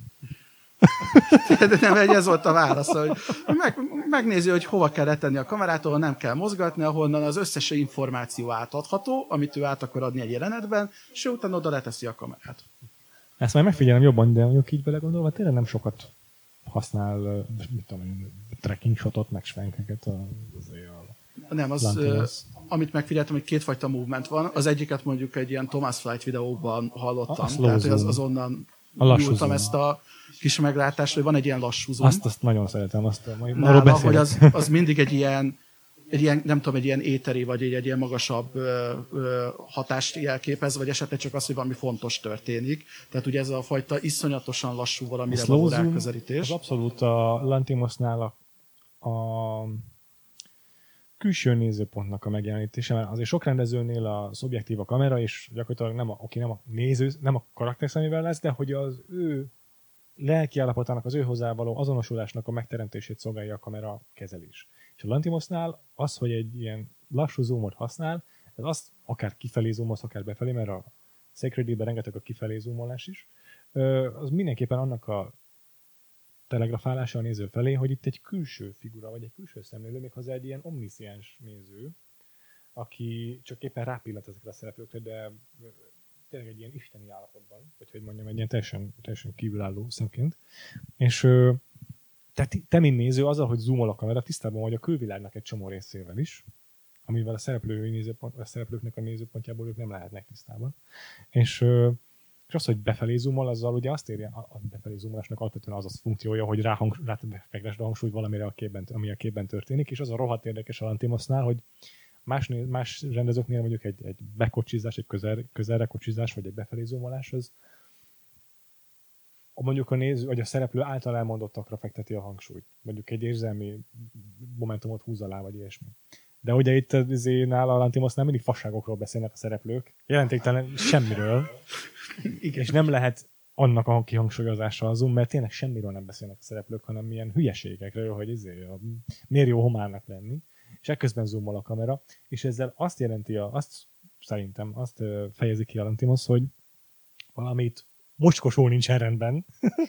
[SPEAKER 3] De nem, ez volt a válasz, hogy meg, megnézi, hogy hova kell letenni a kamerát, ahol nem kell mozgatni, ahonnan az összes információ átadható, amit ő át akar adni egy jelenetben, és utána oda leteszi a kamerát.
[SPEAKER 1] Ezt már megfigyelem jobban, de mondjuk így belegondolva, tényleg nem sokat használ, mit tudom, tracking shotot, meg schwenkeket a,
[SPEAKER 3] a Nem, az, uh, amit megfigyeltem, hogy kétfajta movement van. Az egyiket mondjuk egy ilyen Thomas Flight videóban hallottam, a tehát az, azonnan nyúltam ezt a kis meglátást, hogy van egy ilyen lassú zoom.
[SPEAKER 1] Azt, azt nagyon szeretem, azt arról
[SPEAKER 3] Nála, hogy az, az mindig egy ilyen, egy ilyen, nem tudom, egy ilyen éteri, vagy egy, egy ilyen magasabb ö, ö, hatást jelképez, vagy esetleg csak az, hogy valami fontos történik. Tehát ugye ez a fajta iszonyatosan lassú valamire való ráközelítés.
[SPEAKER 1] Az abszolút a Lanthimosnál a, a külső nézőpontnak a megjelenítése, mert azért sok rendezőnél a szubjektív a kamera, és gyakorlatilag nem a, aki nem a néző, nem a karakter szemével lesz, de hogy az ő lelki állapotának, az ő hozzávaló azonosulásnak a megteremtését szolgálja a kamera kezelés. És a Lanthimosnál az, hogy egy ilyen lassú zoomot használ, ez azt akár kifelé zoomolsz, akár befelé, mert a Sacred Deep-ben rengeteg a kifelé zoomolás is, az mindenképpen annak a telegrafálása a néző felé, hogy itt egy külső figura, vagy egy külső szemlélő, méghozzá egy ilyen omnisziens néző, aki csak éppen rápillant ezekre a szereplőkre, de tényleg egy ilyen isteni állapotban, vagy hogy mondjam, egy ilyen teljesen, teljesen kívülálló szemként. És te, te, mint néző, azzal, hogy zoomol a kamera, tisztában vagy a külvilágnak egy csomó részével is, amivel a, szereplői nézőpont, a szereplőknek a nézőpontjából ők nem lehetnek tisztában. És, és az, hogy befelé zoomol, azzal ugye azt érje, a befelé zoomolásnak alapvetően az a funkciója, hogy ráfekvesd a hangsúlyt valamire, a képben, ami a képben történik, és az a rohadt érdekes a Lanthimosnál, hogy Más, más rendezőknél mondjuk egy, egy bekocsizás, egy közel, közelre kocsizás, vagy egy befelé zoomolás, az mondjuk a néző, vagy a szereplő által elmondottakra fekteti a hangsúlyt. Mondjuk egy érzelmi momentumot húz alá, vagy ilyesmi. De ugye itt nála a Lanthimosnál mindig fasságokról beszélnek a szereplők. Jelentéktelen semmiről. És nem lehet annak a kihangsúlyozása az zoom, mert tényleg semmiről nem beszélnek a szereplők, hanem milyen hülyeségekről, hogy izé, miért jó homálnak lenni. És ekközben zoomol a kamera, és ezzel azt jelenti, a, azt szerintem azt fejezi ki a Lanthimos, hogy valamit mocskosul nincsen rendben.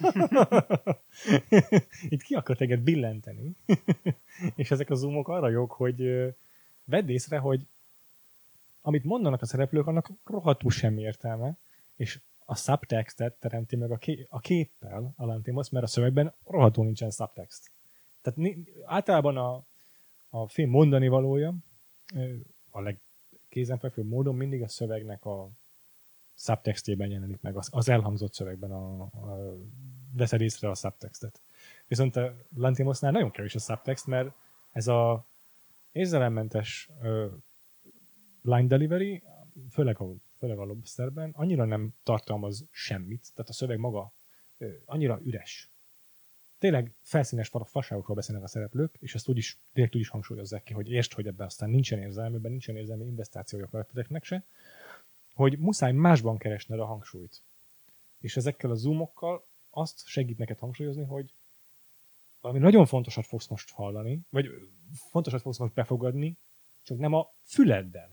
[SPEAKER 1] Itt ki akar téged billenteni. És ezek a zoomok arra jók, hogy vedd észre, hogy amit mondanak a szereplők, annak rohadtul semmi értelme, és a subtextet teremti meg a, ké- a képpel a Lanthimos, mert a szövegben rohadtul nincsen subtext. Tehát általában a A film mondani valója a legkézenfekvőbb módon mindig a szövegnek a subtextjében jelenik meg, az elhangzott szövegben a, a, veszed észre a subtextet. Viszont a Lanthimosnál nagyon kevés a subtext, mert ez a érzelemmentes uh, line delivery, főleg a főleg a Lobsterben, annyira nem tartalmaz semmit, tehát a szöveg maga ö, annyira üres. Tényleg felszínes fasságokról beszélnek a szereplők, és ezt úgy is, direkt úgy is hangsúlyozzák ki, hogy értsd, hogy ebben aztán nincsen érzelme, ebben nincsen érzelmi investációja a karaktereknek se, hogy muszáj másban keresned a hangsúlyt. És ezekkel a zoomokkal azt segít neked hangsúlyozni, hogy valami nagyon fontosat fogsz most hallani, vagy fontosat fogsz most befogadni, csak nem a füleddel.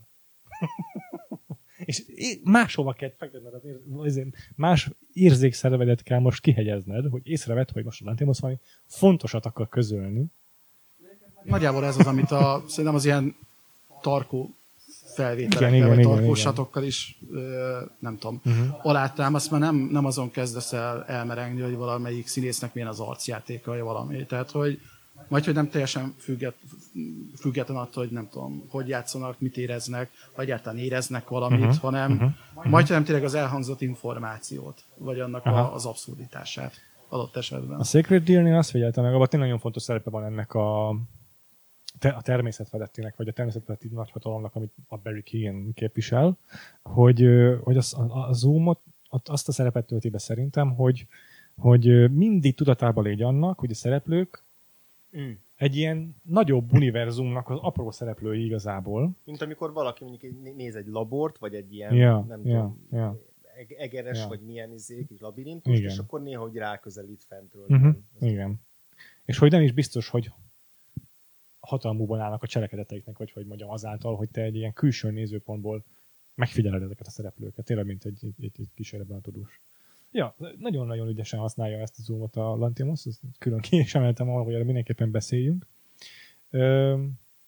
[SPEAKER 1] És máshova kell fektetned az ér- más érzékszervedet kell most kihegyezned, hogy észrevedd, hogy most a Lantimos valami fontosat akar közölni.
[SPEAKER 3] Nagyjából ez az, amit a, szerintem az ilyen tarkó felvételekkel,
[SPEAKER 1] igen,
[SPEAKER 3] vagy
[SPEAKER 1] igen,
[SPEAKER 3] tarkósatokkal is, ö, nem tudom, uh-huh. alátámaszt, mert nem, nem azon kezdesz el elmerengni, hogy valamelyik színésznek milyen az arcjátéka, vagy valami. Tehát, hogy majd, hogy nem teljesen függet, független attól, hogy nem tudom, hogy játszanak, mit éreznek, vagy egyáltalán éreznek valamit, uh-huh. hanem uh-huh. majd, hogy nem tényleg az elhangzott információt, vagy annak a, az abszurditását adott esetben.
[SPEAKER 1] A Sacred Deer-nél azt figyeltem meg, abban tényleg nagyon fontos szerepe van ennek a, a természetfedettének, vagy a természetfedetti nagyhatalomnak, amit a Barry Keoghan képvisel, hogy, hogy az, a, a Zoomot azt a szerepet tölti be szerintem, hogy, hogy mindig tudatában légy annak, hogy a szereplők Mm. egy ilyen nagyobb univerzumnak az apró szereplői igazából.
[SPEAKER 2] Mint amikor valaki mondjuk néz egy labort, vagy egy ilyen,
[SPEAKER 1] ja,
[SPEAKER 2] nem
[SPEAKER 1] ja,
[SPEAKER 2] tudom,
[SPEAKER 1] ja.
[SPEAKER 2] egeres, ja. vagy milyen izék, labirintust, igen. És akkor néha hogy ráközelít fentről.
[SPEAKER 1] Uh-huh. Igen. És hogy nem is biztos, hogy hatalmúban állnak a cselekedeteiknek, vagy hogy mondjam, azáltal, hogy te egy ilyen külső nézőpontból megfigyeled ezeket a szereplőket. Tényleg, mint egy, egy, egy kísérletben a tudós. Ja, nagyon-nagyon ügyesen használja ezt a zoomot a Lantimos, ezt külön ki is emeltem arra, hogy erre mindenképpen beszéljünk. Ö,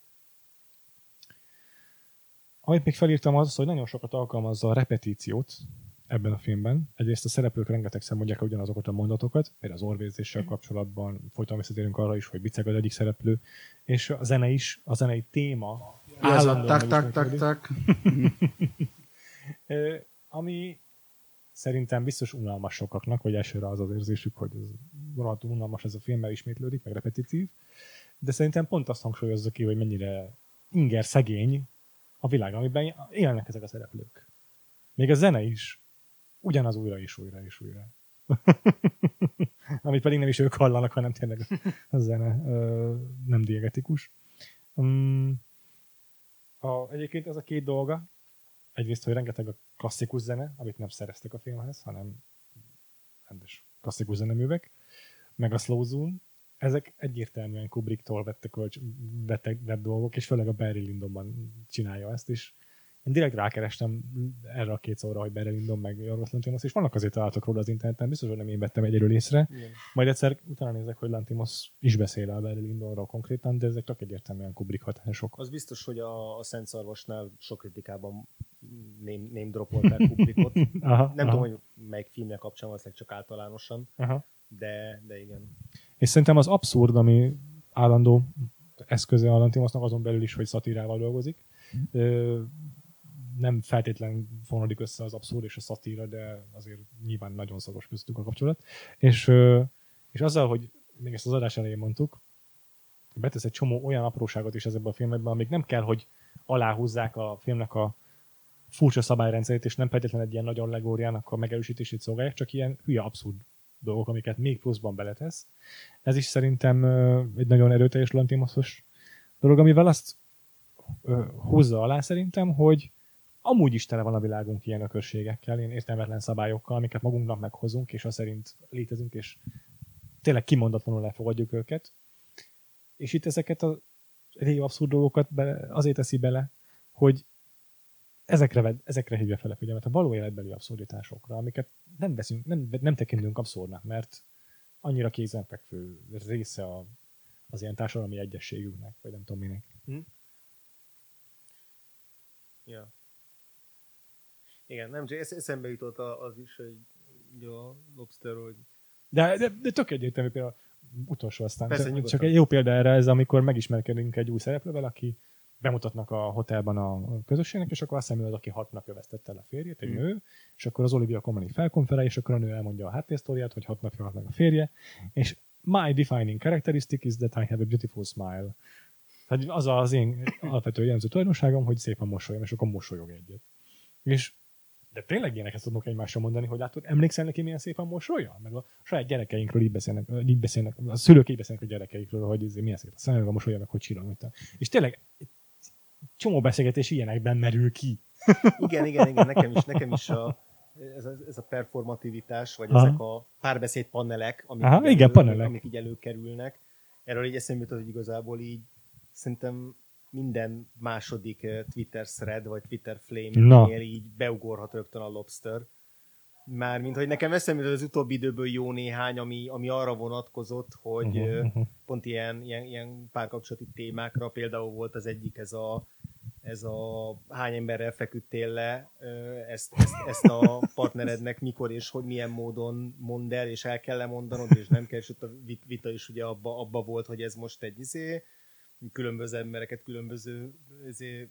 [SPEAKER 1] amit még felírtam az, hogy nagyon sokat alkalmazza a repetíciót ebben a filmben. Egyrészt a szereplők rengetegszer mondják ugyanazokat a mondatokat, például az orvérzéssel kapcsolatban, folyton visszatérünk arra is, hogy biceg az egyik szereplő, és a zene is, a zenei téma
[SPEAKER 3] állandóan tak, tak, tak, tak.
[SPEAKER 1] Ami szerintem biztos unalmas sokaknak, vagy elsőre az az érzésük, hogy ez rohadtul unalmas ez a film, mert ismétlődik, meg repetitív. De szerintem pont azt hangsúlyozza ki, hogy mennyire inger szegény a világ, amiben élnek ezek a szereplők. Még a zene is ugyanaz újra és újra és újra. Amit pedig nem is ők hallanak, hanem tényleg a zene ö, nem diegetikus. Um, a, egyébként ez a két dolga, egyrészt, hogy rengeteg a klasszikus zene, amit nem szereztek a filmhez, hanem rendes klasszikus zeneművek, meg a slow zoom, ezek egyértelműen Kubricktól vettek, vettek vett dolgok, és főleg a Barry Lyndonban csinálja ezt, és én direkt rákerestem erre a két szóra, hogy Barry Lyndon meg Yorgos Lanthimos, és vannak azért találtak róla az interneten, biztos, hogy nem én vettem egyről észre. Igen. Majd egyszer utána nézek, hogy Lanthimos is beszél a Barry Lyndonról konkrétan, de ezek csak egyértelműen Kubrick hatások.
[SPEAKER 2] Az biztos, hogy a, a Szent Szarvasnál sok kritikában name, name dropolták Kubrickot. aha, nem aha. tudom, hogy melyik filmnek kapcsán, valószínűleg csak általánosan, aha. De, de igen.
[SPEAKER 1] És szerintem az abszurd, ami állandó eszköze a Lanthimosnak, azon belül is, hogy szatírával dolgozik. Mm. Nem feltétlenül fonódik össze az abszurd és a szatíra, de azért nyilván nagyon szoros köztük a kapcsolat. És, és azzal, hogy még ezt az adás elején mondtuk, betesz egy csomó olyan apróságot is ezekben a filmekben, amik nem kell, hogy aláhúzzák a filmnek a furcsa szabályrendszerét, és nem feltétlenül egy ilyen nagy allegóriának a megerősítését szolgálják, csak ilyen hülye abszurd dolgok, amiket még pluszban beletesz. Ez is szerintem egy nagyon erőteljes Lanthimosos dolog, amivel azt húzza alá szerintem, hogy amúgy is tele van a világunk ilyen ökörségekkel, ilyen értelmetlen szabályokkal, amiket magunknak meghozunk, és az szerint létezünk, és tényleg kimondatlanul elfogadjuk őket. És itt ezeket a régi abszurd dolgokat be, azért teszi bele, hogy ezekre, ezekre hívja fel a figyelmet, a való életbeli abszurditásokra, amiket nem, veszünk, nem, nem tekintünk abszurdnak, mert annyira kézenfekvő része a, az ilyen társadalmi egyességünknek, vagy nem tudom minek. Hm?
[SPEAKER 2] Ja. Igen, nem csak eszembe jutott az is, hogy a Lobster, hogy...
[SPEAKER 1] De, de, de tök egyértelmű például, utolsó aztán.
[SPEAKER 2] Persze,
[SPEAKER 1] csak egy jó példa erre, ez amikor megismerkedünk egy új szereplővel, aki bemutatnak a hotelban a közösségnek, és akkor azt hiszem, hogy aki hat napja vesztette el a férjét, egy mm. nő, és akkor az Olivia Colman felkonferál, és akkor a nő elmondja a háttérsztóriát, hogy hat napja halt meg a férje, és my defining characteristic is that I have a beautiful smile. Tehát az az én alapvető jellemző tulajdonságom, hogy szépen mosolyom, és akkor mosolyog egyet. És De tényleg ilyeneket tudunk egymásra mondani, hogy látod, emlékszel neki milyen szépen mosolya? Meg a saját gyerekeinkről így beszélnek, így beszélnek a szülők így beszélnek a gyerekeikről, hogy ez milyen szép a szemüveg a mosolya, meg hogy csillog. És tényleg csomó beszélgetés ilyenekben merül ki.
[SPEAKER 2] Igen, igen, igen, nekem is, nekem is a, ez, a, ez a performativitás, vagy Aha. ezek a párbeszéd panelek, amik,
[SPEAKER 1] Aha,
[SPEAKER 2] így,
[SPEAKER 1] igen,
[SPEAKER 2] elő,
[SPEAKER 1] panelek.
[SPEAKER 2] amik így előkerülnek. Erről így eszembe jutott, hogy igazából így szerintem minden második Twitter thread, vagy Twitter flame-nél így beugorhat rögtön a Lobster. Mármint, hogy nekem eszembe jutott az utóbbi időből jó néhány, ami, ami arra vonatkozott, hogy uh-huh, uh-huh. pont ilyen, ilyen, ilyen párkapcsolati témákra, például volt az egyik ez a ez a hány emberrel feküdtél le, ezt, ezt, ezt a partnerednek mikor és hogy milyen módon mondd el, és el kell mondanod, és nem kell, és ott a vita is ugye abba, abba volt, hogy ez most egy izé, különböző embereket különböző izé,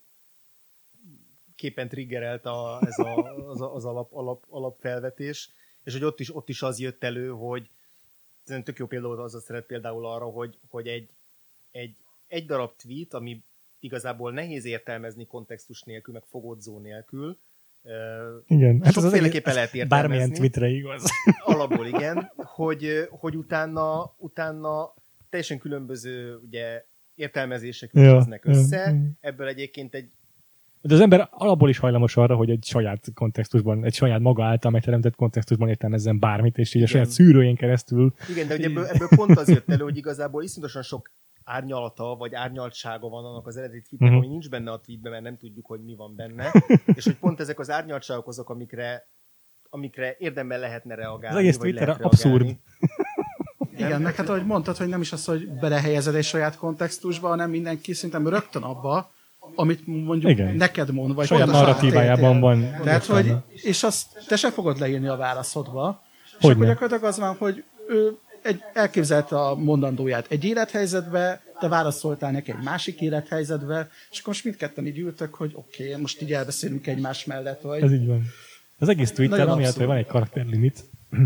[SPEAKER 2] képen triggerelt a, ez a, az, az alap, alap, alapfelvetés, és hogy ott is, ott is az jött elő, hogy tök jó például az a szeret például arra, hogy, hogy egy, egy, egy darab tweet, ami igazából nehéz értelmezni kontextus nélkül, meg fogódzó nélkül.
[SPEAKER 1] Igen. Hát
[SPEAKER 2] sokféleképpen lehet értelmezni.
[SPEAKER 1] Bármilyen tweetre igaz.
[SPEAKER 2] Alapból igen, hogy, hogy utána, utána teljesen különböző ugye, értelmezések ütöznek ja, össze. Ja. Ebből egyébként egy
[SPEAKER 1] de az ember alapból is hajlamos arra, hogy egy saját kontextusban, egy saját maga által megteremtett kontextusban értelmezzen bármit, és így igen. a saját szűrőjén keresztül.
[SPEAKER 2] Igen, de ugye ebből, ebből pont az jött elő, hogy igazából iszonyatosan sok árnyalata, vagy árnyaltsága van annak az eredeti tweetnek, uh-huh. ami nincs benne a tweetben, mert nem tudjuk, hogy mi van benne. És hogy pont ezek az árnyaltságok azok, amikre, amikre érdemben lehetne reagálni.
[SPEAKER 1] Az egész Twitter abszurd.
[SPEAKER 3] Igen, meg hát ahogy mondtad, hogy nem is az, hogy belehelyezed egy saját kontextusba, hanem mindenki szerintem rögtön abba, amit mondjuk igen. neked mond, vagy
[SPEAKER 1] saját narratívájában van.
[SPEAKER 3] Tehát, hogy, és azt te se fogod leírni a válaszodba. És hogy akkor gyakorlatilag az van, hogy ő egy, elképzelte a mondandóját egy élethelyzetbe, te válaszoltál neki egy másik élethelyzetbe, és akkor most mindketten így ültök, hogy oké, okay, most így elbeszélünk egymás mellett. Vagy...
[SPEAKER 1] Ez így van. Az egész Twitter, amiatt, hogy van egy karakterlimit,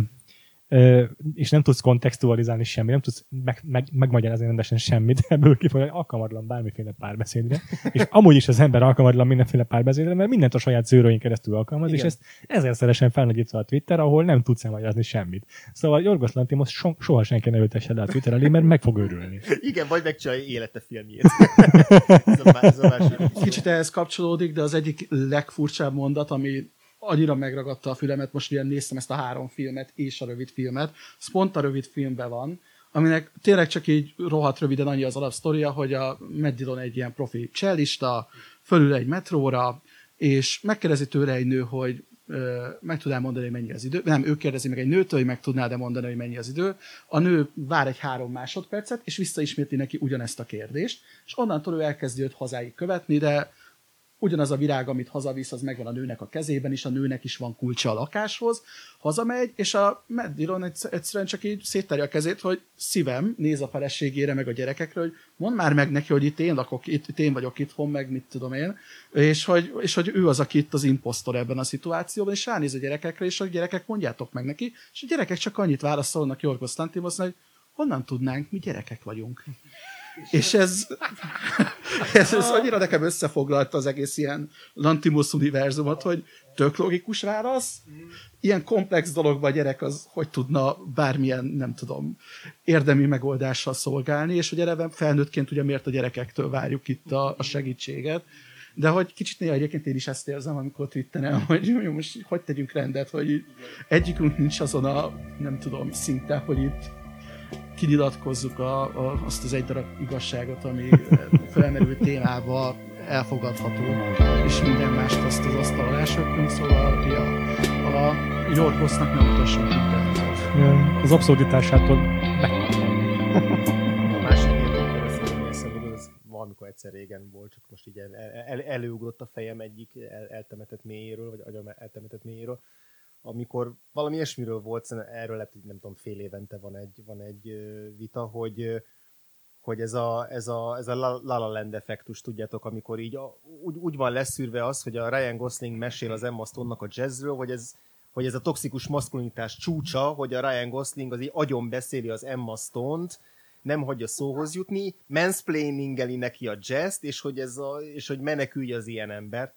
[SPEAKER 1] Uh, és nem tudsz kontextualizálni semmit, nem tudsz meg, meg, megmagyarázni rendesen semmit, ebből kifolyólag alkalmatlan bármiféle párbeszédre, és amúgy is az ember alkalmatlan mindenféle párbeszédre, mert mindent a saját szőrőin keresztül alkalmaz, igen. és ezt ezerszeresen felnagyítva a Twitter, ahol nem tudsz elmagyarázni semmit. Szóval Jorgos Lantimos so, soha senki ne ültesse le a Twitter elé, mert meg fog őrülni.
[SPEAKER 2] Igen, vagy megcsinálja élete filmjét. ez a, ez a
[SPEAKER 3] Kicsit ehhez kapcsolódik, de az egyik legfurcsább mondat, ami annyira megragadta a fülemet, most ilyen néztem ezt a három filmet és a rövid filmet. Ez pont a rövid filmben van, aminek tényleg csak így rohadt röviden annyi az alapsztoria, hogy a Matt Dillon egy ilyen profi csellista, fölül egy metróra, és megkérdezi tőle egy nő, hogy ö, meg tudnál mondani, hogy mennyi az idő. Nem, ő kérdezi meg egy nőtől, hogy meg tudnád-e mondani, hogy mennyi az idő. A nő vár egy három másodpercet, és visszaismétli neki ugyanezt a kérdést, és onnantól ő elkezdi őt hazáig követni, de ugyanaz a virág, amit hazavisz, az megvan a nőnek a kezében is, a nőnek is van kulcsa a lakáshoz, hazamegy, és a Matt Dillon egyszerűen csak így széttárja a kezét, hogy szívem, néz a feleségére, meg a gyerekekre, hogy mondd már meg neki, hogy itt én lakok, itt, itt én vagyok itthon, meg mit tudom én, és hogy, és hogy ő az, aki itt az imposztor ebben a szituációban, és ránéz a gyerekekre, és a gyerekek mondjátok meg neki, és a gyerekek csak annyit válaszolnak Jorgos Lanthimosnak, hogy honnan tudnánk, mi gyerekek vagyunk. És ez, ez, ez annyira nekem összefoglalta az egész ilyen Lanthimos univerzumot, hogy tök logikus válasz, ilyen komplex dologban a gyerek az hogy tudna bármilyen, nem tudom, érdemi megoldással szolgálni, és hogy eleve felnőttként ugye miért a gyerekektől várjuk itt a, a segítséget. De hogy kicsit néha egyébként én is ezt érzem, amikor Twitteren, hogy jó, most hogy tegyünk rendet, hogy egyikünk nincs azon a, nem tudom, szinten, hogy itt kinyilatkozzuk a, a, azt az egy darab igazságot, ami felmerült témába elfogadható, és minden mást azt az asztal alá söpünk, szóval ja, a Jorgosnak nem utassunk mindent.
[SPEAKER 1] Ja, az abszurditásától meg
[SPEAKER 2] a másik érdekes, hogy ez valamikor egyszer régen volt, csak most így el, el, előugrott a fejem egyik el, eltemetett mélyéről, vagy agyam eltemetett mélyéről, amikor valami ilyesmiről volt, erről lehet, hogy nem tudom, fél évente van egy, van egy vita, hogy, hogy ez a, ez a, ez a La La Land effektus, tudjátok, amikor így úgy, úgy van leszűrve az, hogy a Ryan Gosling mesél az Emma Stone-nak a jazzről, hogy ez, hogy ez a toxikus maszkulinitás csúcsa, hogy a Ryan Gosling az így agyon beszéli az Emma Stone-t, nem hagyja szóhoz jutni, mansplainingeli neki a jazzt, és hogy, ez a, és hogy menekülj az ilyen embertől,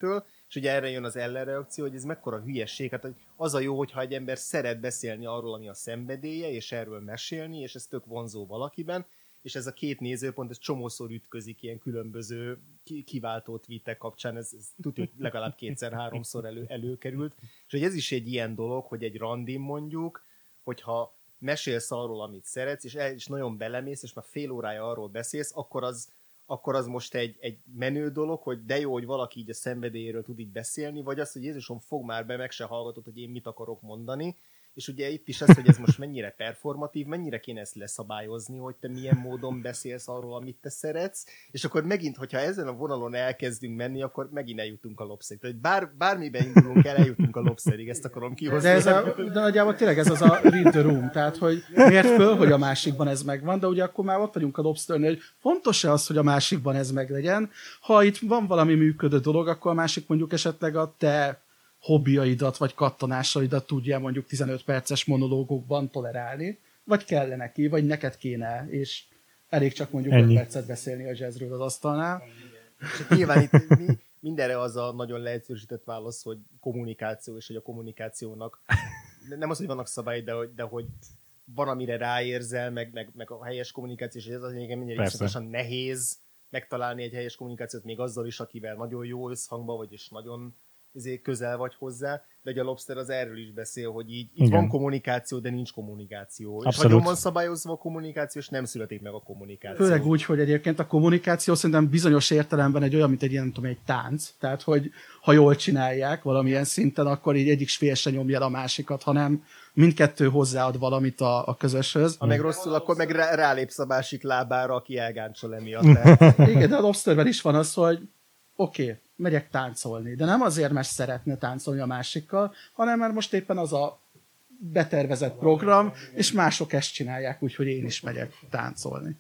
[SPEAKER 2] És ugye erre jön az ellenreakció, hogy ez mekkora hülyesség. Hát az a jó, hogyha egy ember szeret beszélni arról, ami a szenvedélye, és erről mesélni, és ez tök vonzó valakiben, és ez a két nézőpont, ez csomószor ütközik ilyen különböző kiváltó tweetek kapcsán, ez, ez tudja, hogy legalább kétszer-háromszor elő, előkerült. És hogy ez is egy ilyen dolog, hogy egy randin mondjuk, hogyha mesélsz arról, amit szeretsz, és, el, és nagyon belemész, és már fél órája arról beszélsz, akkor az, akkor az most egy, egy menő dolog, hogy de jó, hogy valaki így a szenvedélyéről tud így beszélni, vagy az, hogy Jézusom, fog már be, meg se hallgatod, hogy én mit akarok mondani. És ugye itt is az, hogy ez most mennyire performatív, mennyire kéne ezt leszabályozni, hogy te milyen módon beszélsz arról, amit te szeretsz, és akkor megint, hogyha ezen a vonalon elkezdünk menni, akkor megint eljutunk a lobszerig. Tehát bár, bármiben indulunk el, eljutunk a lobszerig, ezt akarom kihozni.
[SPEAKER 3] De, ez a, de nagyjából tényleg ez az a read the room, tehát hogy miért föl, hogy a másikban ez megvan, de ugye akkor már ott vagyunk a lobsternél, hogy fontos-e az, hogy a másikban ez meglegyen. Ha itt van valami működő dolog, akkor a másik mondjuk esetleg a te hobbiaidat, vagy kattanásaidat tudja mondjuk tizenöt perces monológokban tolerálni, vagy kell neki, vagy neked kéne, és elég csak mondjuk öt percet beszélni a jazzről az asztalnál.
[SPEAKER 2] És nyilván itt mi, mindenre az a nagyon leegyszerűsített válasz, hogy kommunikáció, és hogy a kommunikációnak nem az, hogy vannak szabályai, de hogy, de hogy van, amire ráérzel, meg, meg, meg a helyes kommunikáció, és ez az egyébként mennyire iszonyatosan nehéz megtalálni egy helyes kommunikációt, még azzal is, akivel nagyon jó összhangban vagy, és nagyon ezért közel vagy hozzá, de a Lobster az erről is beszél, hogy így, így van kommunikáció, de nincs kommunikáció. Abszolút. És nagyon van szabályozva a kommunikáció, és nem születik meg a kommunikáció.
[SPEAKER 3] Főleg úgy, hogy egyébként a kommunikáció szerintem bizonyos értelemben egy olyan, mint egy ilyen, nem tudom, egy tánc. Tehát, hogy ha jól csinálják valamilyen szinten, akkor így egyik fél se nyomja el a másikat, hanem mindkettő hozzáad valamit a, a közöshöz.
[SPEAKER 2] Ha meg rosszul, akkor meg rá, rálépsz a másik lábára, aki elgáncsol emiatt.
[SPEAKER 3] Igen, de a Lobsterben is van az, hogy oké, okay, megyek táncolni, de nem azért, mert szeretne táncolni a másikkal, hanem mert most éppen az a betervezett program, és mások ezt csinálják, úgyhogy én is megyek táncolni.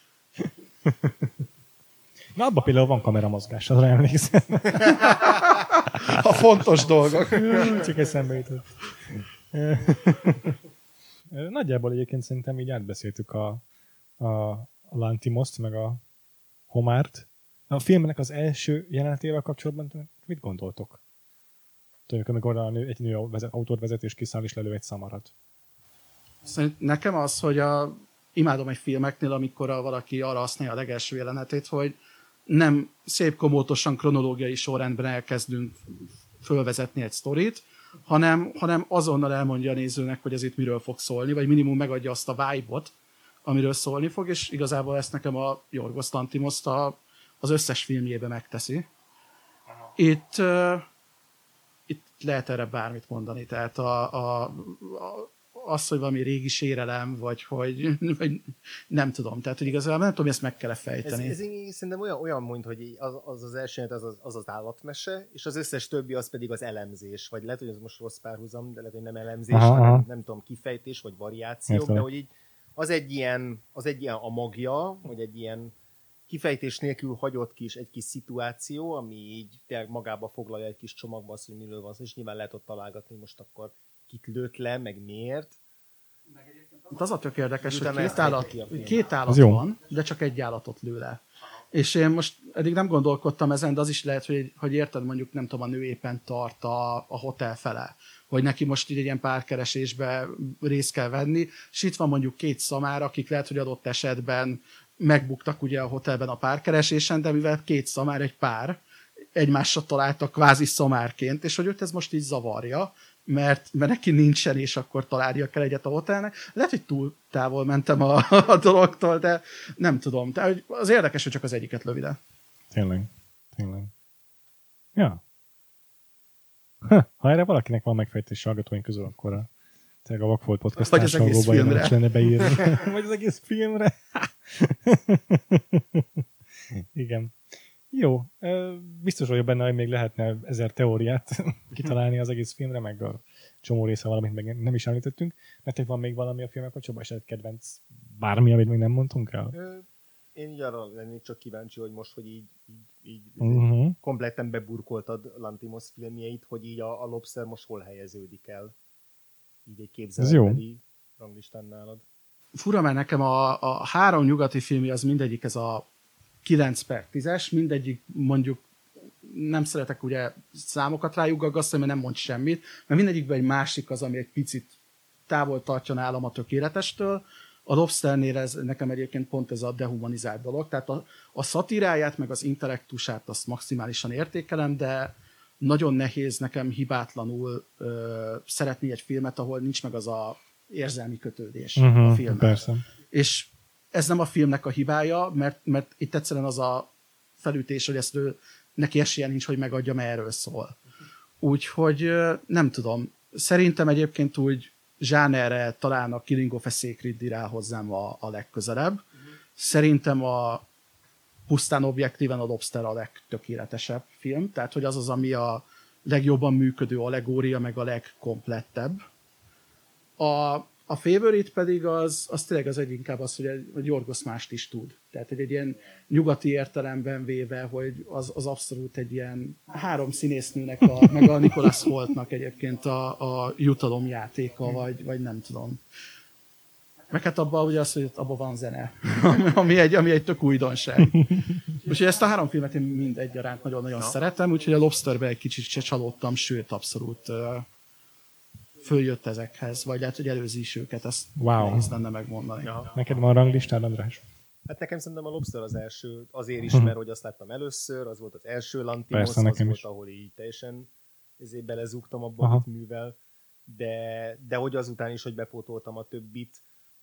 [SPEAKER 1] Na, abban például van kameramozgás, azra emlékszem.
[SPEAKER 3] A fontos dolgok.
[SPEAKER 1] Csak eszembe jutott. Nagyjából egyébként szerintem így átbeszéltük a, a, a Lantimoszt, meg a Homárt. A filmnek az első jelenetével kapcsolatban mit gondoltok? Tudjuk, amikor a nő, egy nő autót vezet és kiszáll és lelő egy szamarat.
[SPEAKER 3] Szerintem nekem az, hogy a, imádom egy filmeknél, amikor a, valaki arra használja a legelső jelenetét, hogy nem szép komótosan kronológiai sorrendben elkezdünk fölvezetni egy sztorit, hanem, hanem azonnal elmondja a nézőnek, hogy ez itt miről fog szólni, vagy minimum megadja azt a vibe-ot, amiről szólni fog, és igazából ezt nekem a Yorgos Lanthimos a az összes filmjében megteszi. Itt, uh, itt lehet erre bármit mondani, tehát a, a, a, az, hogy valami régi sérelem, vagy hogy vagy nem tudom, tehát hogy igazából nem tudom, ezt meg kell fejteni.
[SPEAKER 2] Ez, ez szerintem olyan, olyan mond, hogy az az, az első az, az az az állatmese, és az összes többi az pedig az elemzés, vagy lehet, hogy ez most rossz párhuzam, de lehet, hogy nem elemzés, aha, hanem aha. nem tudom, kifejtés, vagy variáció, de hogy így az egy ilyen, az egy ilyen a magja, vagy egy ilyen kifejtés nélkül hagyott kis egy kis szituáció, ami így tényleg magába foglalja egy kis csomagba azt, hogy miről van szó, és nyilván lehet ott találgatni most akkor kit lőtt le, meg miért.
[SPEAKER 3] Az a tök érdekes, hogy két állat, két állat van, de csak egy állatot lő le. És én most eddig nem gondolkodtam ezen, de az is lehet, hogy, hogy érted, mondjuk nem tudom, a nő éppen tart a, a hotel fele, hogy neki most így egy ilyen párkeresésbe részt kell venni, és itt van mondjuk két szamár, akik lehet, hogy adott esetben megbuktak ugye a hotelben a párkeresésen, de mivel két szamár egy pár, egymásra találtak kvázi szamárként, és hogy őt ez most így zavarja, mert, mert neki nincsen, és akkor találja kell egyet a hotelnek. Lehet, hogy túl távol mentem a, a dologtól, de nem tudom. Tehát az érdekes, hogy csak az egyiket lövi le.
[SPEAKER 1] Tényleg. Tényleg. Ja. Ha, ha erre valakinek van megfejtés hallgatóink közül, akkor a, tényleg a Vakfolt Podcast társadalóban érdemes lenne beírni. Vagy az egész filmre. Igen. Jó. Biztos vagyok benne, hogy még lehetne ezer teóriát kitalálni az egész filmre, meg a csomó része valamit meg nem is említettünk. Nektek van még valami a filmek kapcsolatban, és egy kedvenc bármi, amit még nem mondtunk el?
[SPEAKER 2] Én így arra lennék csak kíváncsi, hogy most, hogy így, így, így uh-huh. kompletten beburkoltad Lanthimos filmjeit, hogy így a, a Lobster most hol helyeződik el? Így egy képzeletbeli ranglistán nálad.
[SPEAKER 3] Fura, mert nekem a, a három nyugati filmi az mindegyik ez a kilenc per tízes, mindegyik mondjuk nem szeretek ugye számokat rájuk aggasztani, mert nem mond semmit, mert mindegyikben egy másik az, ami egy picit távol tartja nálam a tökéletestől. A Lobsternél ez nekem egyébként pont ez a dehumanizált dolog, tehát a, a szatíráját, meg az intellektusát azt maximálisan értékelem, de nagyon nehéz nekem hibátlanul ö, szeretni egy filmet, ahol nincs meg az a érzelmi kötődés uh-huh, a filmben.
[SPEAKER 1] Persze.
[SPEAKER 3] És ez nem a filmnek a hibája, mert, mert itt egyszerűen az a felütés, hogy ezt ő, neki esélye nincs, hogy megadja, mert erről szól. Úgyhogy nem tudom. Szerintem egyébként úgy zsánerre talán a Killing of a Sacred Deer áll hozzám a, a legközelebb. Uh-huh. Szerintem a pusztán objektíven a Lobster a legtökéletesebb film, tehát hogy az az, ami a legjobban működő allegória, meg a legkomplettebb. A A Favorite pedig az, az tényleg az egy inkább az, hogy a Yorgos mást is tud. Tehát, hogy egy ilyen nyugati értelemben véve, hogy az, az abszolút egy ilyen három színésznőnek, a, meg a Nicholas Holtnak egyébként a, a jutalomjátéka, vagy, vagy nem tudom. Meg hát abban ugye az, hogy abban van zene, ami egy, ami egy tök újdonság. Úgyhogy ezt a három filmet én mind egyaránt nagyon-nagyon no. szeretem, úgyhogy a Lobsterben egy kicsit se csalódtam, sőt, abszolút följött ezekhez, vagy lehet, hogy előzi is őket, ezt wow. nehéz lenne megmondani.
[SPEAKER 1] Ja. Neked van ranglistád, András?
[SPEAKER 2] Hát nekem szerintem a Lobster az első, azért is, mert hogy azt láttam először, az volt az első Lantimos, Persze, az volt, is. ahol így teljesen ezért belezúgtam abba, amit művel, de, de hogy azután is, hogy bepótoltam a többit,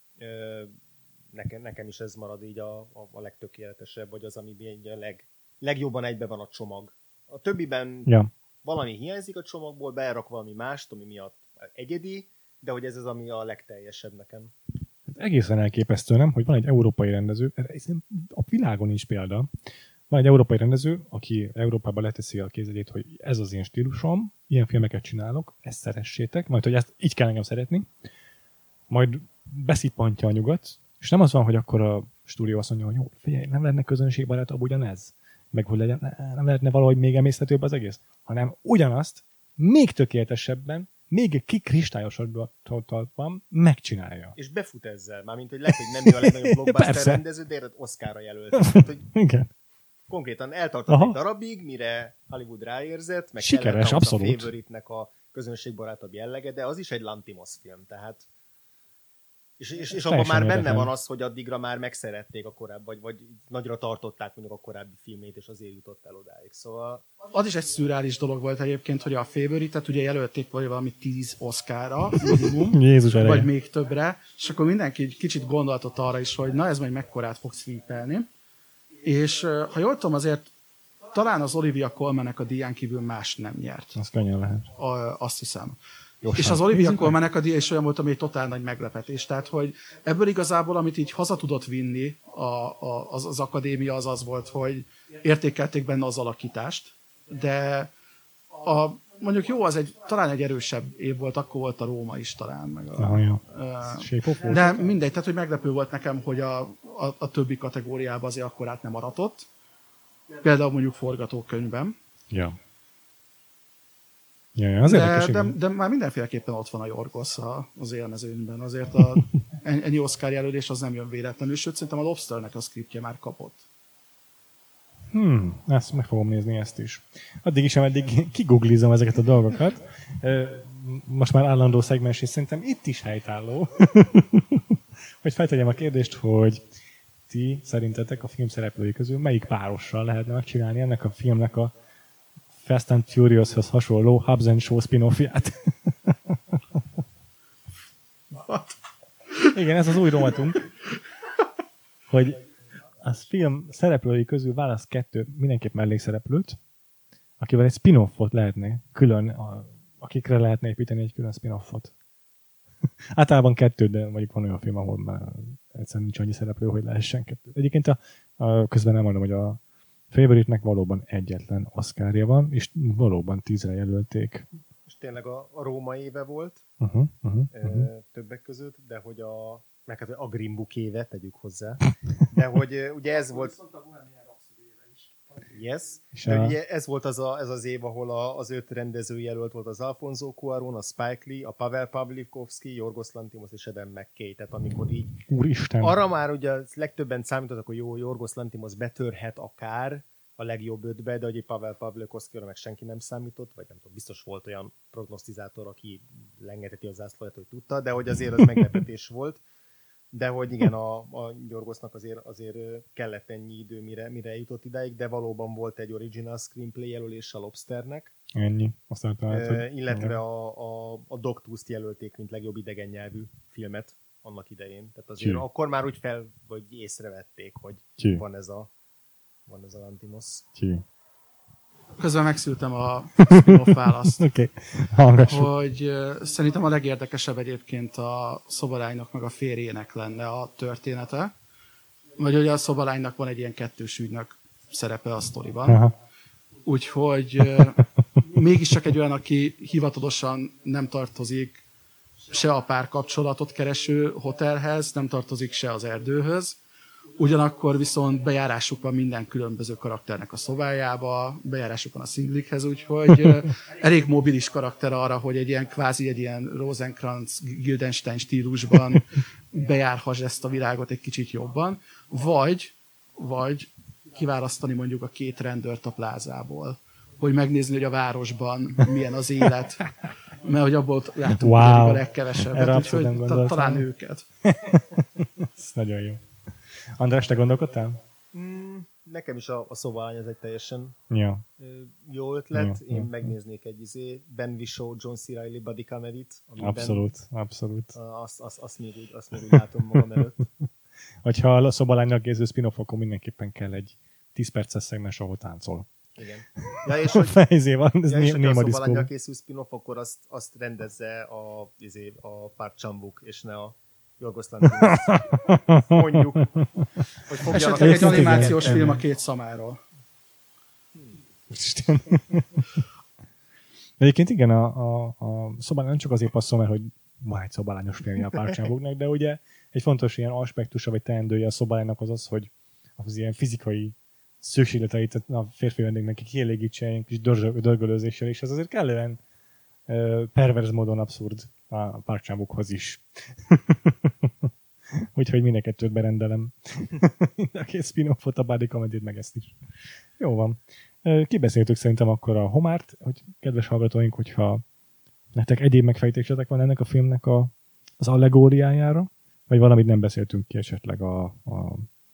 [SPEAKER 2] nekem, nekem is ez marad így a, a, a legtökéletesebb, vagy az, ami a leg, legjobban egybe van a csomag. A többiben ja. valami hiányzik a csomagból, berak valami mást, ami miatt egyedi, de hogy ez az, ami a legteljesebb nekem.
[SPEAKER 1] Egészen elképesztő, nem? Hogy van egy európai rendező, a világon is példa, van egy európai rendező, aki Európában leteszi a kézegyét, hogy ez az én stílusom, ilyen filmeket csinálok, ezt szeressétek, majd hogy ezt így kell engem szeretni, majd beszippantja a nyugat, és nem az van, hogy akkor a stúdió azt mondja, hogy jó, figyelj, nem lehetne közönségbarátabb ugyanez, meg hogy legyen, nem lehetne valahogy még emészthetőbb az egész, hanem ugyanazt, még tökéletesebben, még kikristályosodottan megcsinálja.
[SPEAKER 2] És befut ezzel, mármint, hogy lehet, hogy nem ő a legnagyobb blockbuster rendező, de Oscarra jelölt. Tehát, hogy igen. Konkrétan eltartott Aha. egy darabig, mire Hollywood ráérzett, meg
[SPEAKER 1] sikeres, abszolút.
[SPEAKER 2] A Favorite-nek a közönségbarátabb jellege, de az is egy Lantimos film, tehát és, és, és abban már benne van az, hogy addigra már megszerették a korábbi, vagy, vagy nagyra tartották mondjuk a korábbi filmét, és azért jutott el odáig. Szóval...
[SPEAKER 3] Az is egy szürreális dolog volt egyébként, hogy a Favorite-et ugye jelölték vagy valami tíz Oscarra, minimum,
[SPEAKER 1] Jézus
[SPEAKER 3] vagy eleje. Még többre, és akkor mindenki kicsit gondoltott arra is, hogy na ez majd mekkorát fog sweepelni. És ha jól tudom, azért talán az Olivia Colmannek a díján kívül más nem nyert.
[SPEAKER 1] Az könnyen lehet.
[SPEAKER 3] A, azt hiszem.
[SPEAKER 1] Jósan.
[SPEAKER 3] És az Olivia Colmannek a díja is olyan volt, ami egy totál nagy meglepetés. Tehát, hogy ebből igazából, amit így haza tudott vinni a, a, az, az akadémia, az az volt, hogy értékelték benne az alakítást, de a, mondjuk jó, az egy, talán egy erősebb év volt, akkor volt a Róma is talán. Meg a,
[SPEAKER 1] Aha, jó.
[SPEAKER 3] Uh, de mindegy, tehát hogy meglepő volt nekem, hogy a, a, a többi kategóriában azért akkorát nem aratott. Például mondjuk forgatókönyvben.
[SPEAKER 1] Ja. Ja, ja, az
[SPEAKER 3] de, de, de már mindenféleképpen ott van a Yorgos az élmezőnyben. Azért a, ennyi Oscar jelölés az nem jön véletlenül, sőt szerintem a Lobsternek a szkriptje már kapott.
[SPEAKER 1] Hmm, ezt meg fogom nézni ezt is. Addig is, ameddig kiguglizom ezeket a dolgokat. Most már állandó szegmens, és szerintem itt is helytálló. Hogy feltegyem a kérdést, hogy ti szerintetek a film szereplői közül melyik párossal lehetne megcsinálni ennek a filmnek a Fast and Furious-hoz hasonló Hobbs and Shaw spin-offját? Igen, ez az új romatunk, hogy a film szereplői közül válasz kettő mindenképp mellékszereplőt, akivel egy spin-offot lehetne külön, a, akikre lehetne építeni egy külön spin-offot. Általában kettő, de mondjuk van olyan film, ahol már egyszerűen nincs annyi szereplő, hogy lehessen kettő. Egyébként a, a, közben nem mondom, hogy a Favorite-nek valóban egyetlen Oscarja van, és valóban tízre jelölték.
[SPEAKER 2] És tényleg a, a Róma éve volt,
[SPEAKER 1] uh-huh, uh-huh,
[SPEAKER 2] e,
[SPEAKER 1] uh-huh.
[SPEAKER 2] többek között, de hogy a, meg hát a Green Book éve, tegyük hozzá, de hogy ugye ez volt... Yes. De ugye ez volt az, a, ez az év, ahol a, az öt rendező jelölt volt, az Alfonso Cuarón, a Spike Lee, a Pavel Pawlikowski, Yorgos Lanthimos és Adam McKay. Tehát amikor így...
[SPEAKER 1] Úristen!
[SPEAKER 2] Arra már ugye legtöbben számítottak, hogy jó, Yorgos Lanthimos betörhet akár, a legjobb ötbe, de hogy Pavel Pavlikovszkijra meg senki nem számított, vagy nem tudom, biztos volt olyan prognosztizátor, aki lengeteti az zászlóját, hogy tudta, de hogy azért az meglepetés volt. De hogy igen, a, a Yorgosznak azért, azért kellett ennyi idő, mire, mire jutott idáig, de valóban volt egy original screenplay jelölés a Lobsternek.
[SPEAKER 1] Ennyi. Aztán talált,
[SPEAKER 2] e, illetve a, a, a Dogtooth-t jelölték, mint legjobb idegen nyelvű filmet annak idején. Tehát azért Csí. Akkor már úgy fel, vagy észrevették, hogy Csí. van ez a van ez a Lantimos.
[SPEAKER 1] Csí.
[SPEAKER 3] Közben megszültem a spin-off választ.
[SPEAKER 1] Okay.
[SPEAKER 3] Hogy uh, szerintem a legérdekesebb egyébként a szobalánynak meg a férjének lenne a története. Vagy hogy a szobalánynak van egy ilyen kettős ügynök szerepe a sztoriban. Aha. Úgyhogy uh, mégiscsak egy olyan, aki hivatalosan nem tartozik se a párkapcsolatot kereső hotelhez, nem tartozik se az erdőhöz. Ugyanakkor viszont bejárásuk van minden különböző karakternek a szobájába, bejárásuk van a szinglikhez, úgyhogy elég mobilis karakter arra, hogy egy ilyen kvázi egy ilyen Rosenkrantz, Guildenstein stílusban bejárhass ezt a világot egy kicsit jobban, vagy, vagy kiválasztani mondjuk a két rendőrt a plázából, hogy megnézni, hogy a városban milyen az élet, mert hogy abból láttunk wow. a legkevesebbet, úgyhogy ta- talán őket.
[SPEAKER 1] Ez nagyon jó. András, te gondolkodtál?
[SPEAKER 2] Mm, nekem is a, a szobalány az egy teljesen
[SPEAKER 1] ja.
[SPEAKER 2] jó ötlet. Ja, Én ja. megnéznék egy izé, Ben Whishaw, John C. Reilly buddy comedy-t.
[SPEAKER 1] Abszolút, abszolút.
[SPEAKER 2] Azt, azt, azt, még úgy, azt még úgy látom magam előtt.
[SPEAKER 1] Hogyha a szobalánynak készül spin-off, akkor mindenképpen kell egy tíz perces szegmens, ahol táncol.
[SPEAKER 2] Igen. Ja, és hogy,
[SPEAKER 1] Fejzé van, ez
[SPEAKER 2] ja, és
[SPEAKER 1] né-
[SPEAKER 2] hogyha a szobalánynak készül spin-off, akkor azt, azt rendezze a, izé, a Park Chan-wook, és ne a Yorgos Lanthimos. Mondjuk. Hogy
[SPEAKER 3] esetleg egy animációs igen. film a két szamáról.
[SPEAKER 1] Isten. Egyébként igen, a, a, a szobalány nem csak azért passzol, mert hogy van egy szobalányos filmje a Park Chan-wooknak, de ugye egy fontos ilyen aspektusa, vagy teendője a szobalánynak az az, hogy az ilyen fizikai szükségleteit a férfi vendégnek kielégítse egy kis dörgölőzéssel, és ez azért kellően uh, perverz módon abszurd a Park Chan-wookhoz is. Úgyhogy mind a kettőt berendelem. Mind a két spin-offot, a body comedy-t, meg ezt is. Jó van. Kibeszéltük szerintem akkor a homárt, hogy kedves hallgatóink, hogyha nektek egyéb megfejtésetek van ennek a filmnek a, az allegóriájára, vagy valamit nem beszéltünk ki esetleg a, a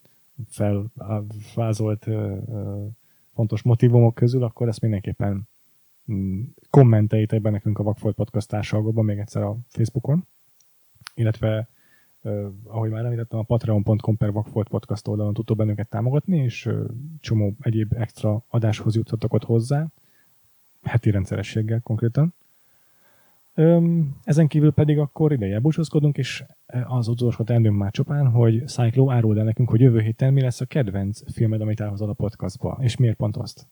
[SPEAKER 1] felvázolt fontos motivumok közül, akkor ezt mindenképpen kommenteljétek be nekünk a Vakfolt Podcast társalgóban, még egyszer a Facebookon, illetve Uh, ahogy már említettem, a patreon pont com per Vakfolt Podcast oldalon tudtok bennünket támogatni, és uh, csomó egyéb extra adáshoz juthatok ott hozzá, heti rendszerességgel konkrétan. Um, ezen kívül pedig akkor ideje búcsúzkodunk, és az utolsó teendőnk már csupán, hogy Cyclo áruld el nekünk, hogy jövő héten mi lesz a kedvenc filmed, amit elhozol a podcastba, és miért pont azt?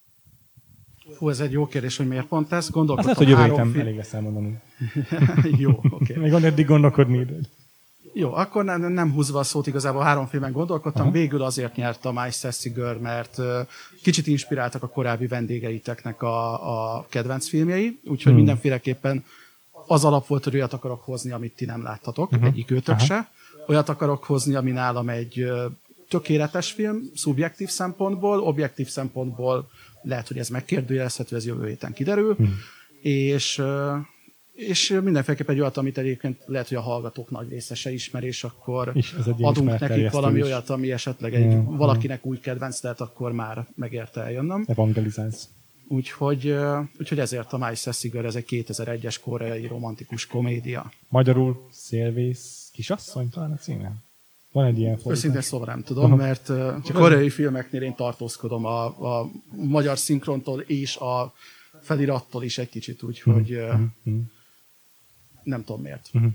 [SPEAKER 3] Hú, ez egy jó kérdés, hogy miért pont ezt. Gondolkodtam
[SPEAKER 1] azt lehet, hogy jövő héten film... elég lesz elmondani.
[SPEAKER 3] Jó, oké. Okay.
[SPEAKER 1] Még van eddig gondolkodni időd.
[SPEAKER 3] Jó, akkor nem, nem húzva a szót, igazából három filmen gondolkodtam. Aha. Végül azért nyert a My Sassy Girl, mert uh, kicsit inspiráltak a korábbi vendégeiteknek a, a kedvenc filmjei, úgyhogy hmm. mindenféleképpen az alap volt, hogy olyat akarok hozni, amit ti nem láttatok, uh-huh. egyikőtök se. Olyat akarok hozni, ami nálam egy uh, tökéletes film, szubjektív szempontból, objektív szempontból lehet, hogy ez megkérdőjelezhető, ez jövő héten kiderül, hmm. és... Uh, és mindenféleképpen egy olyat, amit egyébként lehet, hogy a hallgatók nagy része se ismer, és akkor is, adunk nekik valami is. Olyat, ami esetleg egy yeah, valakinek yeah. új kedvenc, tehát akkor már megérte eljönnöm.
[SPEAKER 1] Evangelizálsz.
[SPEAKER 3] Úgyhogy, úgyhogy ezért a My Sassy Girl, ez egy kétezer-egyes koreai romantikus komédia.
[SPEAKER 1] Magyarul Szélvész kisasszony talán a címe? Van egy ilyen fordítás?
[SPEAKER 3] Őszintén szóval nem tudom, mert a koreai filmeknél én tartózkodom a, a magyar szinkrontól és a felirattól is egy kicsit, úgyhogy... Mm-hmm. Nem tudom miért. Uh-huh.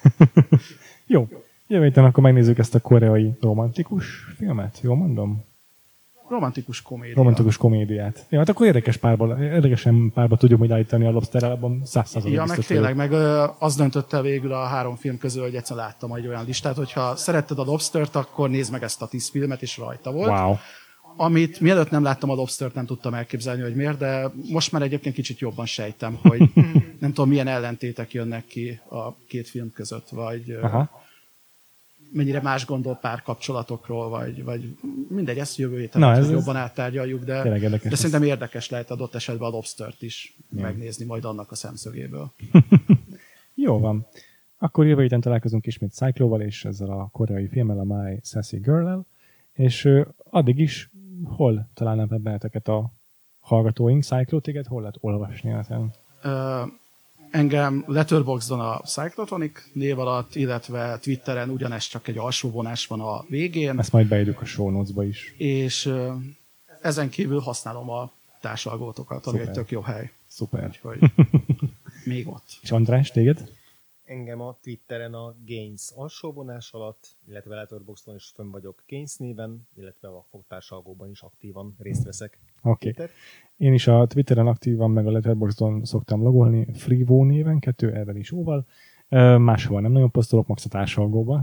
[SPEAKER 1] Jó. Jövő héten akkor megnézzük ezt a koreai romantikus filmet. Jól mondom?
[SPEAKER 3] Romantikus komédia.
[SPEAKER 1] Romantikus komédiát. Ja, hát akkor érdekes párba, érdekesen párba tudjuk majd állítani a Lobsterrel, abban száz százalék
[SPEAKER 3] Ja, meg tényleg, meg az döntötte végül a három film közül, hogy egyszer láttam egy olyan listát, hogyha szeretted a Lobstert, akkor nézd meg ezt a tíz filmet, és rajta volt.
[SPEAKER 1] Wow.
[SPEAKER 3] Amit mielőtt nem láttam a Lobstert, nem tudtam elképzelni, hogy miért, de most már egyébként kicsit jobban sejtem, hogy nem tudom, milyen ellentétek jönnek ki a két film között, vagy...
[SPEAKER 1] Aha.
[SPEAKER 3] mennyire más gondol párkapcsolatokról, vagy, vagy mindegy, ezt jövő héten
[SPEAKER 1] Na, ez,
[SPEAKER 3] jobban áttárgyaljuk, de, de szerintem érdekes lehet adott esetben a Lobstert is ja. megnézni majd annak a szemszögéből.
[SPEAKER 1] Jó van. Akkor jövő héten találkozunk ismét Cyclóval és ezzel a koreai filmmel, a My Sassy Girl-el, és uh, addig is hol találnám be benneteket a hallgatóink? Cycló, téged hol lehet olvasni?
[SPEAKER 3] Uh, engem Letterboxdon a Cyclotonic név alatt, illetve Twitteren ugyanez, csak egy alsó vonás van a végén.
[SPEAKER 1] Ezt majd beírjuk a show notes-ba is.
[SPEAKER 3] És uh, ezen kívül használom a társalgótokat, ami egy tök jó hely.
[SPEAKER 1] Szuper.
[SPEAKER 3] Úgyhogy még ott.
[SPEAKER 1] És András, téged?
[SPEAKER 2] Engem a Twitteren a Gains alsóvonás alatt, illetve Letterboxdon is fönn vagyok Gains néven, illetve a fogtársalgóban is aktívan részt veszek.
[SPEAKER 1] Oké. Okay. Én is a Twitteren aktívan, meg a Letterboxdon szoktam logolni, Freevo néven, kettő elvel is óval. Máshol nem nagyon posztolok, max a társalgóban.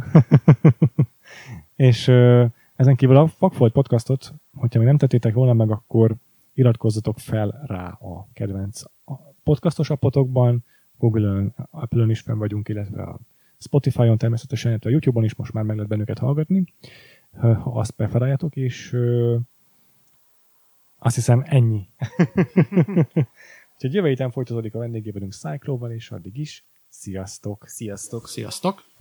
[SPEAKER 1] És ezen kívül a Fakfolt podcastot, hogyha még nem tettétek volna meg, akkor iratkozzatok fel rá a kedvenc podcastos appotokban, Google-ön, Apple-ön is fenn vagyunk, illetve a Spotify-on természetesen, illetve a YouTube-on is most már meg lehet bennünket hallgatni, ha azt preferáljátok, és ö, azt hiszem ennyi. Úgyhogy jövő héten folytatódik a vendégévelünk Cyclóval, és addig is sziasztok!
[SPEAKER 2] Sziasztok!
[SPEAKER 3] Sziasztok!